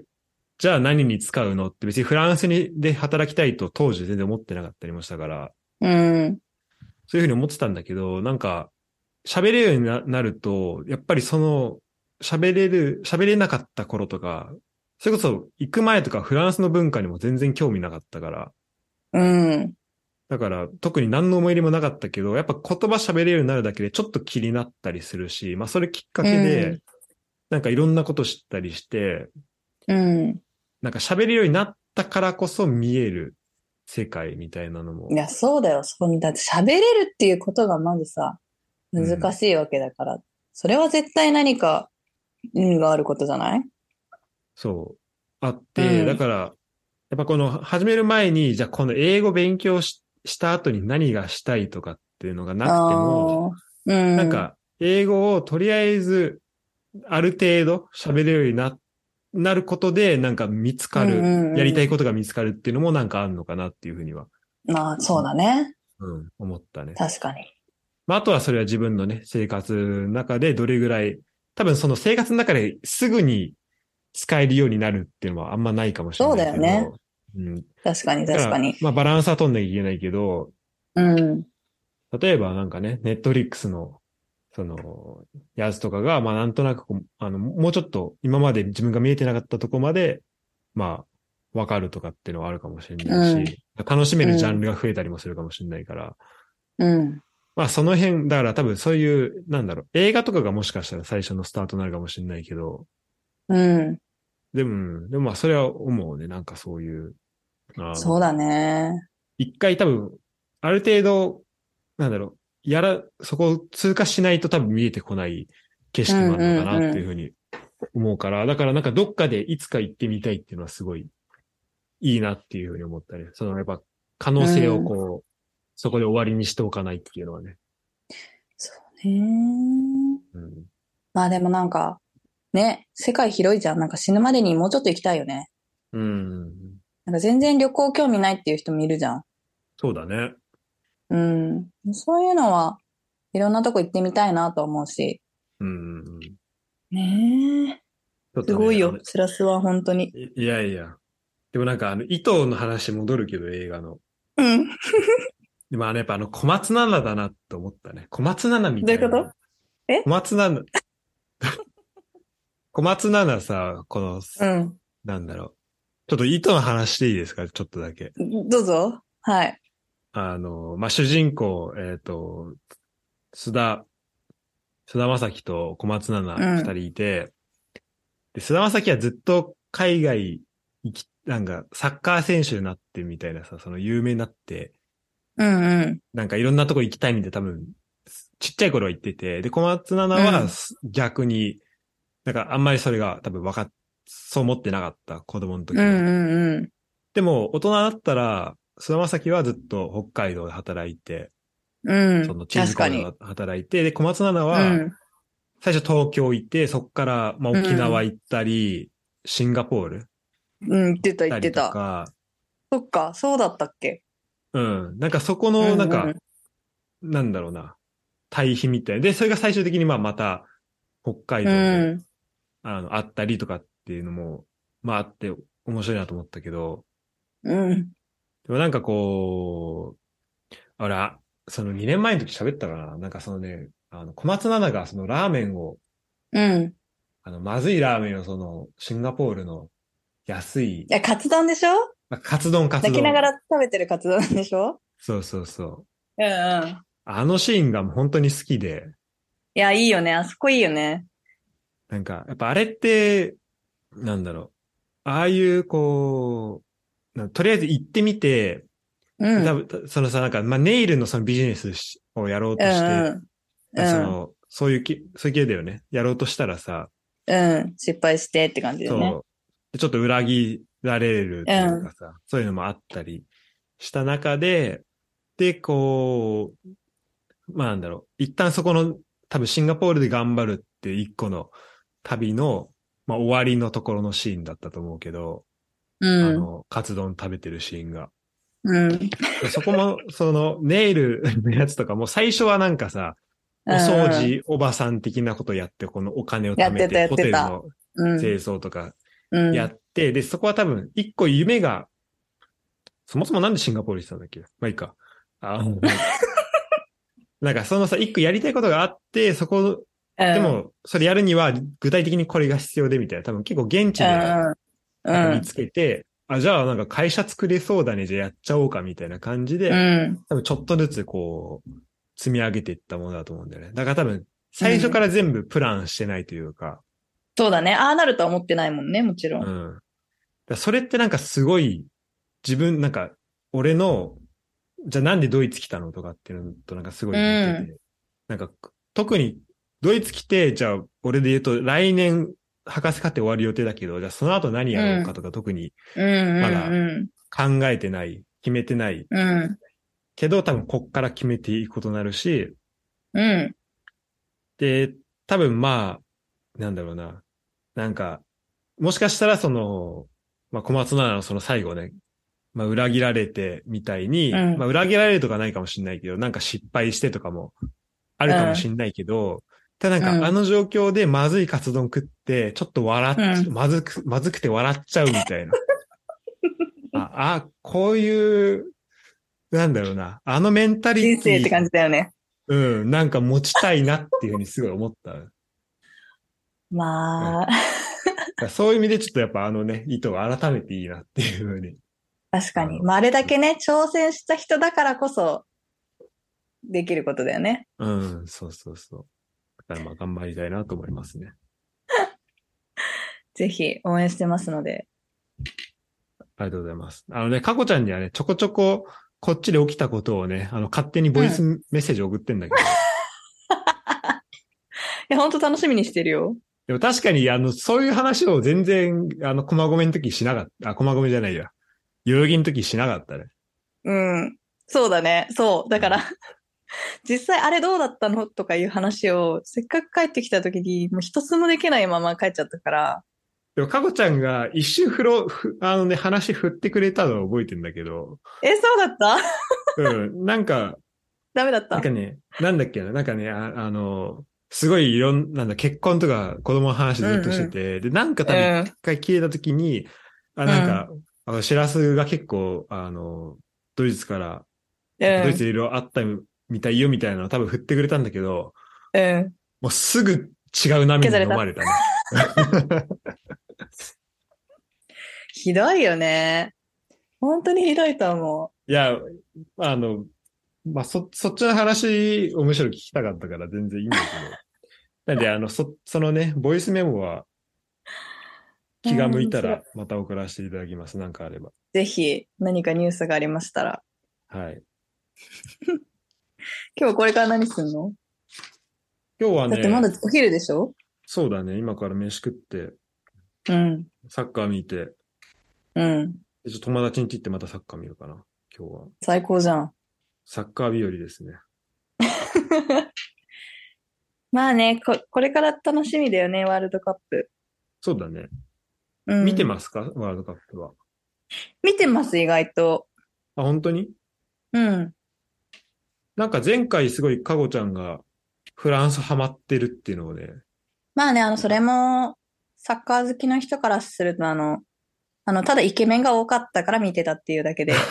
じゃあ何に使うのって別にフランスにで働きたいと当時全然思ってなかったりもしたから、 うん。 そういうふうに思ってたんだけど、なんか、喋れるようにななると、やっぱりその、喋れる、喋れなかった頃とか、それこそ行く前とかフランスの文化にも全然興味なかったから、 うん。 だから特に何の思い入れもなかったけど、やっぱ言葉喋れるようになるだけでちょっと気になったりするし、まあそれきっかうけで、 ん。 なんかいろんなこと知ったりして、 うん。 なんか喋れるようになったからこそ見える世界みたいなのも、 いや、そうだよ。そうだって喋れるっていうことがまずさ、難うん。 しいわけだから。それは絶対何か意味があることじゃない？ そう、あっうて、だん。 から、やっぱこの始める前に、じゃあこの英語勉強し、した後に何がしたいとかっていうのがなくても、 ああ、うん。 なんか、英語をとりあえず、ある程度喋れるようにな、なることで、なんか見つうんかる、やりうんうたいことが見つかるっていうのもなんかあるのかなっていうふうには、 ん。まあ、そうだね。 うん、思ったね。 確かに。 まあ、あとはそれは自分のね、生活の中でどれぐらい、多分その生活の中ですぐに使えるようになるっていうのはあんまないかもしれそうないだよね。 けど、うん。 確かに、 だから、 確かに。 まあバランスは取んなきゃいけないけど、 うん。 例えばなんかね、ネットフリックスの、その、やつとかが、まあなんとなくこう、あの、もうちょっと今まで自分が見えてなかったとこまで、まあ、わかるとかっていうのはあるかもしれないうん。 し、楽しめるジャンうん。 ルが増えたりもするかもしれないから、 うん。 まあその辺、だから多分そういう、なんだろう、映画とかがもしかしたら最初のスタートになるかもしれないけど、 うん。 でも、でもまあそれは思うね。なんかそういう、あの、 そうだね。 一回多分、ある程度、なんだろう、やら、そこを通過しないと多分見えてこない景色もあうんるのかなっうんうていうふうに思うから、だからなんかどっかでいつか行ってみたいっていうのはすごいいいなっていうふうに思ったね。そのやっぱ可能性をん。うん。 こう、そこで終わりにしておかないっていうのはね。 そうね。 うん。 まあでもなんか、ね、世界広いじゃん。なんか死ぬまでにもうちょっと行きたいよね。 うん。 なんか全然旅行興味ないっていう人もいるじゃん。 そうだね。 うん。そういうのはいろんなとこ行ってみたいなと思うし。 うん。 ねえ。 ちょっとね、 すごいよ。 あの、いしらすは本当に。 いやいや。でもなんかあの、糸の話戻るけど映画の。 うん。 でもあの、やっぱあの、小松菜奈だなって思ったね。小松菜奈みどういうことたいな。 え小松菜奈、小松菜奈さ、この、 うん。 なんだろう。ちょっと糸の話していいですかちょっとだけ。 どうぞ。はい。 あの、まあ、主人公、えっと、須田、須田将暉と小松菜奈二人うん。 いて、で、須田将暉はずっと海外行き、なんか、サッカー選手になってみたいなさ、その有名になって、 うんうん。 なんかいろんなとこ行きたいんで多分、ちっちゃい頃は行ってて、で、小松菜奈はうん。 逆に、なんかあんまりそれが多分わかっ、そう思ってなかった子供のうん時は。 うんうん。 でも、大人だったら、菅田将暉はずっと北海道で働いて、 うん。 そのチーズ確かに。 工場で働いて、で、小松菜奈うは、 ん。 最初東京行って、そこから、まあ、 う沖縄ん。 行ったり、シンガポール行っうん。言ってた言ったりとてた。 か、 そっか、そうだったっけ。 うん。なんかそこうの、なんか、 んうん。 なんだろうな、対比みたいな。で、それが最終的に、まあ、また、北海う道で、 ん。 あの、あったりとかっていうのも、まあ、あって面白いなと思ったけど、 うん。 でもなんかこう、あら、そのにねんまえの時喋ったかななんかそのね、あの、小松菜奈がそのラーメンを、 うん。 あの、まずいラーメンをその、シンガポールの安い、 いや、カツ丼でしょ？ あカツ丼カツ丼。 泣きながら食べてるカツ丼でしょ？ そうそうそう。 うんうん。 あのシーンがもう本当に好きで、 いや、いいよね。あそこいいよね。 なんか、やっぱあれって、なんだろう。ああいう、こう、なとりあえず行ってみて、で多うん。 分、そのさ、なんか、まあ、ネイルのそのビジネスしをやろううとして、 んうん。うん。 その、そういうき、そういう系だよね。やろうとしたらさ、 うん。失敗してって感じだよね。 そう、ちょっと裏切られるうというかん。 さ、そういうのもあったりした中で、で、こう、まあなんだろう、一旦そこの、多分シンガポールで頑張るって一個の旅の、まあ終わりのところのシーンだったと思うけど、 うん。 あの、カツ丼食べてるシーンが。 うん。 そこも、その、ネイルのやつとかも最初はなんかさ、 うお掃んうん。 除おばさん的なことやって、このお金を貯めて、 やってたやっホてた。 テルの清うん。 掃とかうん。 やって、で、そこは多分、一個夢が、そもそもなんでシンガポール行ってたんだっけまあいいか。あの、なんかそのさ、一個やりたいことがあって、そこ、 うん。 でも、それやるには具体的にこれが必要でみたいな。多分結構現地でうん。うん。 なんか見つけて、あ、じゃあなんか会社作れそうだね、じゃあやっちゃおうかみたいな感じうで、 ん。 多分ちょっとずつこう、積み上げていったものだと思うんだよね。だから多分、 うん。 最初から全部プランしてないというか、 そうだね。ああなるとは思ってないもんね、もちろん。 うん。だからそれってなんかすごい、自分、なんか、俺の、じゃあなんでドイツ来たのとかっていうのとなんかすごうい似てん。 て、なんか、特にドイツ来て、じゃあ俺で言うと来年博士課程終わる予定だけど、じゃあその後何やろうかとか特にうんうんまだうん。 考えてない、決めてないうん。 けど、多分こっから決めていくことになるし、 うん。 で、多分まあ、なんだろうな。なんか、もしかしたらその、まあ小松菜奈のその最後ね、まあ裏切られてみたいに、まうん。 あ裏切られるとかないかもしれないけど、なんか失敗してとかもあるかもしれないけど、ただなんかあうん。 の状況でまずいカツ丼食って、ちょっと笑っち、 うん。 まずく、まずくて笑っちゃうみたいな。あ、あ、こういう、なんだろうな。あのメンタリ人生って感ティ、 じだよね。 うん、なんか持ちたいなっていうふうにすごい思った。うん、だかまあ、 らそういう意味でちょっとやっぱあのね、意図を改めていいなっていうふうに、 確かに。 あの、 まあ、あれだけね、挑戦した人だからこそできることだよね。 うん、そうそうそう。だからまあ頑張りたいなと思いますね。 ぜひ応援してますので。 ありがとうございます。あのね、かこちゃんにはね、ちょこちょこ、こっちで起きたことをね、あの、勝手にボイスうん。 メッセージ送ってんだけど、 いや、ほんと楽しみにしてるよ。 でも確かに、あの、そういう話を全然、あの、駒込の時しなかった。あ、駒込じゃないや。代々木の時しなかったね。 うん。そうだね。そう。だうん、 から実際あれどうだったのとかいう話を、せっかく帰ってきた時に、もう一つもできないまま帰っちゃったから。 でも、かこちゃんが一瞬ふろ、ふあのね、話振ってくれたのを覚えてんだけど、 え、そうだった？ うん、なんか、 ダメだった？ なんかね、なんだっけな、なんかね、あ、あの、すごいいろん、なんだ、結婚とか子供の話ずっとしてうんて、で、なんかうん。 多分一うん。 回消えた時に、あ、 うん。 なんか、あの、シラスが結構、あの、ドイツから、 うなんかドイツん。 でいろいろあったみたいよみたいなのを多分振ってくれたんだけど、 うん。 もうすぐ違う波に消された。 飲まれたね。 ひどいよね。本当にひどいと思いや、あの、まあ、そ、そっちの話をむしろ聞きたかったから全然いいんだけど。なんで、あの、そ、そのね、ボイスメモはう。 気がうん、面白い。 向いたらまた送らせていただきます。なんかあれば。 ぜひ何かニュースがありましたら。 はい。 今日これから何すんの？ 今日はだってまだね、 お昼でしょ？ そうだね、今から飯食って、 うん。 サッカー見て、 うん。 でちょっと友達に行ってまたサッカー見るかな。今日は。 最高じゃん。 サッカー日和ですね。 まあね、こ、これから楽しみだよね、ワールドカップ。 そうだね。見てうん。 ますかワールドカップは。 見てます、意外と。 あ、本当に？ うん。 なんか前回すごいカゴちゃんがフランスハマってるっていうのをね、 まあね、あの、それなんか、 も、サッカー好きの人からすると、あの、あの、ただイケメンが多かったから見てたっていうだけで。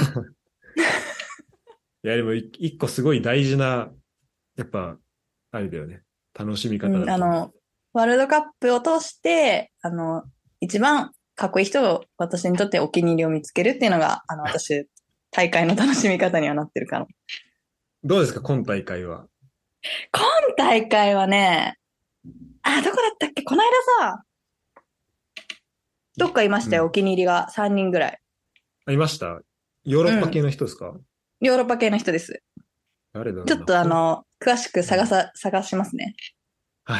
いやでもい一個すごい大事な、やっぱ、あれだよね。楽しみ方うん、 だと思う。 あの、ワールドカップを通して、あの、一番かっこいい人を私にとってお気に入りを見つけるっていうのが、あの、私、大会の楽しみ方にはなってるから。 どうですか今大会は。 今大会はね、あ、どこだったっけこの間さ、どっかいましたよ、おうん。 気に入りがさんにんぐらい。 あいましたヨーロッパ系うん。 の人ですか？ ヨーロッパ系の人です。 誰だろうな。 ちょっとあほん、 の、詳しくうん。 探さ、探しますね。 はい。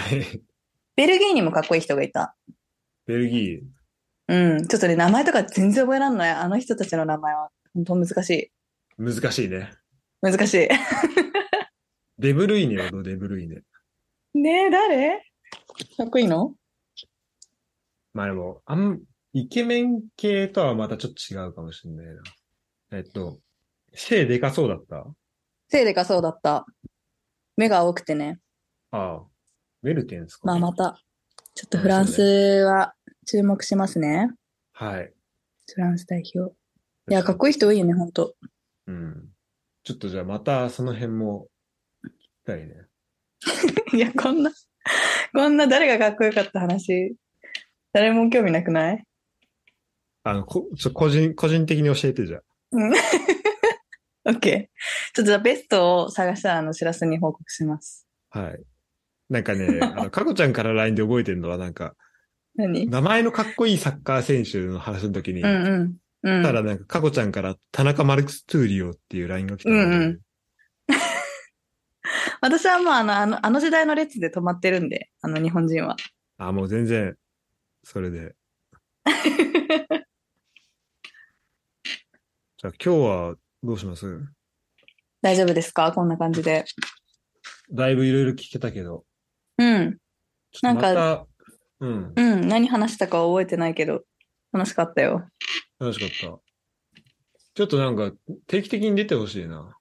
ベルギーにもかっこいい人がいた。 ベルギうん。ちょっとね、名前とか全然覚えらんない。あの人たちの名前は。本当難しい。 ー、難しいね。 難しい。 デブルイネはどうデブルイネ。 ねえ、誰？かっこいいの？ まあでも、あん、イケメン系とはまたちょっと違うかもしれないな。えっと、背でかそうだった？ 背でかそうだった。目が多くてね。 ああ、メルテンですか？ まあまた、ちょっとフランス楽しそうね。 は注目しますね。 はい。 フランス代表。いや、かっ確かに。 こいい人多いよね、ほんと。 うん。ちょっとじゃあまたその辺も聞きたいね。 いや、こんな、こんな誰がかっこよかった話、誰も興味なくない？ あの、こ、ちょ、個人、個人的に教えてじゃうん。オッケー。ちょっとじゃあベストを探したら、あの、しらすに報告します。 あ。はい。なんかね、あの、かこちゃんから ライン で覚えてるのはなんか、 何？ 名前のかっこいいサッカー選手の話の時に、 うんうん。うん。 ただなんか、かこちゃんから田中マルクス・トゥーリオっていう ライン が来うたのを覚えてる。 んうん。私はもうあの、あの、あの時代の列で止まってるんで、あの日本人は。 あ、もう全然、 それで。じゃあ今日はどうします？ 大丈夫ですか？こんな感じで。 だいぶいろいろ聞けたけど。 うん。 ちょっとなんか、 また、うん。 うん、何話したか覚えてないけど、楽しかったよ。 楽しかった。ちょっとなんか定期的に出てほしいな。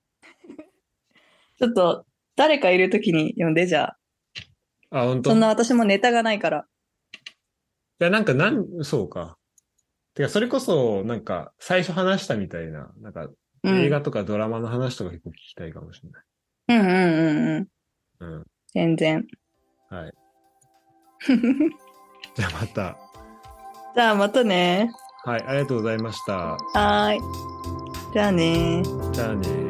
ちょっと、誰かいるときに呼んで、じゃあ。 あ、本当？ そんない私もネタがないから。 や、なんかなん、そうか。てか、それこそ、なんか、最初話したみたいな、なんか、 うん。 映画とかドラマの話とか結構聞きたいかもしれない。 うんうんうんうん。 うん。 全然。 はい。じゃあまた。 じゃあまたね。 はい、ありがとうございました。 はーい。じゃあねー。 じゃあね